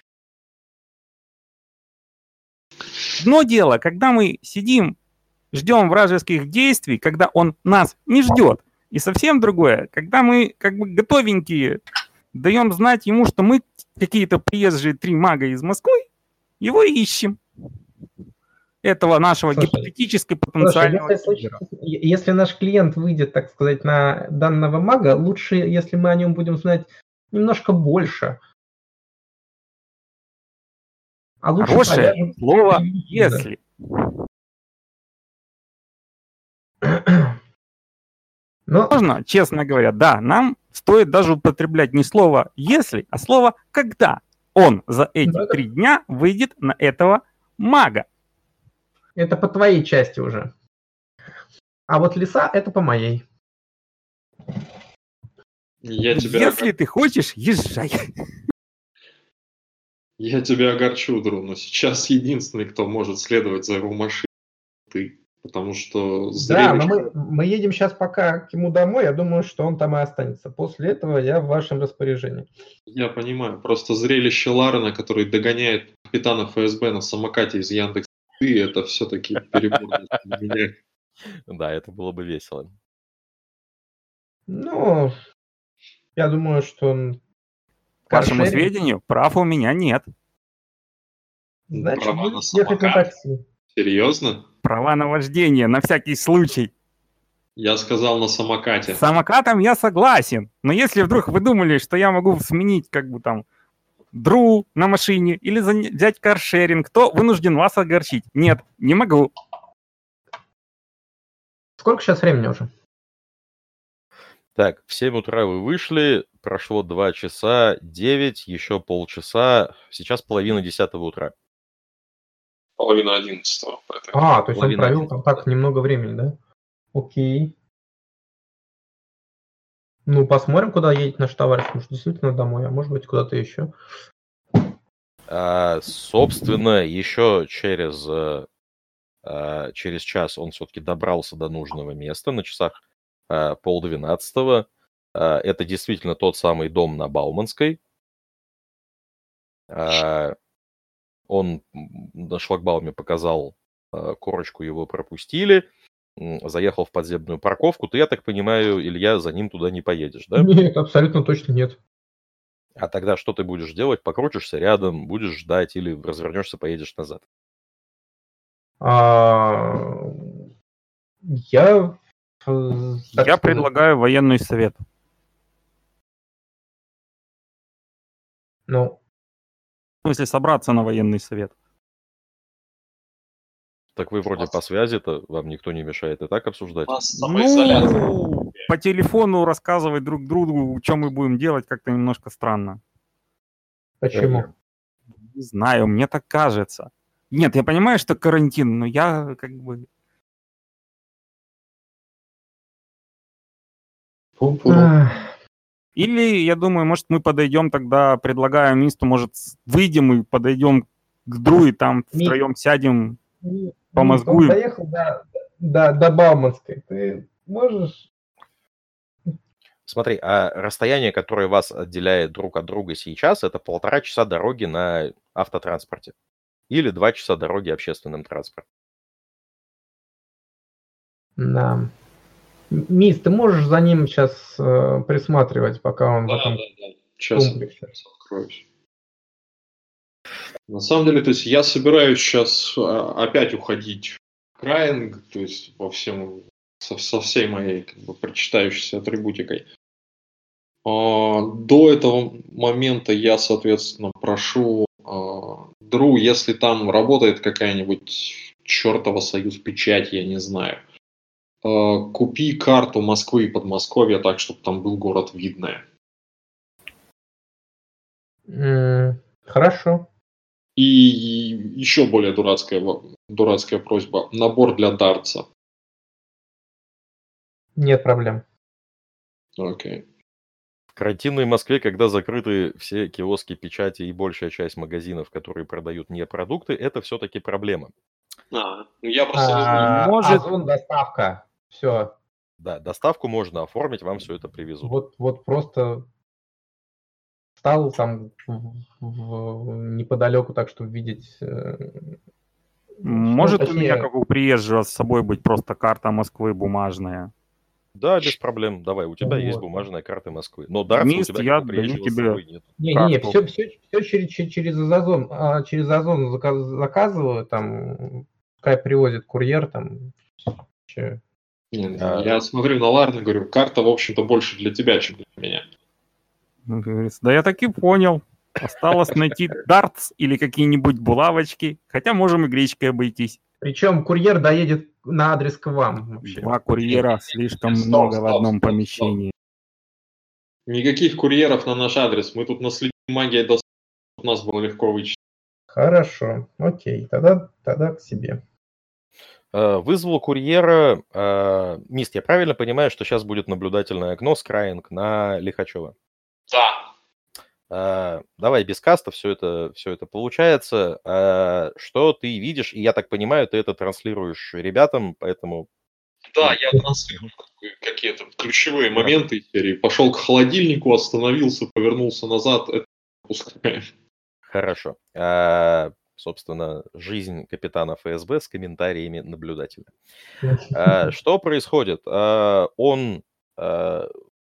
Одно дело, когда мы сидим, ждем вражеских действий, когда он нас не ждет. И совсем другое, когда мы как бы готовенькие даем знать ему, что мы какие-то приезжие три мага из Москвы, его ищем. Этого нашего Слушай, гипотетически Слушай, потенциального если, киллера. случится- е- если наш клиент выйдет, так сказать, на данного мага, лучше, если мы о нем будем знать немножко больше. А лучше Хорошее повяжем слово превентивно. «если». Но Можно, честно говоря, да, нам стоит даже употреблять не слово «если», а слово «когда» он за эти Ну, это- три дня выйдет на этого мага. это по твоей части уже. А вот леса это по моей. Я тебя, Если огор- ты хочешь, езжай. я тебя огорчу, Дру, но сейчас единственный, кто может следовать за его машиной, ты. Потому что Да, но зрелище... мы, мы едем сейчас пока к нему домой. Я думаю, что он там и останется. После этого я в вашем распоряжении. Я понимаю, просто зрелище Ларена, который догоняет капитана эф эс бэ на самокате из Яндекс, это все-таки перебор для меня. Да, это было бы весело. Ну, я думаю, что он К вашему каршеринг, сведению, прав у меня нет. значит, Права на будет ехать на самокат? такси. Серьезно? Права на вождение, на всякий случай. Я сказал на самокате. С самокатом я согласен. Но если вдруг вы думали, что я могу сменить как бы там Дру на машине или заня- взять каршеринг, то вынужден вас огорчить. Нет, не могу. Сколько сейчас времени уже? Так, в семь утра вы вышли, прошло два часа, девять, еще полчаса, сейчас половина десятого утра. Половина одиннадцатого. поэтому. А, то есть он Половина провел одиннадцатого. там так немного времени, да? Окей. Ну, посмотрим, куда едет наш товарищ. Может, действительно домой, а может быть, куда-то еще. А, собственно, еще через, э, а, через час он все-таки добрался до нужного места на часах а, полдвенадцатого. А, это действительно тот самый дом на Бауманской. А, он м, на шлагбауме показал а, корочку, его пропустили. м, Заехал в подземную парковку. Ты, я так понимаю, Илья, за ним туда не поедешь, да? Нет, абсолютно точно нет. А тогда что ты будешь делать? Покрутишься рядом, будешь ждать или развернешься, поедешь назад? А, я, э, так Я сказать, предлагаю военный совет. ну, В смысле, собраться на военный совет. Так вы вроде по связи-то, вам никто не мешает и так обсуждать. У нас самоизоляция. Ну, по телефону рассказывать друг другу, что мы будем делать, как-то немножко странно. Почему? Не знаю, мне так кажется. Нет, я понимаю, что карантин, но я как бы... Пум-пум. Ах, Или, я думаю, может, мы подойдем тогда, предлагаю Мисту, может, с- выйдем и подойдем к Дру, и там Ми- втроем сядем. Мист, Помозгуем. Он доехал до, до, до Бауманской. Ты можешь... Смотри, а расстояние, которое вас отделяет друг от друга сейчас, это полтора часа дороги на автотранспорте. Или два часа дороги общественным транспортом. Да. М- Мис, ты можешь за ним сейчас присматривать, пока он в Да, этом да, да. Сейчас комплексе? откроюсь. На самом деле, то есть я собираюсь сейчас опять уходить в краинг, то есть по всем, со, со всей моей как бы прочитающейся атрибутикой. А, До этого момента я, соответственно, прошу а, Дру, если там работает какая-нибудь чертова союз печать, я не знаю, а, купи карту Москвы и Подмосковья так, чтобы там был город Видное. М, Хорошо. И еще более дурацкая, во- дурацкая просьба. Набор для дартса. Нет проблем. Окей. В карантинной Москве, когда закрыты все киоски печати и большая часть магазинов, которые продают не продукты, это все-таки проблема. А, ну я просто не знаю. А, Может- Озон доставка. Все. Да, доставку можно оформить, вам все это привезут. Вот, вот просто стал там в- в- неподалеку, так чтобы видеть. э, Может ну, у меня, точнее, как у приезжего, с собой быть просто карта Москвы бумажная? Да, без проблем. Давай, у тебя есть Вот. бумажная карта Москвы. Но дартса у Мист, тебя, я как у даю приезжего, с тебе- собой нет. Не-не-не, карту. все, все, все через, че- через Озон, а, через Озон заказ- заказываю, там, пускай привозит курьер, там, че. Не, не, А. Я смотрю на Ларна, говорю, карта, в общем-то, больше для тебя, чем для меня. Он говорит, да я так и понял. Осталось найти дартс или какие-нибудь булавочки. Хотя можем и гречкой обойтись. Причем курьер доедет на адрес к вам вообще. Два курьера слишком Стоп, много в стоп, одном стоп, стоп. помещении. Никаких курьеров на наш адрес. Мы тут наследим магией до чтобы нас было легко вычислить. Хорошо, окей, тогда, тогда к себе. Э, Вызвал курьера. э, Мист, я правильно понимаю, что сейчас будет наблюдательное окно Skyeng на Лихачева? Да. Э, Давай без каста все это, все это получается. Э, Что ты видишь? И я так понимаю, ты это транслируешь ребятам, поэтому... Да, я транслирую какие-то ключевые моменты из серии. Пошел к холодильнику, остановился, повернулся назад. Это пускай. Хорошо. А, собственно, жизнь капитана эф эс бэ с комментариями наблюдателя. А, что происходит? А, он а,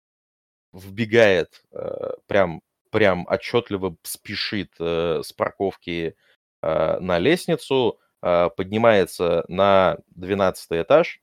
вбегает, а, прям, прям отчетливо спешит а, с парковки а, на лестницу, а, поднимается на двенадцатый этаж,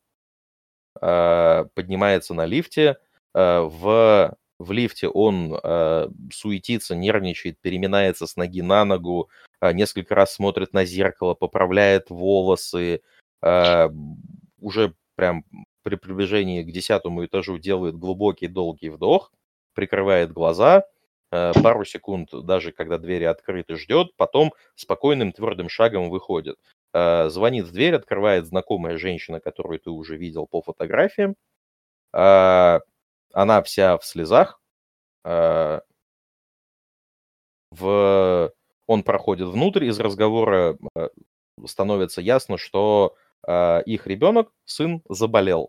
а, поднимается на лифте. а, в В лифте он э, суетится, нервничает, переминается с ноги на ногу, э, несколько раз смотрит на зеркало, поправляет волосы, э, уже прям при приближении к десятому этажу делает глубокий долгий вдох, прикрывает глаза, э, пару секунд, даже когда двери открыты, ждет, потом спокойным твердым шагом выходит. Э, звонит в дверь, открывает знакомая женщина, которую ты уже видел по фотографиям. Э, Она вся в слезах. э, В... Он проходит внутрь, из разговора э, становится ясно, что э, их ребенок, сын, заболел.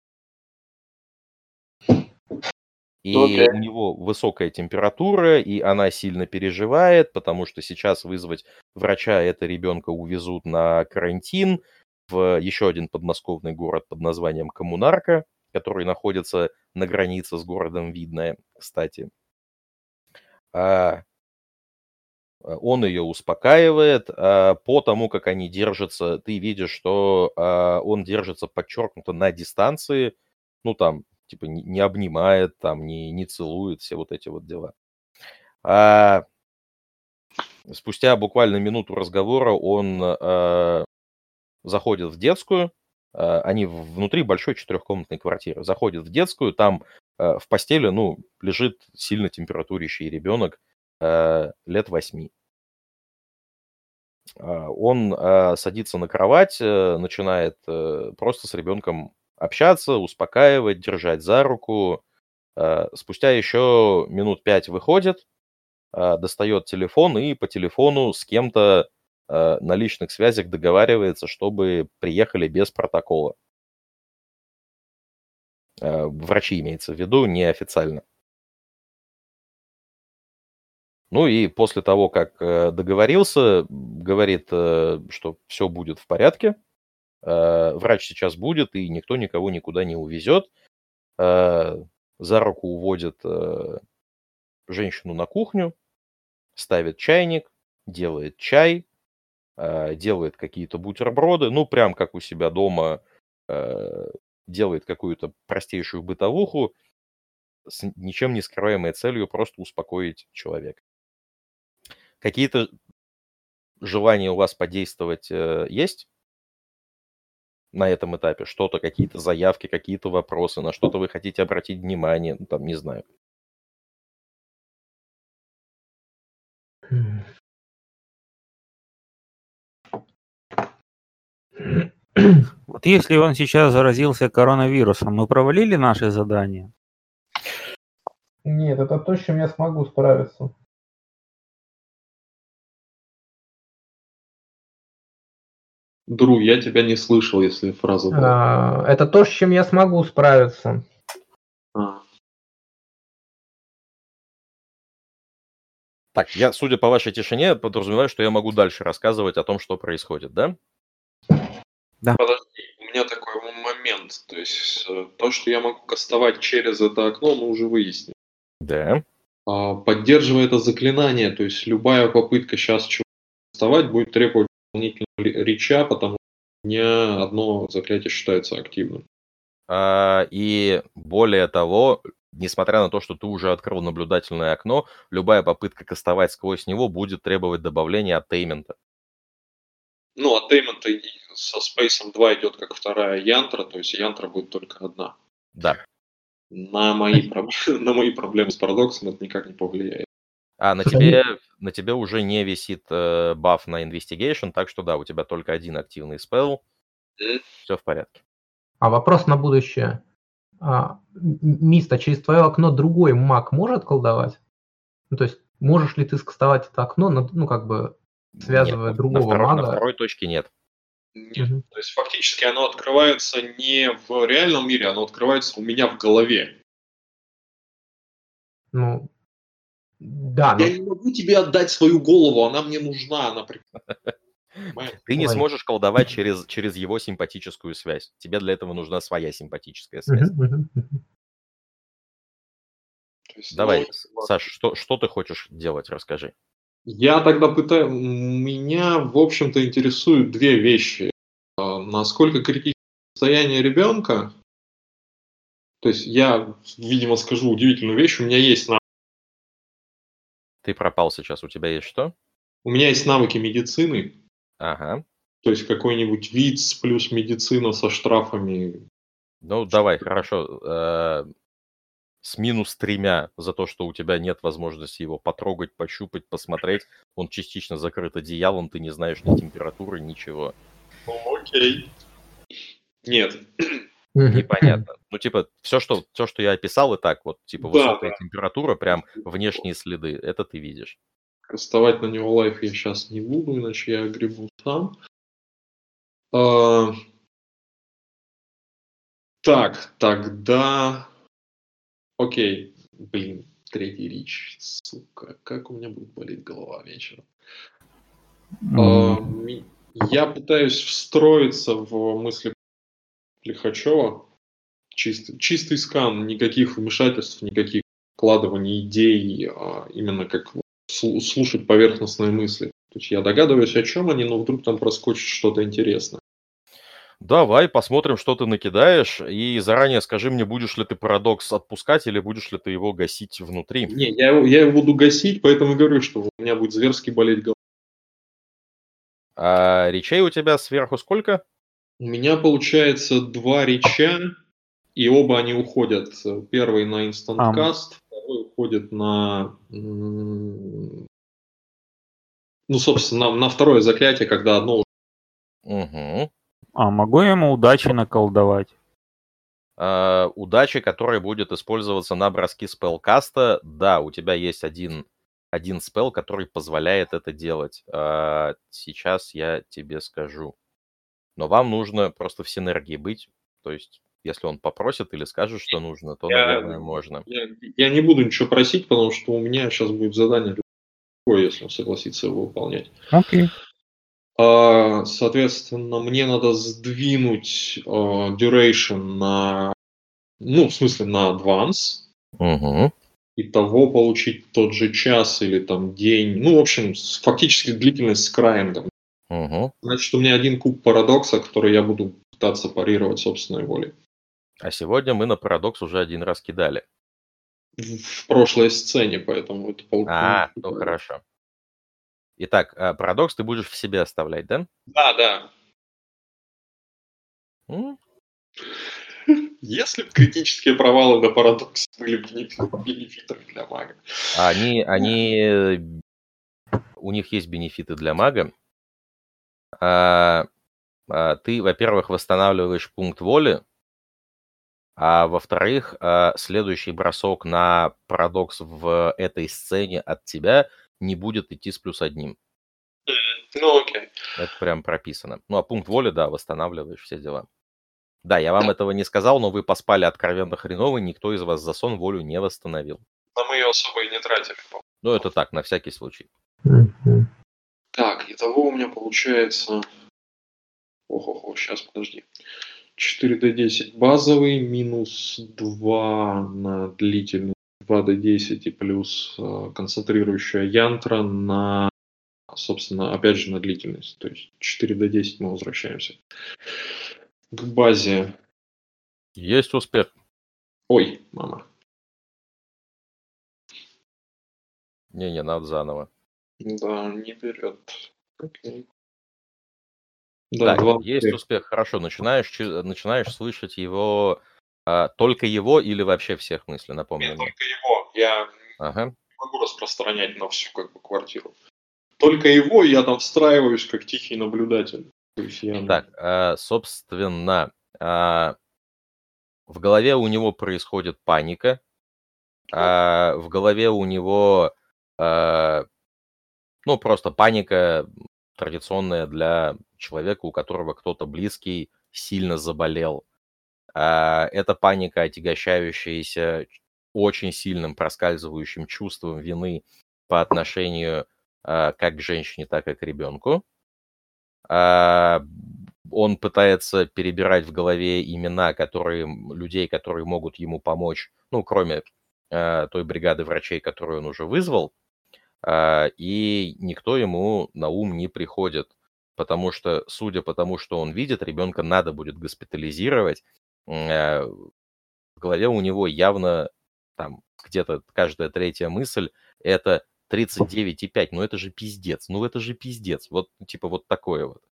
И Окей. у него высокая температура, и она сильно переживает, потому что сейчас вызвать врача, это ребенка увезут на карантин в еще один подмосковный город под названием Коммунарка, который находится на границе с городом Видное, кстати. А, Он ее успокаивает. а, По тому, как они держатся, ты видишь, что а, он держится подчеркнуто на дистанции. Ну, там, типа, не не обнимает, там, не, не целует, все вот эти вот дела. А Спустя буквально минуту разговора он а, заходит в детскую, э, они внутри большой четырехкомнатной квартиры, заходит в детскую, там э, в постели, ну, лежит сильно температурящий ребенок э, лет восьми. Э, он э, садится на кровать, э, начинает э, просто с ребенком общаться, успокаивать, держать за руку. Э, спустя еще минут пять выходит, э, достает телефон и по телефону с кем-то э, на личных связях договаривается, чтобы приехали без протокола. Э, врачи имеется в виду, неофициально. Ну и после того, как э, договорился, говорит, э, что все будет в порядке, э, врач сейчас будет, и никто никого никуда не увезет. Э, за руку уводит э, женщину на кухню, ставит чайник, делает чай, э, делает какие-то бутерброды, ну, прям как у себя дома, э, делает какую-то простейшую бытовуху с ничем не скрываемой целью просто успокоить человека. Какие-то желания у вас подействовать э, есть на этом этапе? Что-то, какие-то заявки, какие-то вопросы, на что-то вы хотите обратить внимание, ну, там, не знаю. Вот если он сейчас заразился коронавирусом, мы провалили наши задания? Нет, это то, с чем я смогу справиться. Дру, я тебя не слышал, если фраза была. А, это то, с чем я смогу справиться. А. Так, я, судя по вашей тишине, подразумеваю, что я могу дальше рассказывать о том, что происходит, да? Подожди, у меня такой момент. То есть э, то, что я могу кастовать через это окно, мы уже выяснили. Да. А, поддерживая это заклинание, то есть любая попытка сейчас чего-то кастовать будет требовать дополнительного ре- реча, потому что не одно заклятие считается активным. А, и более того, несмотря на то, что ты уже открыл наблюдательное окно, любая попытка кастовать сквозь него будет требовать добавления оттеймента. Ну, аттеймент со Space два идет как вторая янтра, то есть янтра будет только одна. Да. На мои, проб- на мои проблемы с парадоксом это никак не повлияет. А на тебе, на тебе уже не висит э, баф на Investigation, так что да, у тебя только один активный спелл. Мгм. Все в порядке. А вопрос на будущее. А, м- Миста, через твое окно другой маг может колдовать? Ну, то есть можешь ли ты скастовать это окно, на- ну, как бы связывая Нет, на, другого второй, на мага? второй точке нет. Нет. Мгм. То есть фактически оно открывается не в реальном мире, оно открывается у меня в голове. Ну, да, ну, Я не могу тебе отдать свою голову, она мне нужна, она при- Понимаешь? Ты не Ой. сможешь колдовать через, через его симпатическую связь. Тебе для этого нужна своя симпатическая связь. мгм, мгм, мгм. То есть, Давай, ну, С- Саш, что, что ты хочешь делать, расскажи. я тогда пытаюсь... Меня, в общем-то, интересуют две вещи. А, Насколько критично состояние ребенка. То есть я, видимо, скажу удивительную вещь. У меня есть навыки, Ты пропал сейчас, у тебя есть что? у меня есть навыки медицины. Ага. То есть какой-нибудь ВИЦ плюс медицина со штрафами. Ну, давай, хорошо. э, С минус тремя за то, что у тебя нет возможности его потрогать, пощупать, посмотреть. Он частично закрыт одеялом, ты не знаешь ни температуры, ничего. Ну, окей. Нет. Мгм. Непонятно. Ну, типа, все, что, все, что я описал, и так вот, типа, Да, высокая да. температура, прям внешние следы, это ты видишь. Кастовать на него лайф я сейчас не буду, иначе я гребу сам. А, так, тогда... Окей. Блин, третий рич. Сука, как у меня будет болеть голова вечером. А, М, ми- я пытаюсь встроиться в мысли Лихачева. Чистый, чистый скан, никаких вмешательств, никаких вкладываний идей, а именно как слу- слушать поверхностные мысли. То есть я догадываюсь, о чем они, но вдруг там проскочит что-то интересное. Давай посмотрим, что ты накидаешь, и заранее скажи мне, будешь ли ты парадокс отпускать или будешь ли ты его гасить внутри. Не, я, его- я его буду гасить, поэтому и говорю, что у меня будет зверски болеть голова. А речей у тебя сверху сколько? У меня получается два реча, и оба они уходят. Первый на Instant Ам. Cast, второй уходит на... м, Ну, собственно, на, на второе заклятие, когда одно... Угу. А могу я ему удачи наколдовать? А, удача, которая будет использоваться на броски спеллкаста. Да, у тебя есть один, один спелл, который позволяет это делать. А, сейчас я тебе скажу. Но вам нужно просто в синергии быть. То есть, если он попросит или скажет, что нужно, то, Я, наверное, можно. я, я не буду ничего просить, потому что у меня сейчас будет задание другое, если он согласится его выполнять. Окей. А, соответственно, мне надо сдвинуть а, duration на, ну, в смысле, на advance. Угу. Итого получить тот же час или там день. Ну, в общем, с- фактически длительность с краингом. Угу. Значит, у меня один куб парадокса, который я буду пытаться парировать собственной волей. А сегодня мы на парадокс уже один раз кидали. В, в прошлой сцене, поэтому это пол- А, ну хорошо. Итак, а, парадокс ты будешь в себе оставлять, да? Да, да. М? Если бы критические провалы на парадоксе были бенефи- бенефитами для мага. Они, они, э, у них есть бенефиты для мага. А, а, ты, во-первых, восстанавливаешь пункт воли, а во-вторых, а, следующий бросок на парадокс в этой сцене от тебя не будет идти с плюс одним. Ну, окей. Это прям прописано. Ну, а пункт воли, да, восстанавливаешь все дела. Да, я вам этого не сказал, но вы поспали откровенно хреново, никто из вас за сон волю не восстановил. Но мы ее особо и не тратили. Ну, это так, на всякий случай. Мгм. Так, итого у меня получается... Ох-ох-ох, сейчас, подожди. четыре дэ десять базовый, минус два на длительный, два дэ десять и плюс э, концентрирующая янтра на, собственно, опять же на длительность. То есть четыре дэ десять мы возвращаемся к базе. Есть успех. Ой, мама. Не-не, надо заново. Да, не берет. Окей. Да, Так, два. есть успех. Хорошо, начинаешь, чу- начинаешь слышать его, а, только его или вообще всех мысли, напомни Нет, мне. только его. Я Ага. не могу распространять на всю как бы квартиру. Только его, и я там встраиваюсь как тихий наблюдатель. То есть я... Так, а, собственно, а, в голове у него происходит паника, а, в голове у него, а, ну, просто паника традиционная для человека, у которого кто-то близкий сильно заболел. А, это паника, отягощающаяся очень сильным проскальзывающим чувством вины по отношению а, как к женщине, так и к ребенку. А, Он пытается перебирать в голове имена которые, м, людей, которые могут ему помочь, ну, кроме а, той бригады врачей, которую он уже вызвал, а, и никто ему на ум не приходит, потому что, судя по тому, что он видит, ребенка надо будет госпитализировать. М, а, В голове у него явно там где-то каждая третья мысль это тридцать девять и пять. Ну это же пиздец. Ну это же пиздец. Вот типа вот такое вот.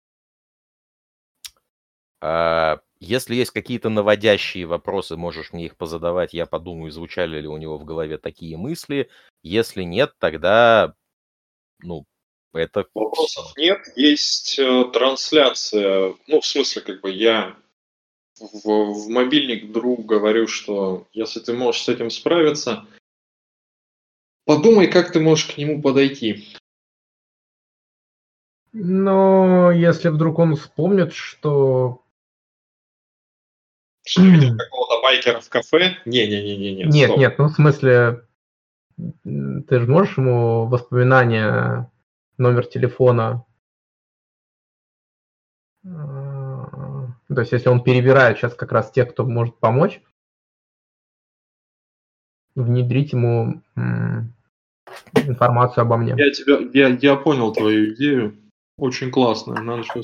А, Если есть какие-то наводящие вопросы, можешь мне их позадавать. Я подумаю, звучали ли у него в голове такие мысли. Если нет, тогда, ну, это Вопросов нет, есть э, трансляция. Ну, в смысле, как бы я в, в мобильник другу говорю, что если ты можешь с этим справиться, подумай, как ты можешь к нему подойти. Но если вдруг он вспомнит, что... Что видел какого-то байкера в кафе? Не-не-не-не-не, Нет, стоп. нет, ну в смысле, м, ты же можешь ему воспоминания, номер телефона... э, То есть, если он перебирает сейчас как раз тех, кто может помочь, внедрить ему м, информацию обо мне. Я тебя, я, я понял твою идею. Очень классная. Надо сейчас...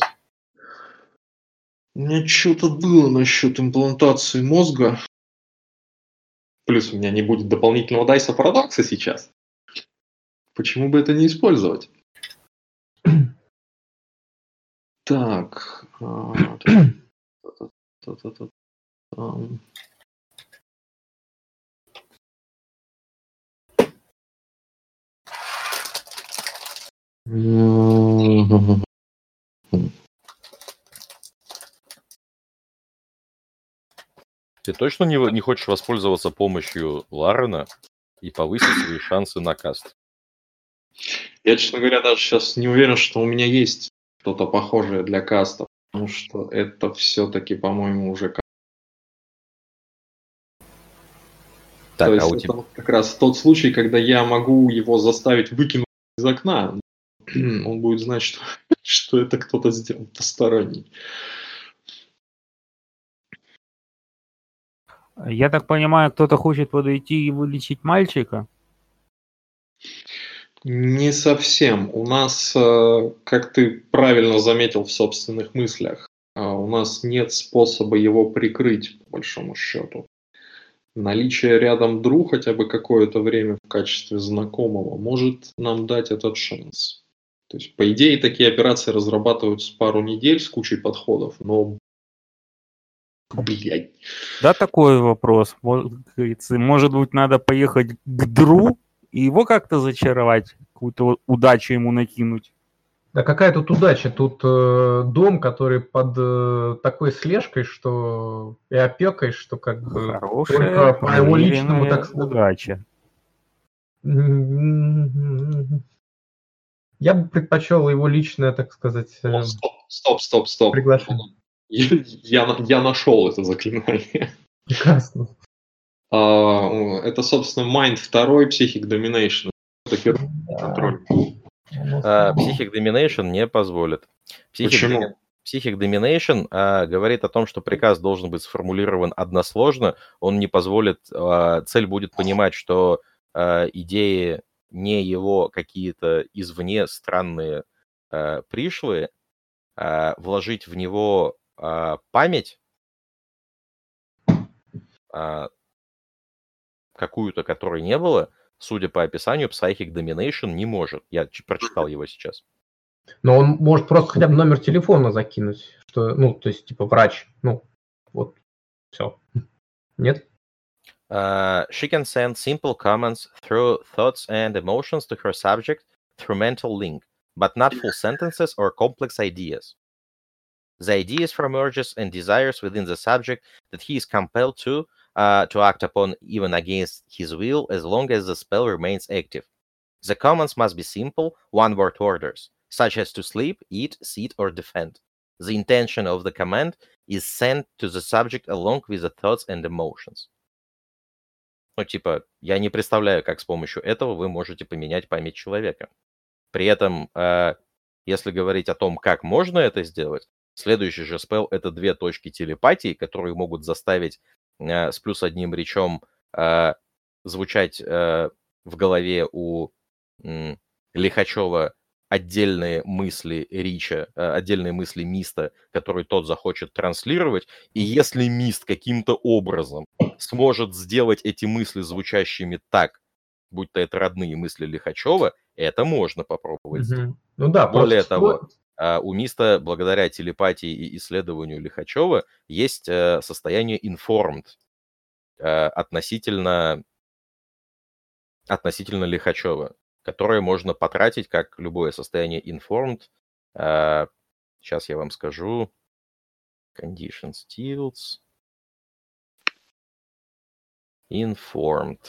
У меня что-то было насчет имплантации мозга. Плюс у меня не будет дополнительного дайса парадокса сейчас. Почему бы это не использовать? Так. а, та-та-та-та-та, ам. М, Ты точно не, в- не хочешь воспользоваться помощью Ларена и повысить свои шансы на каст? Я, честно говоря, даже сейчас не уверен, что у меня есть что-то похожее для каста, потому что это все-таки, по-моему, уже ка- Так, То а есть у это тебя... вот как раз тот случай, когда я могу его заставить выкинуть из окна. Он будет знать, что, что это кто-то сделал посторонний. Я так понимаю, кто-то хочет подойти и вылечить мальчика? Не совсем. У нас, э, как ты правильно заметил в собственных мыслях, э, у нас нет способа его прикрыть, по большому счету. Наличие рядом Дру хотя бы какое-то время в качестве знакомого может нам дать этот шанс. То есть, по идее, такие операции разрабатываются пару недель с кучей подходов, но, блядь, Да, такой вопрос. Вот, как говорится, может быть, надо поехать к Дру и его как-то зачаровать, какую-то вот удачу ему накинуть. Да какая тут удача? Тут э, дом, который под э, такой слежкой, что и опекой, что как бы Хорошая, только по его личному, проверенная так сказать. удача. Я бы предпочел его личное, так сказать, э, О, стоп, стоп, стоп, стоп. приглашение. Я, я, я нашел это заклинание. Прекрасно. А, это, собственно, Mind два, Psychic Domination. Это первый контроль. А, Psychic Domination не позволит. Psychic, Почему? Domi- Psychic Domination а, говорит о том, что приказ должен быть сформулирован односложно. Он не позволит... а, цель будет понимать, что а, идеи не его какие-то извне странные а, пришлые, а, вложить в него а, память, а, какую-то, которой не было, судя по описанию, Psychic Domination не может. Я ч- прочитал его сейчас. Но он может просто хотя бы номер телефона закинуть, что, ну, то есть, типа, врач. Ну, вот, все. Нет? Uh, she can send simple comments through thoughts and emotions to her subject through mental link, but not full sentences or complex ideas. The ideas from urges and desires within the subject that he is compelled to uh, to act upon even against his will as long as the spell remains active. The commands must be simple, one-word orders, such as to sleep, eat, sit, or defend. The intention of the command is sent to the subject along with the thoughts and emotions. Ну, типа, я не представляю, как с помощью этого вы можете поменять память человека. При этом, э, если говорить о том, как можно это сделать, следующий же спелл — это две точки телепатии, которые могут заставить э, с плюс одним речом э, звучать э, в голове у м, Лихачева отдельные мысли Рича, э, отдельные мысли Миста, которые тот захочет транслировать. И если Мист каким-то образом сможет сделать эти мысли звучащими так, будь то это родные мысли Лихачева, это можно попробовать сделать. Мгм. Ну да, Более просто того, сто- а, у Миста, благодаря телепатии и исследованию Лихачева, есть э, состояние informed э, относительно, относительно Лихачева, которое можно потратить, как любое состояние informed. Э, Сейчас я вам скажу. Conditions tilts. Informed.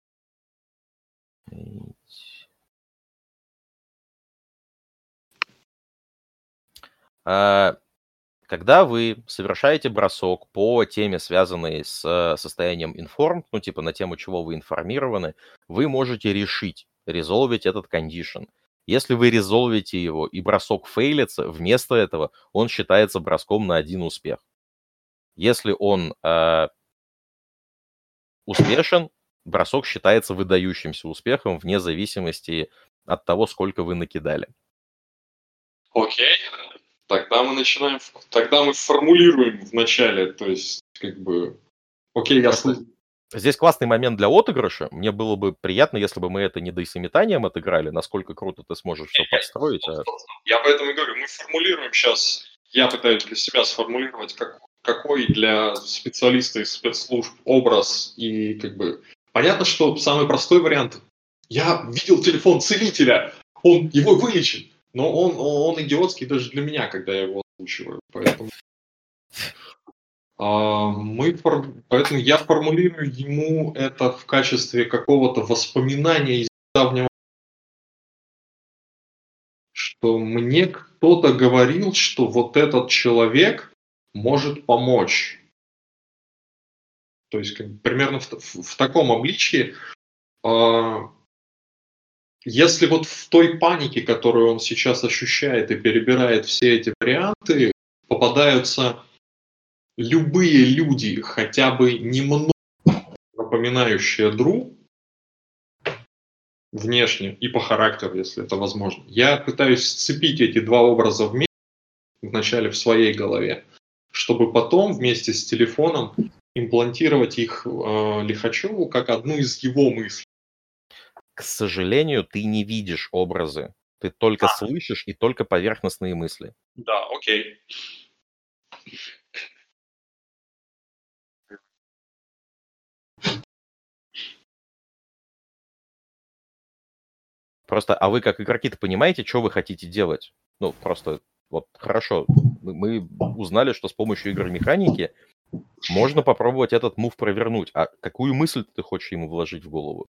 А, Когда вы совершаете бросок по теме, связанной с э, состоянием informed, ну, типа на тему, чего вы информированы, вы можете решить, резолвить этот condition. Если вы резолвите его и бросок фейлится, вместо этого он считается броском на один успех. Если он э, успешен, бросок считается выдающимся успехом вне зависимости от того, сколько вы накидали. Окей. Тогда мы начинаем, тогда мы формулируем в начале, то есть, как бы, окей, я слышу. Здесь классный момент для отыгрыша. Мне было бы приятно, если бы мы это не дейсометанием отыграли, насколько круто ты сможешь все подстроить. А... Я поэтому и говорю, мы формулируем сейчас, я пытаюсь для себя сформулировать, как, какой для специалиста из спецслужб образ, и как бы понятно, что самый простой вариант. Я видел телефон целителя, он его вылечит, но он, он, он идиотский даже для меня, когда я его озвучиваю, поэтому... Мы, поэтому я формулирую ему это в качестве какого-то воспоминания из давнего, что мне кто-то говорил, что вот этот человек может помочь. То есть как, примерно в, в, в таком обличии. Если вот в той панике, которую он сейчас ощущает и перебирает все эти варианты, попадаются... любые люди, хотя бы немного напоминающие Дру, внешне и по характеру, если это возможно, я пытаюсь сцепить эти два образа вместе, вначале в своей голове, чтобы потом вместе с телефоном имплантировать их э, Лихачеву как одну из его мыслей. К сожалению, ты не видишь образы. Ты только а. слышишь и только поверхностные мысли. Да, окей. Просто, а вы как игроки-то понимаете, что вы хотите делать? Ну, просто, вот, хорошо, мы, мы узнали, что с помощью игр-механики можно попробовать этот мув провернуть. А какую мысль ты хочешь ему вложить в голову?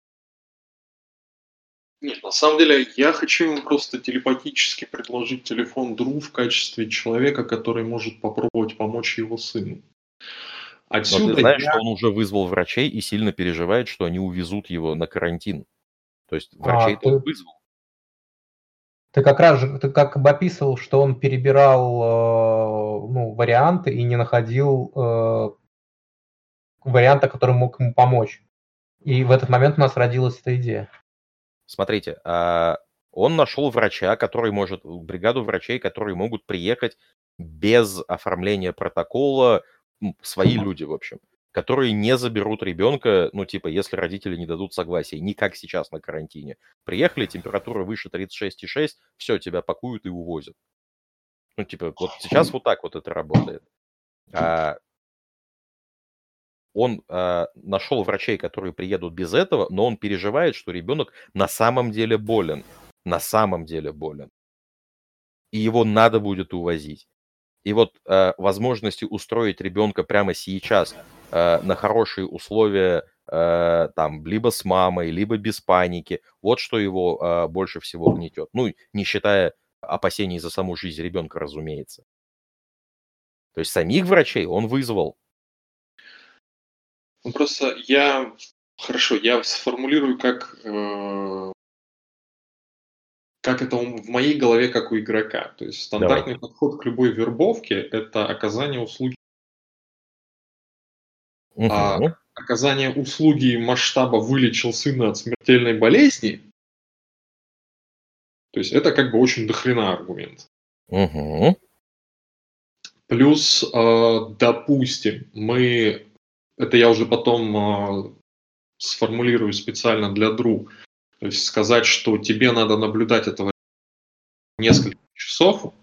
Нет, на самом деле, я хочу ему просто телепатически предложить телефон Дру в качестве человека, который может попробовать помочь его сыну. Отсюда Но ты знаешь, я... что он уже вызвал врачей и сильно переживает, что они увезут его на карантин. То есть врачей-то а, ты... он вызвал. Ты как раз же, ты как бы описывал, что он перебирал э, ну, варианты и не находил э, варианта, который мог ему помочь. И в этот момент у нас родилась эта идея. Смотрите, э, он нашел врача, который может, бригаду врачей, которые могут приехать без оформления протокола, свои люди, в общем, которые не заберут ребенка, ну, типа, если родители не дадут согласия, не как сейчас на карантине. Приехали, температура выше тридцать шесть и шесть, все, тебя пакуют и увозят. Ну, типа, вот сейчас вот так вот это работает. А он а, нашел врачей, которые приедут без этого, но он переживает, что ребенок на самом деле болен. На самом деле болен. И его надо будет увозить. И вот э, возможности устроить ребенка прямо сейчас э, на хорошие условия, э, там, либо с мамой, либо без паники, вот что его э, больше всего гнетет. Ну, не считая опасений за саму жизнь ребенка, разумеется. То есть самих врачей он вызвал. Ну, просто я... Хорошо, я сформулирую, как... Э... как это в моей голове, как у игрока. То есть стандартный Давай. подход к любой вербовке – это оказание услуги. Угу. А оказание услуги масштаба «вылечил сына от смертельной болезни», то есть это как бы очень дохрена аргумент. Угу. Плюс, допустим, мы, это я уже потом сформулирую специально для Дру, то есть сказать, что тебе надо наблюдать этого несколько часов,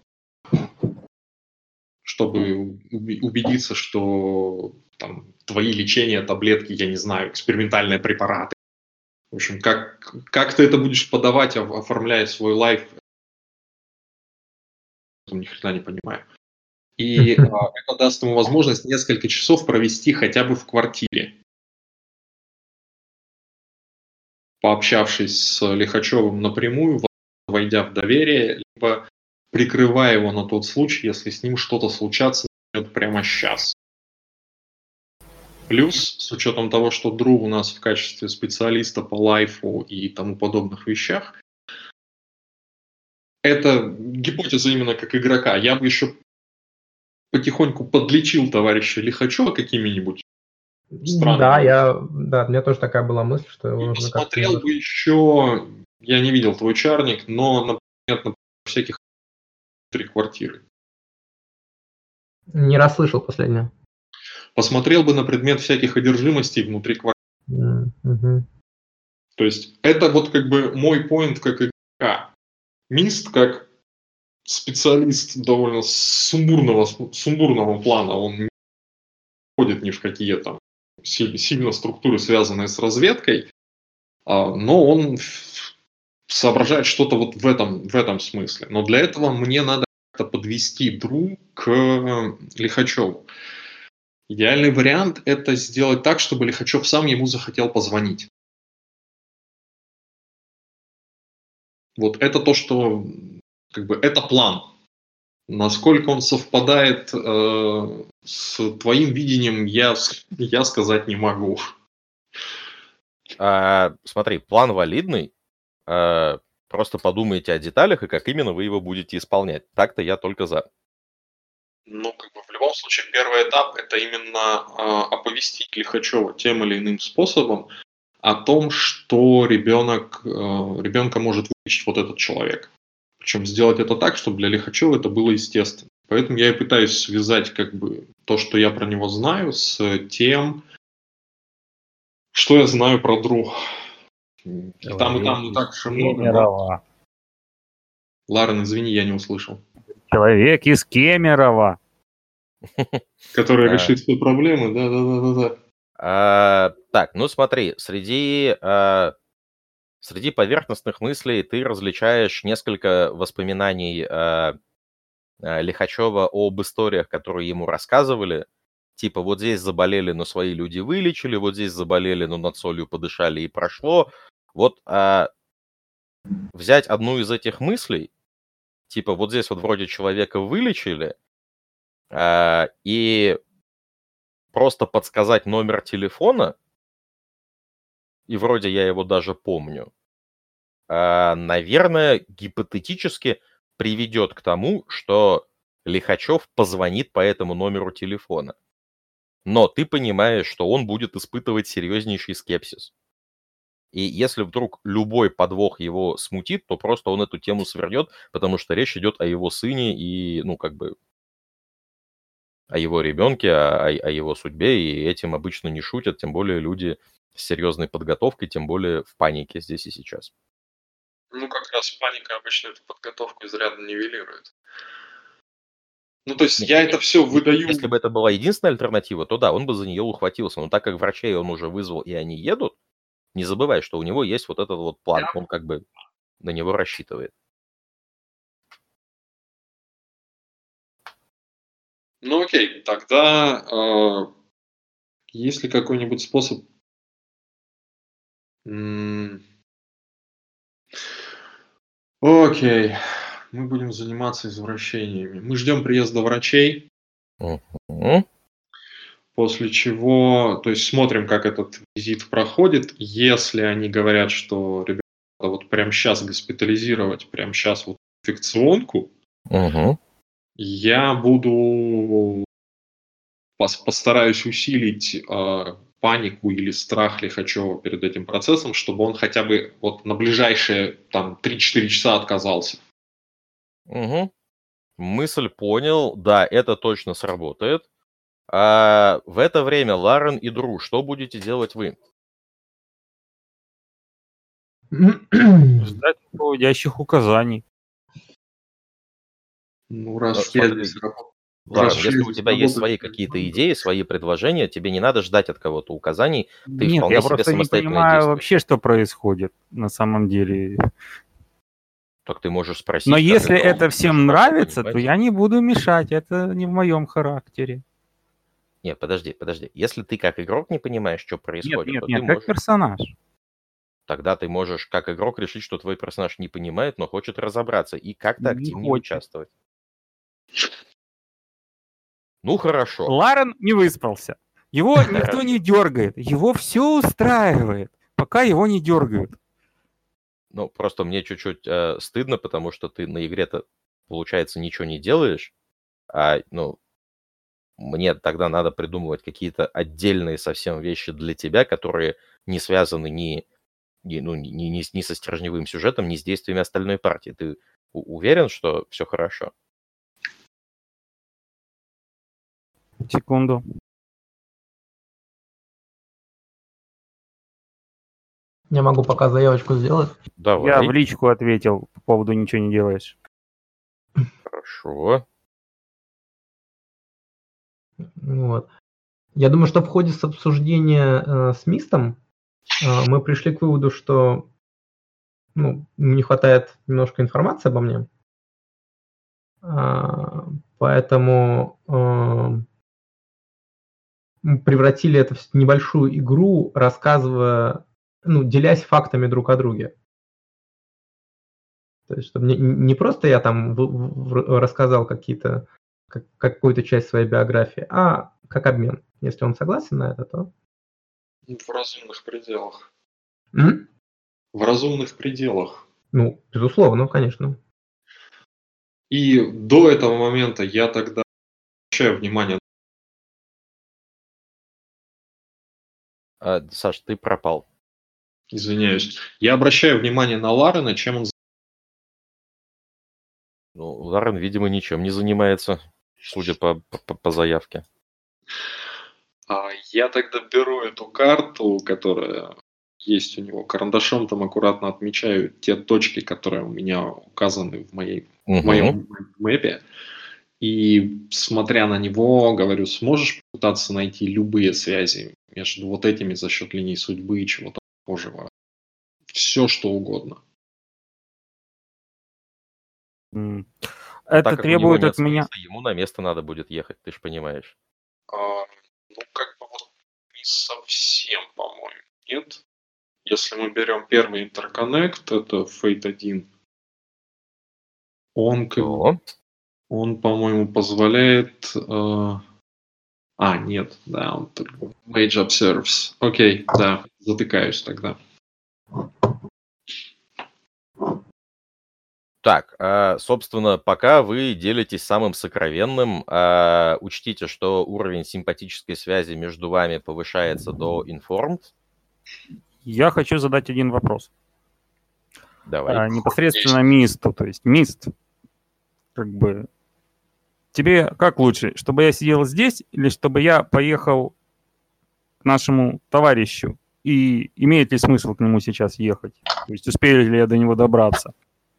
чтобы убедиться, что там, твои лечения, таблетки, я не знаю, экспериментальные препараты. В общем, как, как ты это будешь подавать, оформляя свой лайф, ни хрена не понимаю. И это даст ему возможность несколько часов провести хотя бы в квартире, пообщавшись с Лихачевым напрямую, войдя в доверие, либо прикрывая его на тот случай, если с ним что-то случаться начнет прямо сейчас. Плюс, с учетом того, что Дру у нас в качестве специалиста по лайфу и тому подобных вещах, это гипотеза именно как игрока. Я бы еще потихоньку подлечил товарища Лихачева какими-нибудь странными. Да, я, да, у меня тоже такая была мысль, что его нужно как-то... Посмотрел бы еще, я не видел твой чарник, но, например, на всяких внутри квартиры. Не расслышал последнее. Посмотрел бы на предмет всяких одержимостей внутри квартиры. Мгм. То есть это вот как бы мой поинт как игрока. Мист как специалист довольно сумбурного, сумбурного плана, он не входит ни в какие там си- сильно структуры, связанные с разведкой, а, но он ф- соображает что-то вот в этом, в этом смысле. Но для этого мне надо как-то подвести Дру к э, Лихачеву. Идеальный вариант – это сделать так, чтобы Лихачев сам ему захотел позвонить. Вот это то, что как бы это план. Насколько он совпадает э, с твоим видением, я, я сказать не могу. А, смотри, план валидный. а, Просто подумайте о деталях и как именно вы его будете исполнять. Так-то я только за. Ну, как бы в любом случае, первый этап – это именно э, оповестить Лихачева тем или иным способом о том, что ребенок, э, ребенка может вылечить вот этот человек. Причем сделать это так, чтобы для Лихачева это было естественно. Поэтому я и пытаюсь связать как бы то, что я про него знаю, с тем, что я знаю про Дру. И там, и там не так уж и много, но... Кемерово. Ларен, извини, я не услышал. Человек из Кемерово. Который А, решит все проблемы, да-да-да-да-да. а, Так, ну смотри, среди, а, среди поверхностных мыслей ты различаешь несколько воспоминаний а, а, Лихачева об историях, которые ему рассказывали. Типа, вот здесь заболели, но свои люди вылечили, вот здесь заболели, но над солью подышали и прошло. Вот а, взять одну из этих мыслей, типа, вот здесь вот вроде человека вылечили, а, и просто подсказать номер телефона, и вроде я его даже помню, а, наверное, гипотетически приведет к тому, что Лихачев позвонит по этому номеру телефона. Но ты понимаешь, что он будет испытывать серьезнейший скепсис. И если вдруг любой подвох его смутит, то просто он эту тему свернет, потому что речь идет о его сыне и, ну, как бы, о его ребенке, о, о- о его судьбе, и этим обычно не шутят, тем более люди с серьезной подготовкой, тем более в панике здесь и сейчас. Ну, как раз паника обычно эту подготовку изрядно нивелирует. Ну, то есть Не, я не, это все е- выдаю... Если бы это была единственная альтернатива, то да, он бы за нее ухватился. Но так как врачей он уже вызвал, и они едут, не забывай, что у него есть вот этот вот план. Он как бы на него рассчитывает. Ну, окей, тогда э, есть ли какой-нибудь способ... М, Окей, мы будем заниматься извращениями. Мы ждем приезда врачей, Мгм. после чего, то есть смотрим, как этот визит проходит. Если они говорят, что ребята вот прямо сейчас госпитализировать, прямо сейчас вот инфекционку, Мгм. я буду пос- постараюсь усилить э, панику или страх Лихачева перед этим процессом, чтобы он хотя бы вот на ближайшие там три-четыре часа отказался. Мгм. Мысль понял. Да, это точно сработает. А в это время Ларен и Дру, что будете делать вы? Ждать руководящих указаний. Ну, Ну, раз я смотри, здесь работаю, раз Ларен, уж я если у здесь тебя есть работаю, свои какие-то идеи, свои предложения, тебе не надо ждать от кого-то указаний, ты Нет, вполне я себе просто не самостоятельно понимаю действуешь. вообще, что происходит на самом деле. Так ты можешь Но спросить, как если игрок, это ты всем можешь просто нравится, то понимать. я не буду мешать. Это не в моем характере. Нет, подожди, подожди. Если ты как игрок не понимаешь, что Нет, происходит, нет, то ты нет, как можешь... персонаж. Тогда ты можешь как игрок решить, что твой персонаж не понимает, но хочет разобраться и как-то Не активнее хочет. участвовать. Ну, хорошо. Ларен не выспался. Его никто не дергает. Его все устраивает, пока его не дергают. Ну, просто мне чуть-чуть э, стыдно, потому что ты на игре-то, получается, ничего не делаешь, а, ну, мне тогда надо придумывать какие-то отдельные совсем вещи для тебя, которые не связаны ни, ни, ну, ни, ни, ни с ни со стержневым сюжетом, ни с действиями остальной партии. Ты у- уверен, что все хорошо? Секунду. Я могу пока заявочку сделать. Давай. Я в личку ответил по поводу «ничего не делаешь». Хорошо. Вот. Я думаю, что в ходе с обсуждения э, с Мистом э, мы пришли к выводу, что ну, не хватает немножко информации обо мне. А, поэтому э, мы превратили это в небольшую игру, рассказывая, ну, делясь фактами друг о друге. То есть, чтобы не, не просто я там в, в, рассказал какие-то, как, какую-то часть своей биографии, а как обмен. Если он согласен на это, то... В разумных пределах. М? В разумных пределах. Ну, безусловно, конечно. И до этого момента я тогда обращаю внимание. А, Саш, ты пропал. Извиняюсь. Я обращаю внимание на Ларена, чем он Ну, Ларен, видимо, ничем не занимается, судя по, по, по заявке. А я тогда беру эту карту, которая есть у него, карандашом там аккуратно отмечаю те точки, которые у меня указаны в, моей, Угу. в моем мэпе. И, смотря на него, говорю, сможешь попытаться найти любые связи между вот этими за счет линий судьбы и чего-то похожего. Все, что угодно. М. А Это так как у него требует нет от меня... смысла, ему на место надо будет ехать, ты же понимаешь. А, ну, как бы вот не совсем, по-моему, нет. Если мы берем первый интерконнект, это Fate один, он, как бы, То. он, по-моему, позволяет... э, А, нет, да, он только Mage Observes. Окей, да, затыкаюсь тогда. Так, а, собственно, пока вы делитесь самым сокровенным, а, учтите, что уровень симпатической связи между вами повышается до Informed. Я хочу задать один вопрос. Давай. А, непосредственно Мисту. То есть Мист, как бы... Тебе как лучше, чтобы я сидел здесь или чтобы я поехал к нашему товарищу? И имеет ли смысл к нему сейчас ехать? То есть успею ли я до него добраться?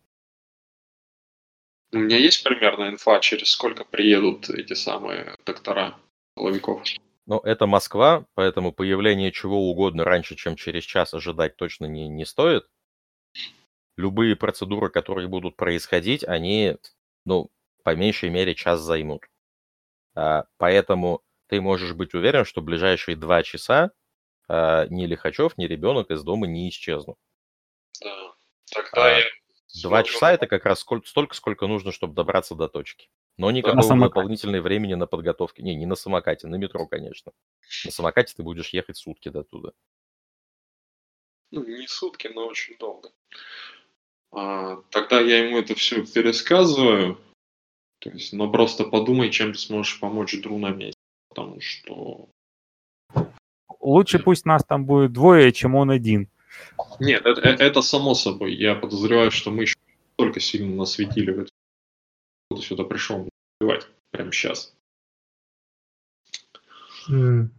У меня есть примерная инфа, через сколько приедут эти самые доктора половиков? Ну, это Москва, поэтому появление чего угодно раньше, чем через час, ожидать точно не, не стоит. Любые процедуры, которые будут происходить, они, ну, по меньшей мере, час займут. А, поэтому ты можешь быть уверен, что в ближайшие два часа а, ни Лихачев, ни ребенок из дома не исчезнут. Да. Тогда А, я Два смотрю часа на- это как раз сколько, столько, сколько нужно, чтобы добраться до точки. Но На никакого самокате. дополнительного времени на подготовке. Не, не на самокате, на метро, конечно. На самокате ты будешь ехать сутки до туда. Ну, не сутки, но очень долго. А, тогда я ему это все пересказываю. То есть, но просто подумай, чем ты сможешь помочь Дру на месте. Потому что... Лучше пусть нас там будет двое, чем он один. Нет, это, э- это само собой. Я подозреваю, что мы еще только сильно насветили в это. Кто-то сюда пришел убивать прямо сейчас. М.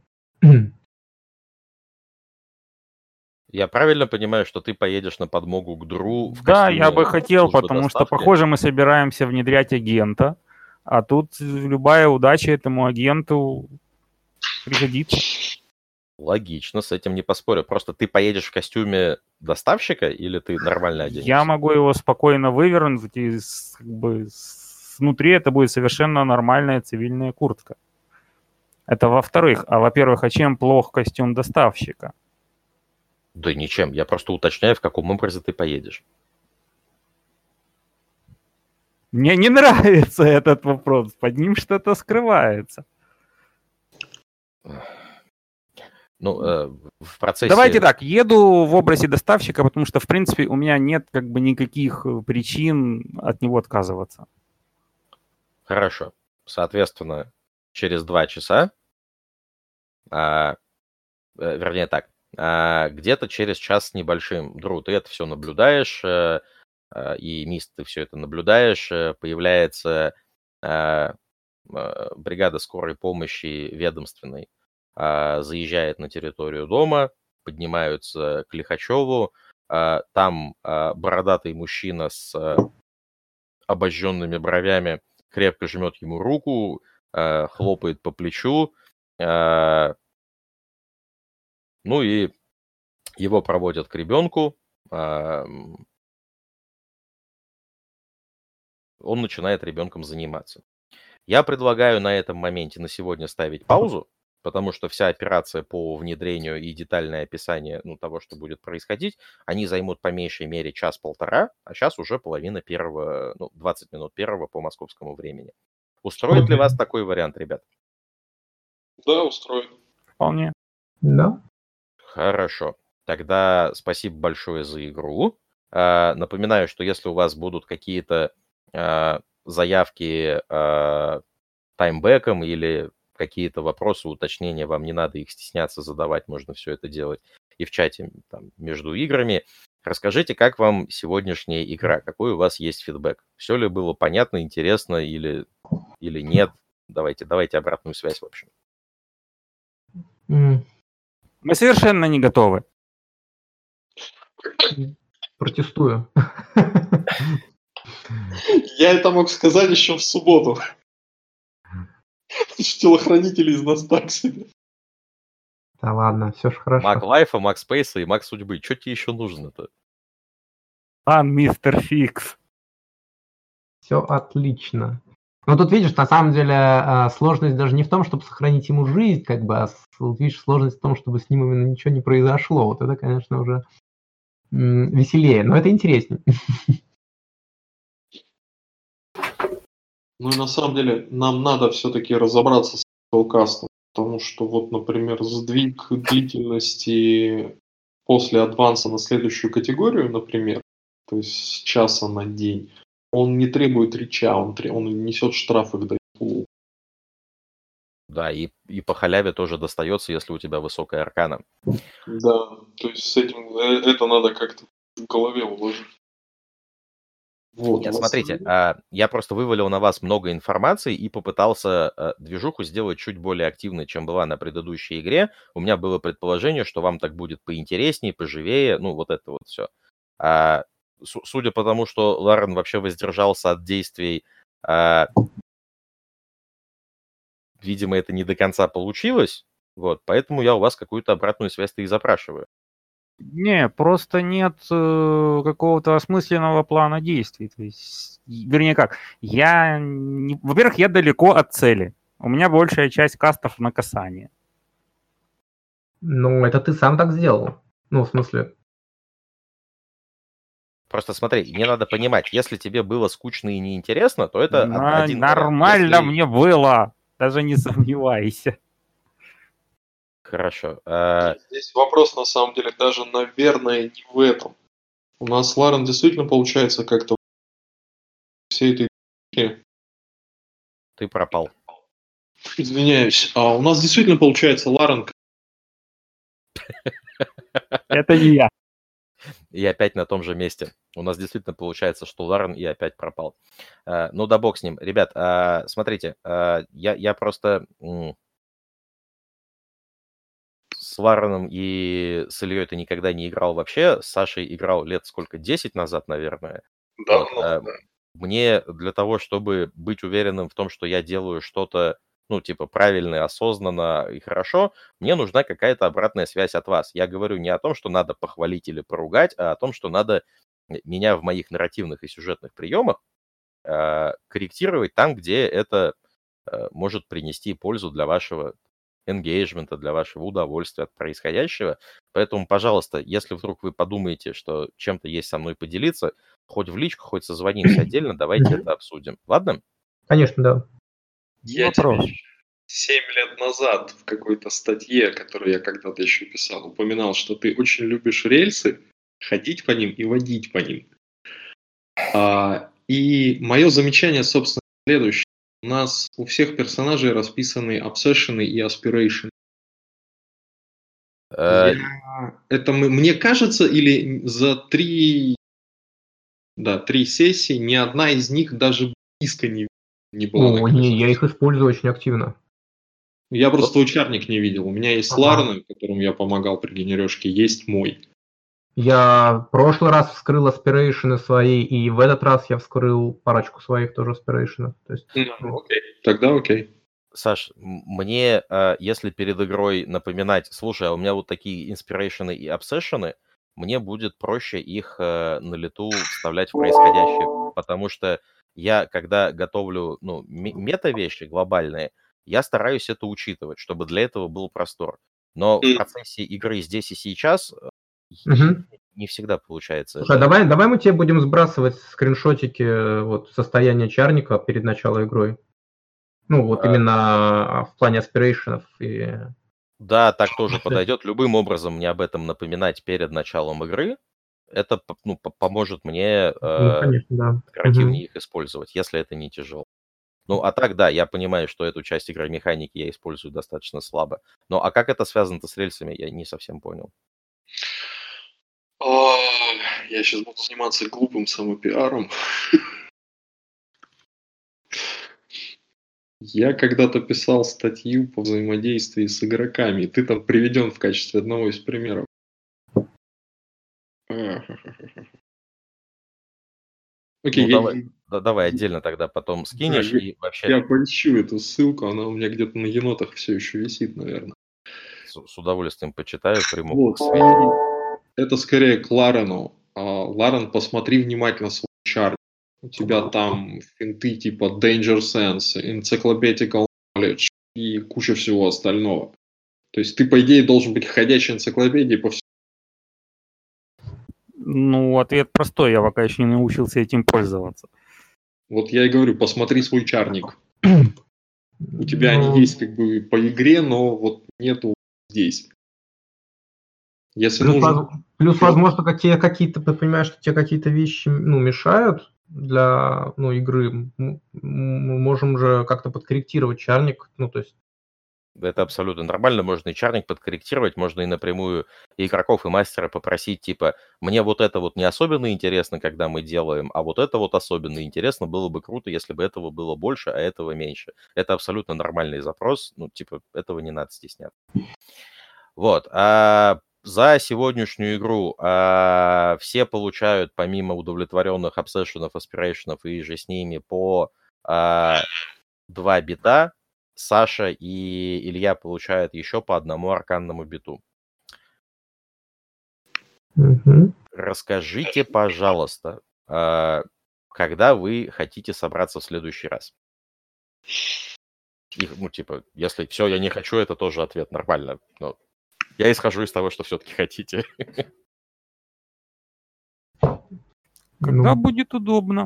Я правильно понимаю, что ты поедешь на подмогу к Дру в Да, костюме я бы хотел, службы потому что, доставки? похоже, мы собираемся внедрять агента, а тут любая удача этому агенту пригодится. Логично, с этим не поспорю. Просто ты поедешь в костюме доставщика или ты нормально оденешься? Я могу его спокойно вывернуть, и с- как бы с- внутри это будет совершенно нормальная цивильная куртка. Это во-вторых. А во-первых, а чем плох костюм доставщика? Да ничем, я просто уточняю, в каком образе ты поедешь. Мне не нравится этот вопрос. Под ним что-то скрывается. Ну, э, в процессе... Давайте так, еду в образе доставщика, потому что, в принципе, у меня нет как бы никаких э, причин от него отказываться. Хорошо. Соответственно, через два часа, а, э, вернее так, а, где-то через час с небольшим, Дру, ты это все наблюдаешь, э, э, и Мист, ты все это наблюдаешь, э, появляется э, э, бригада скорой помощи ведомственной, а, заезжает на территорию дома, поднимаются к Лихачеву. А, там а, бородатый мужчина с а, обожженными бровями крепко жмет ему руку, а, хлопает по плечу. А, ну и его проводят к ребенку. А, он начинает ребенком заниматься. Я предлагаю на этом моменте на сегодня ставить паузу, потому что вся операция по внедрению и детальное описание, ну, того, что будет происходить, они займут по меньшей мере час-полтора, а сейчас уже половина первого, ну, двадцать минут первого по московскому времени. Устроит ли вас такой вариант, ребят? Да, устроит. Вполне. Да. Хорошо. Тогда спасибо большое за игру. А, напоминаю, что если у вас будут какие-то а, заявки а, таймбэком или какие-то вопросы, уточнения, вам не надо их стесняться задавать, можно все это делать и в чате там, между играми. Расскажите, как вам сегодняшняя игра, какой у вас есть фидбэк? Все ли было понятно, интересно или, или нет? Давайте, давайте обратную связь, в общем. М, Мы совершенно не готовы. Протестую. Я это мог сказать еще в субботу. Телохранители из нас так себе. Да ладно, все ж Маг хорошо. лайфа, маг спейса и маг судьбы. Что тебе еще нужно-то? А, мистер Фикс. Все отлично. Ну тут видишь, на самом деле а, сложность даже не в том, чтобы сохранить ему жизнь, как бы, а с- вот видишь, сложность в том, чтобы с ним именно ничего не произошло. Вот это, конечно, уже м, веселее, но это интереснее. Ну и на самом деле нам надо все-таки разобраться с Spellcast, потому что вот, например, сдвиг длительности после адванса на следующую категорию, например, то есть с часа на день, он не требует реча, он, тре- он несет штрафы к дайпулу. Да, и, и по халяве тоже достается, если у тебя высокая аркана. Да, то есть с этим э, это надо как-то в голове уложить. Вот, Нет, в смотрите, остальном- а, я просто вывалил на вас много информации и попытался а, движуху сделать чуть более активной, чем была на предыдущей игре. У меня было предположение, что вам так будет поинтереснее, поживее, ну вот это вот все. А, су- судя по тому, что Ларен вообще воздержался от действий, а, видимо, это не до конца получилось, вот, поэтому я у вас какую-то обратную связь-то и запрашиваю. Не, просто нет э, какого-то осмысленного плана действий. То есть, и- вернее как, я, не- во-первых, я далеко от цели. У меня большая часть кастов на касание. Ну, это ты сам так сделал. Ну, в смысле, Просто смотри, мне надо понимать, если тебе было скучно и неинтересно, то это од- На- один вариант. нормально Если- мне было, даже не сомневайся. Хорошо. А, Здесь вопрос на самом деле даже, наверное, не в этом. У нас Ларен действительно получается как-то всей этой игре. ты пропал. Извиняюсь. А у нас действительно получается Ларен. Это не я. И опять на том же месте. У нас действительно получается, что Ларен и опять пропал. А, ну да бог с ним. Ребят, а, смотрите, а, я, я просто м, с Лареном и с Ильей ты никогда не играл вообще. С Сашей играл лет сколько? десять назад, наверное. Вот, а, Мне для того, чтобы быть уверенным в том, что я делаю что-то, ну, типа, правильно, и осознанно и хорошо, мне нужна какая-то обратная связь от вас. Я говорю не о том, что надо похвалить или поругать, а о том, что надо меня в моих нарративных и сюжетных приемах э, корректировать там, где это э, может принести пользу для вашего engagement, для вашего удовольствия от происходящего. Поэтому, пожалуйста, если вдруг вы подумаете, что чем-то есть со мной поделиться, хоть в личку, хоть созвонимся отдельно, давайте это обсудим. Ладно? конечно, да. Я Вопрос. тебе семь лет назад в какой-то статье, которую я когда-то еще писал, упоминал, что ты очень любишь рельсы, ходить по ним и водить по ним. А, и мое замечание, собственно, следующее. У нас у всех персонажей расписаны обсессионы и aspiration. Э, Я- Это мы- мне кажется, или за три, да, три сессии ни одна из них даже близко не, не была. О, не, я их использую очень активно. Я просто твой чарник не видел. У меня есть Ага. Ларна, которому я помогал при генережке, есть мой. Я в прошлый раз вскрыл аспирейшены свои, и в этот раз я вскрыл парочку своих тоже аспирейшенов. То есть, Ну, окей. Тогда окей. Саш, м- мне, э, если перед игрой напоминать, слушай, а у меня вот такие инспирейшены и обсессионы, мне будет проще их э, на лету вставлять в происходящее, потому что я, когда готовлю ну, ме- мета-вещи глобальные, я стараюсь это учитывать, чтобы для этого был простор. Но в М. процессе игры здесь и сейчас э, Мгм. не всегда получается Слушай, а это. давай, давай мы тебе будем сбрасывать скриншотики э, вот, состояния чарника перед началом игры. Ну, вот Э, именно в плане аспирейшенов и... Да, так тоже подойдет. Любым образом мне об этом напоминать перед началом игры, это п- ну, п- поможет мне Ну, э, конечно, да. Мгм. оперативнее их использовать, если это не тяжело. Ну, а так, да, я понимаю, что эту часть игровой механики я использую достаточно слабо. Но а как это связано-то с рельсами, я не совсем понял. А, Я сейчас буду заниматься глупым самопиаром. Я когда-то писал статью по взаимодействию с игроками, и ты там приведен в качестве одного из примеров. Ахахаха. Окей, Ну, я, давай, да, давай отдельно тогда потом да, скинешь я, и вообще я поищу эту ссылку, она у меня где-то на енотах все еще висит, наверное. с, с удовольствием почитаю, приму Вот, к сведению. это скорее к Ларену. А, Ларен, посмотри внимательно свой чарт. У тебя там финты типа Danger Sense, Encyclopedical Knowledge и куча всего остального. То есть ты, по идее, должен быть ходячей энциклопедией по всему. Ну, ответ простой, я пока еще не научился этим пользоваться. Вот я и говорю, посмотри свой чарник. У тебя они Ну, есть как бы по игре, но вот нету здесь. Если плюс, нужно... воз- плюс, возможно, какие, какие-то, ты понимаешь, что тебе какие-то вещи ну, мешают для ну, игры. М- Мы можем же как-то подкорректировать чарник. Ну, то есть, Это абсолютно нормально, можно и чарник подкорректировать, можно и напрямую и игроков, и мастера попросить, типа, мне вот это вот не особенно интересно, когда мы делаем, а вот это вот особенно интересно, было бы круто, если бы этого было больше, а этого меньше. Это абсолютно нормальный запрос, ну, типа, этого не надо стесняться. Вот, а за сегодняшнюю игру а, все получают, помимо удовлетворенных обсессионов, аспирейшенов и же с ними, по а, два бита. Саша и Илья получают еще по одному арканному биту. мгм. Расскажите, пожалуйста, а, когда вы хотите собраться в следующий раз? Их, ну, типа, если все, я не хочу, это тоже ответ, нормально. Но я исхожу из того, что все-таки хотите. Когда Ну, будет удобно.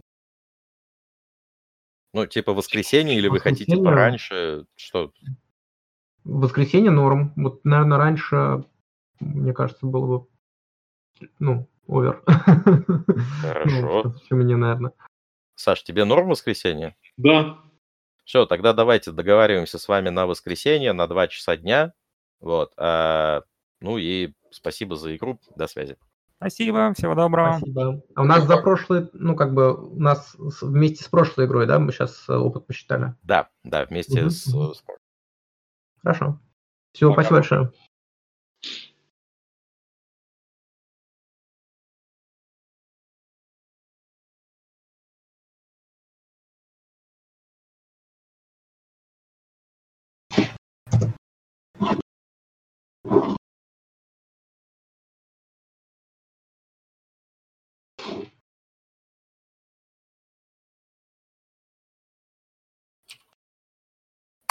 Ну, типа, воскресенье или вы хотите воскресенье, пораньше? Что? воскресенье норм. Вот, наверное, раньше, мне кажется, было бы, ну, овер. Ну, Хорошо. все мне, наверное. Саш, тебе норм воскресенье? Да, Все, тогда давайте договариваемся с вами на воскресенье на два часа дня. Вот. а, ну и спасибо за игру. До связи. Спасибо, всего доброго. Спасибо. А у нас за прошлый, ну, как бы, у нас с- вместе с прошлой игрой, да, мы сейчас опыт посчитали. Да, да, вместе Мгм, с... мгм. с- Хорошо. Все, Пока. спасибо большое.